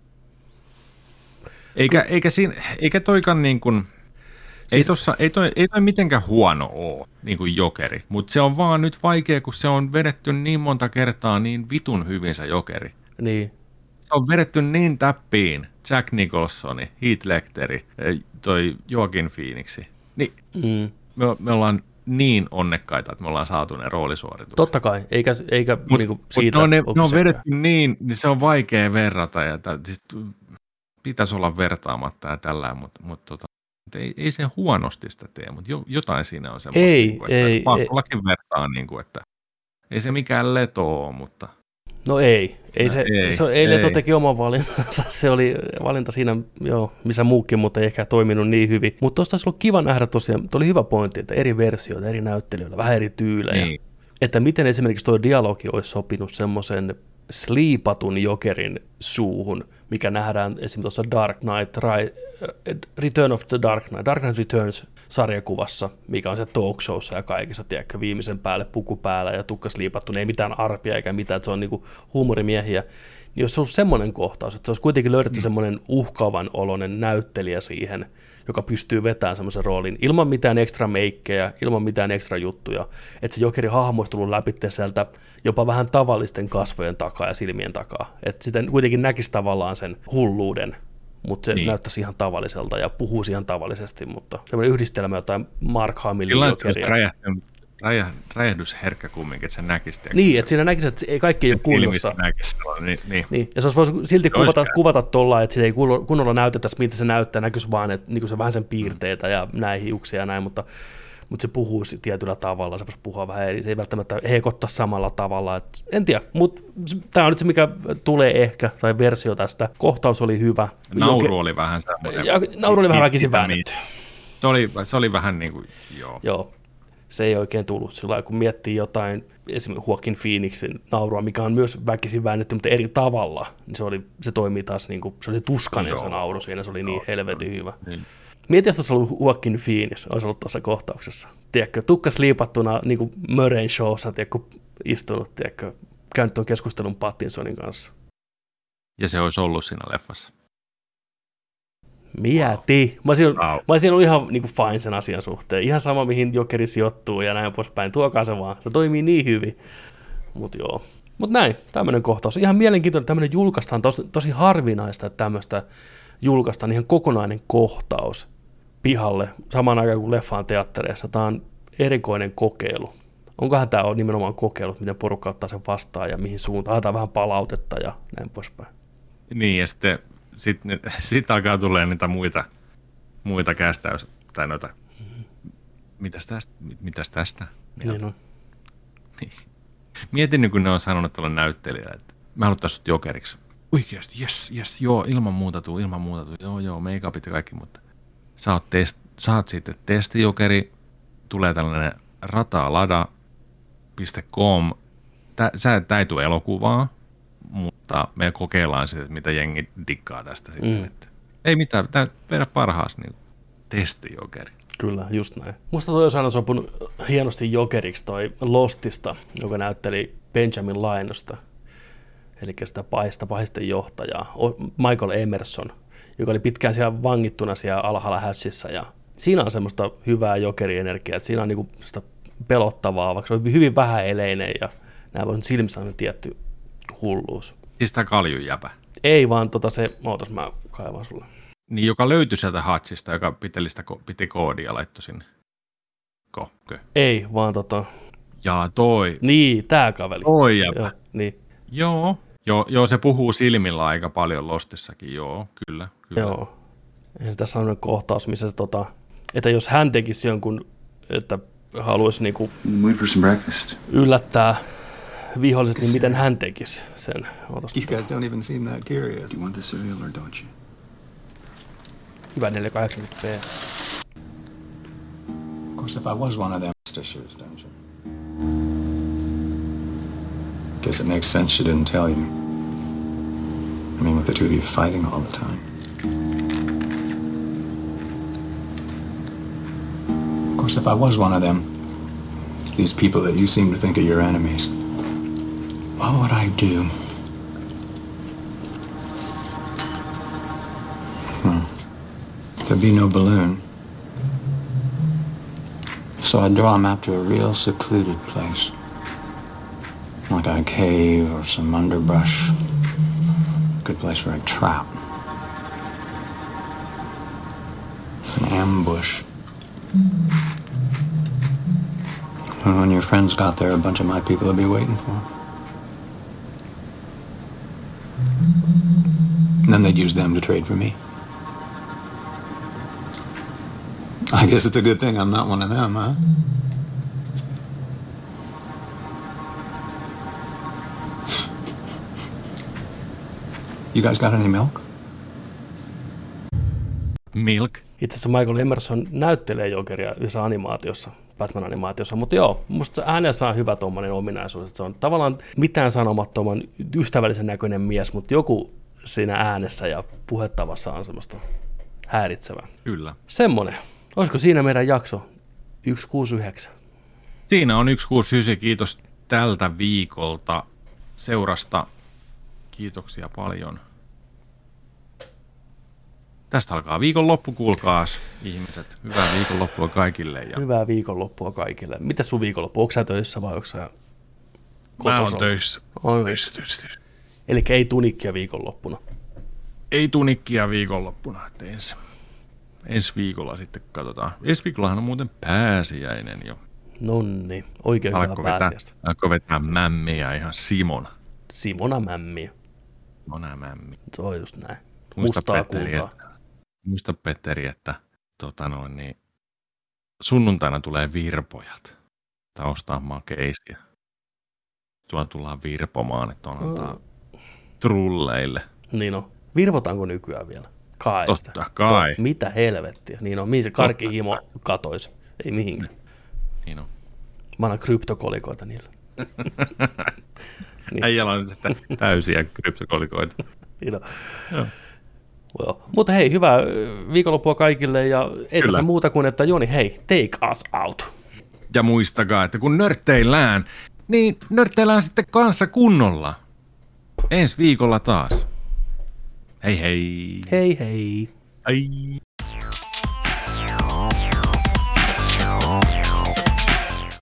Eikä, eikä, siinä, eikä toikaan niin kuin... Siis... Ei, tossa, ei, toi, ei toi mitenkään huono ole, niin kuin jokeri, mutta se on vaan nyt vaikea, kun se on vedetty niin monta kertaa niin vitun hyvin se jokeri. Niin. Se on vedetty niin täppiin, Jack Nicholsoni, Heath Ledgeri, toi Joaquin Phoenixi. Niin mm. me, me ollaan niin onnekkaita, että me ollaan saatu ne roolisuoritukset. Totta kai, eikä, eikä mut, niinku mut siitä ne on, ne, ole ne on vedetty niin, niin se on vaikea verrata ja t- siis, pitäisi olla vertaamatta ja tällä, mutta mut, tota, Ei, ei se huonosti sitä tee, mutta jo, jotain siinä on semmoista, ei, niin kuin, ei, että pakkollakin vertaa, niin kuin, että ei se mikään leto ole, mutta... No ei, ei, se, ei, se, ei, ei Leto teki oman valintansa, se oli valinta siinä, joo, missä muukin, mutta ei ehkä toiminut niin hyvin. Mutta tuosta olisi ollut kiva nähdä tosiaan, tuo oli hyvä pointti, että eri versioita, eri näyttelijöillä, vähän eri tyylejä. Niin. Että miten esimerkiksi tuo dialogi olisi sopinut semmoisen sliipatun jokerin suuhun, mikä nähdään esimerkiksi tuossa Dark Knight, Return of the Dark Knight, Dark Knight Returns -sarjakuvassa, mikä on se talk showssa ja kaikissa, tiedätkö, viimeisen päälle puku päällä ja tukka sliipattu, ei mitään arpia eikä mitään, että se on niinku huumorimiehiä. Niin jos se olisi semmoinen kohtaus, että se olisi kuitenkin löydetty mm. semmoinen uhkaavan oloinen näyttelijä siihen, joka pystyy vetämään semmoisen roolin ilman mitään ekstra meikkejä, ilman mitään ekstra juttuja, että se jokeri hahmo olisi tullut läpi sieltä jopa vähän tavallisten kasvojen takaa ja silmien takaa, että sitten kuitenkin näkisi tavallaan sen hulluuden, mutta se niin. näyttäisi ihan tavalliselta ja puhuisi ihan tavallisesti, mutta semmoinen yhdistelmä jotain Mark Hamillin jokeria. Räjähdysherkkä kumminkin, että se näkisi. Niin, että siinä näkisi, että kaikki ei ole kunnossa. Näkisi, niin, niin. Niin. Ja se olisi voisi silti kuvata, kuvata tuolla, että sitä ei kunnolla näytetä, miltä se näyttää, näkyisi vaan, että niin se vähän sen piirteitä ja näin hiuksia ja näin, mutta, mutta se puhuu tietyllä tavalla, se voisi puhua vähän eri, se ei välttämättä heikottaa samalla tavalla, että en tiedä, mutta tämä on nyt se, mikä tulee ehkä, tai versio tästä. Kohtaus oli hyvä. Nauru Joke... oli vähän semmoinen. Ja, nauru oli vähän väkisin väännetty. Se oli, se oli vähän niin kuin, joo. Joo. Se ei oikein tullut sillä kun miettii jotain, esimerkiksi Joaquin Phoenixin naurua, mikä on myös väkisin väännetty, mutta eri tavalla, niin se, oli, se toimii taas, niin kuin, se oli tuskainen joo, se nauru siinä, se oli niin helvetin hyvä. Niin. Mieti, jos olisi ollut Joaquin Phoenix, olisi ollut tuossa kohtauksessa. Tiedätkö, tukkas liipattuna niin kuin Murrayn showssa, tiedätkö, istunut, tiedätkö, käynyt tuon keskustelun Pattinsonin kanssa. Ja se olisi ollut siinä leffassa. Mieti. Mä olisin, wow. mä olisin ollut ihan niin kuin fine sen asian suhteen. Ihan sama, mihin jokeri sijoittuu ja näin poispäin. Tuokaa se vaan. Se toimii niin hyvin. Mutta joo. Mutta näin, tämmöinen kohtaus. Ihan mielenkiintoinen, tämmöinen julkaistaan tosi, tosi harvinaista, että tämmöistä julkaistaan ihan kokonainen kohtaus pihalle samaan aikaan kuin leffaan teattereissa. Tämä on erikoinen kokeilu. Onkohan tämä on nimenomaan kokeilu, miten porukka ottaa sen vastaan ja mihin suuntaan. Haetaan vähän palautetta ja näin poispäin. Niin, ja sitten Sitten sit alkaa tulee niitä muita, muita kästäys, tai noita, mm-hmm. mitäs tästä? Mitäs tästä? Niin on. Mietin nyt, kun ne on sanonut tuolla näyttelijällä, että mä halutaan sut jokeriksi. Oikeasti, jes, jes, joo, ilman muuta tuu, ilman muuta tuu, joo, joo, make-upit ja kaikki, mutta sä oot, test, sä oot sitten testijokeri, tulee tällainen ratalada piste com, tää, sä, tää ei tule elokuvaa, mutta me kokeillaan sitä, että mitä jengi dikkaa tästä sitten. Mm. Että ei mitään, pitää tehdä parhaas niin testijokeri. Kyllä, just näin. Musta toi olisi aina sopunut hienosti jokeriksi toi Lostista, joka näytteli Benjamin Lainosta, eli sitä pahista pahisten johtajaa, Michael Emerson, joka oli pitkään siellä vangittuna siellä alhaalla hässissä. Ja siinä on semmoista hyvää jokerienergiaa, että siinä on niinku sitä pelottavaa, vaikka se on hyvin vähäeleinen ja nämä on silmissä on tietty hulluus. Siis tämä kaljun jäpä? Ei, vaan tota se, ootas mä kaivan sulle. Niin, joka löytyi sieltä hatsista, joka pitelistä, piti koodia ja laittoi sinne. Kokö? Ei, vaan tota... Jaa, toi. Niin, tää kaveli. Toi jäpä. Joo, niin. Joo, joo, joo, se puhuu silmillä aika paljon Lostissakin, joo, kyllä. kyllä. Joo. Eli tässä on kohtaus, missä se, tota, että jos hän tekisi jonkun, että haluaisi niinku Mood for some breakfast. yllättää viholliset, niin miten hän tekisi sen? Ootas, You guys don't even seem that curious. You want the cereal or don't you? hyvä neljäsataakahdeksankymmentä p. Of course, if I was one of them, shoes, don't you? Guess it makes sense she didn't tell you. I mean, with the two of you fighting all the time. Of course, if I was one of them, these people that you seem to think are your enemies, what would I do? Hmm. There'd be no balloon. So I'd draw a map to a real secluded place. Like a cave or some underbrush. Good place for a trap. An ambush. And when your friends got there, a bunch of my people would be waiting for them. And then they'd use them to trade for me. I guess it's a good thing I'm not one of them, huh? You guys got any milk? Milk. Itse asiassa Michael Emerson näyttelee Jokeria yhdessä animaatiossa, Batman-animaatiossa, mutta joo, musta äänessä on hyvä tuommoinen ominaisuus, että se on tavallaan mitään sanomattoman ystävällisen näköinen mies, mutta joku siinä äänessä ja puhetavassa on semmoista häiritsevää. Kyllä. Semmoinen. Olisiko siinä meidän jakso yksi kuusi yhdeksän? Siinä on yksi kuusi yhdeksän. Kiitos tältä viikolta seurasta. Kiitoksia paljon. Tästä alkaa viikonloppu, kuulkaas ihmiset. Hyvää viikonloppua kaikille. Ja... Hyvää viikonloppua kaikille. Mitä sun viikonloppu? Onko sä töissä vai onko sä Mä oon kotosalla? töissä. Oi. töissä, töissä, töissä. Eli ei tunikkia viikonloppuna. Ei tunikkia viikonloppuna. Että ensi, ensi viikolla sitten katsotaan. Ensi viikollahan on muuten pääsiäinen jo. Nonni, oikein hyvää Alkoi vetää, pääsiäistä. alkoi vetää mämmiä ihan Simona. Simona Mämmiä. Simona mämmi. Se on just näin. Muista Mustaa Petteri, kultaa. että, muista Petteri, että tota noin, niin, sunnuntaina tulee virpojat. Tai ostaa makeisia. Tuolla tullaan virpomaan, että on antaa trulleille. Niin on. Virvotaanko nykyään vielä? Kai Totta sitä. kai. To, mitä helvettiä? Niin on. Mihin se karkkihimo katoisi? Ei mihinkään. Niin on. Mä annan kryptokolikoita niillä. Niin. Äijällä on sitten täysiä kryptokolikoita. Niin on. Joo. Well. Mutta hei, hyvää viikonloppua kaikille ja ei Kyllä. tässä muuta kuin, että Joni, hei, take us out. Ja muistakaa, että kun nörtteillään, niin nörtteillään sitten kanssa kunnolla. Ensi viikolla taas. Hei hei. Hei hei. Ai.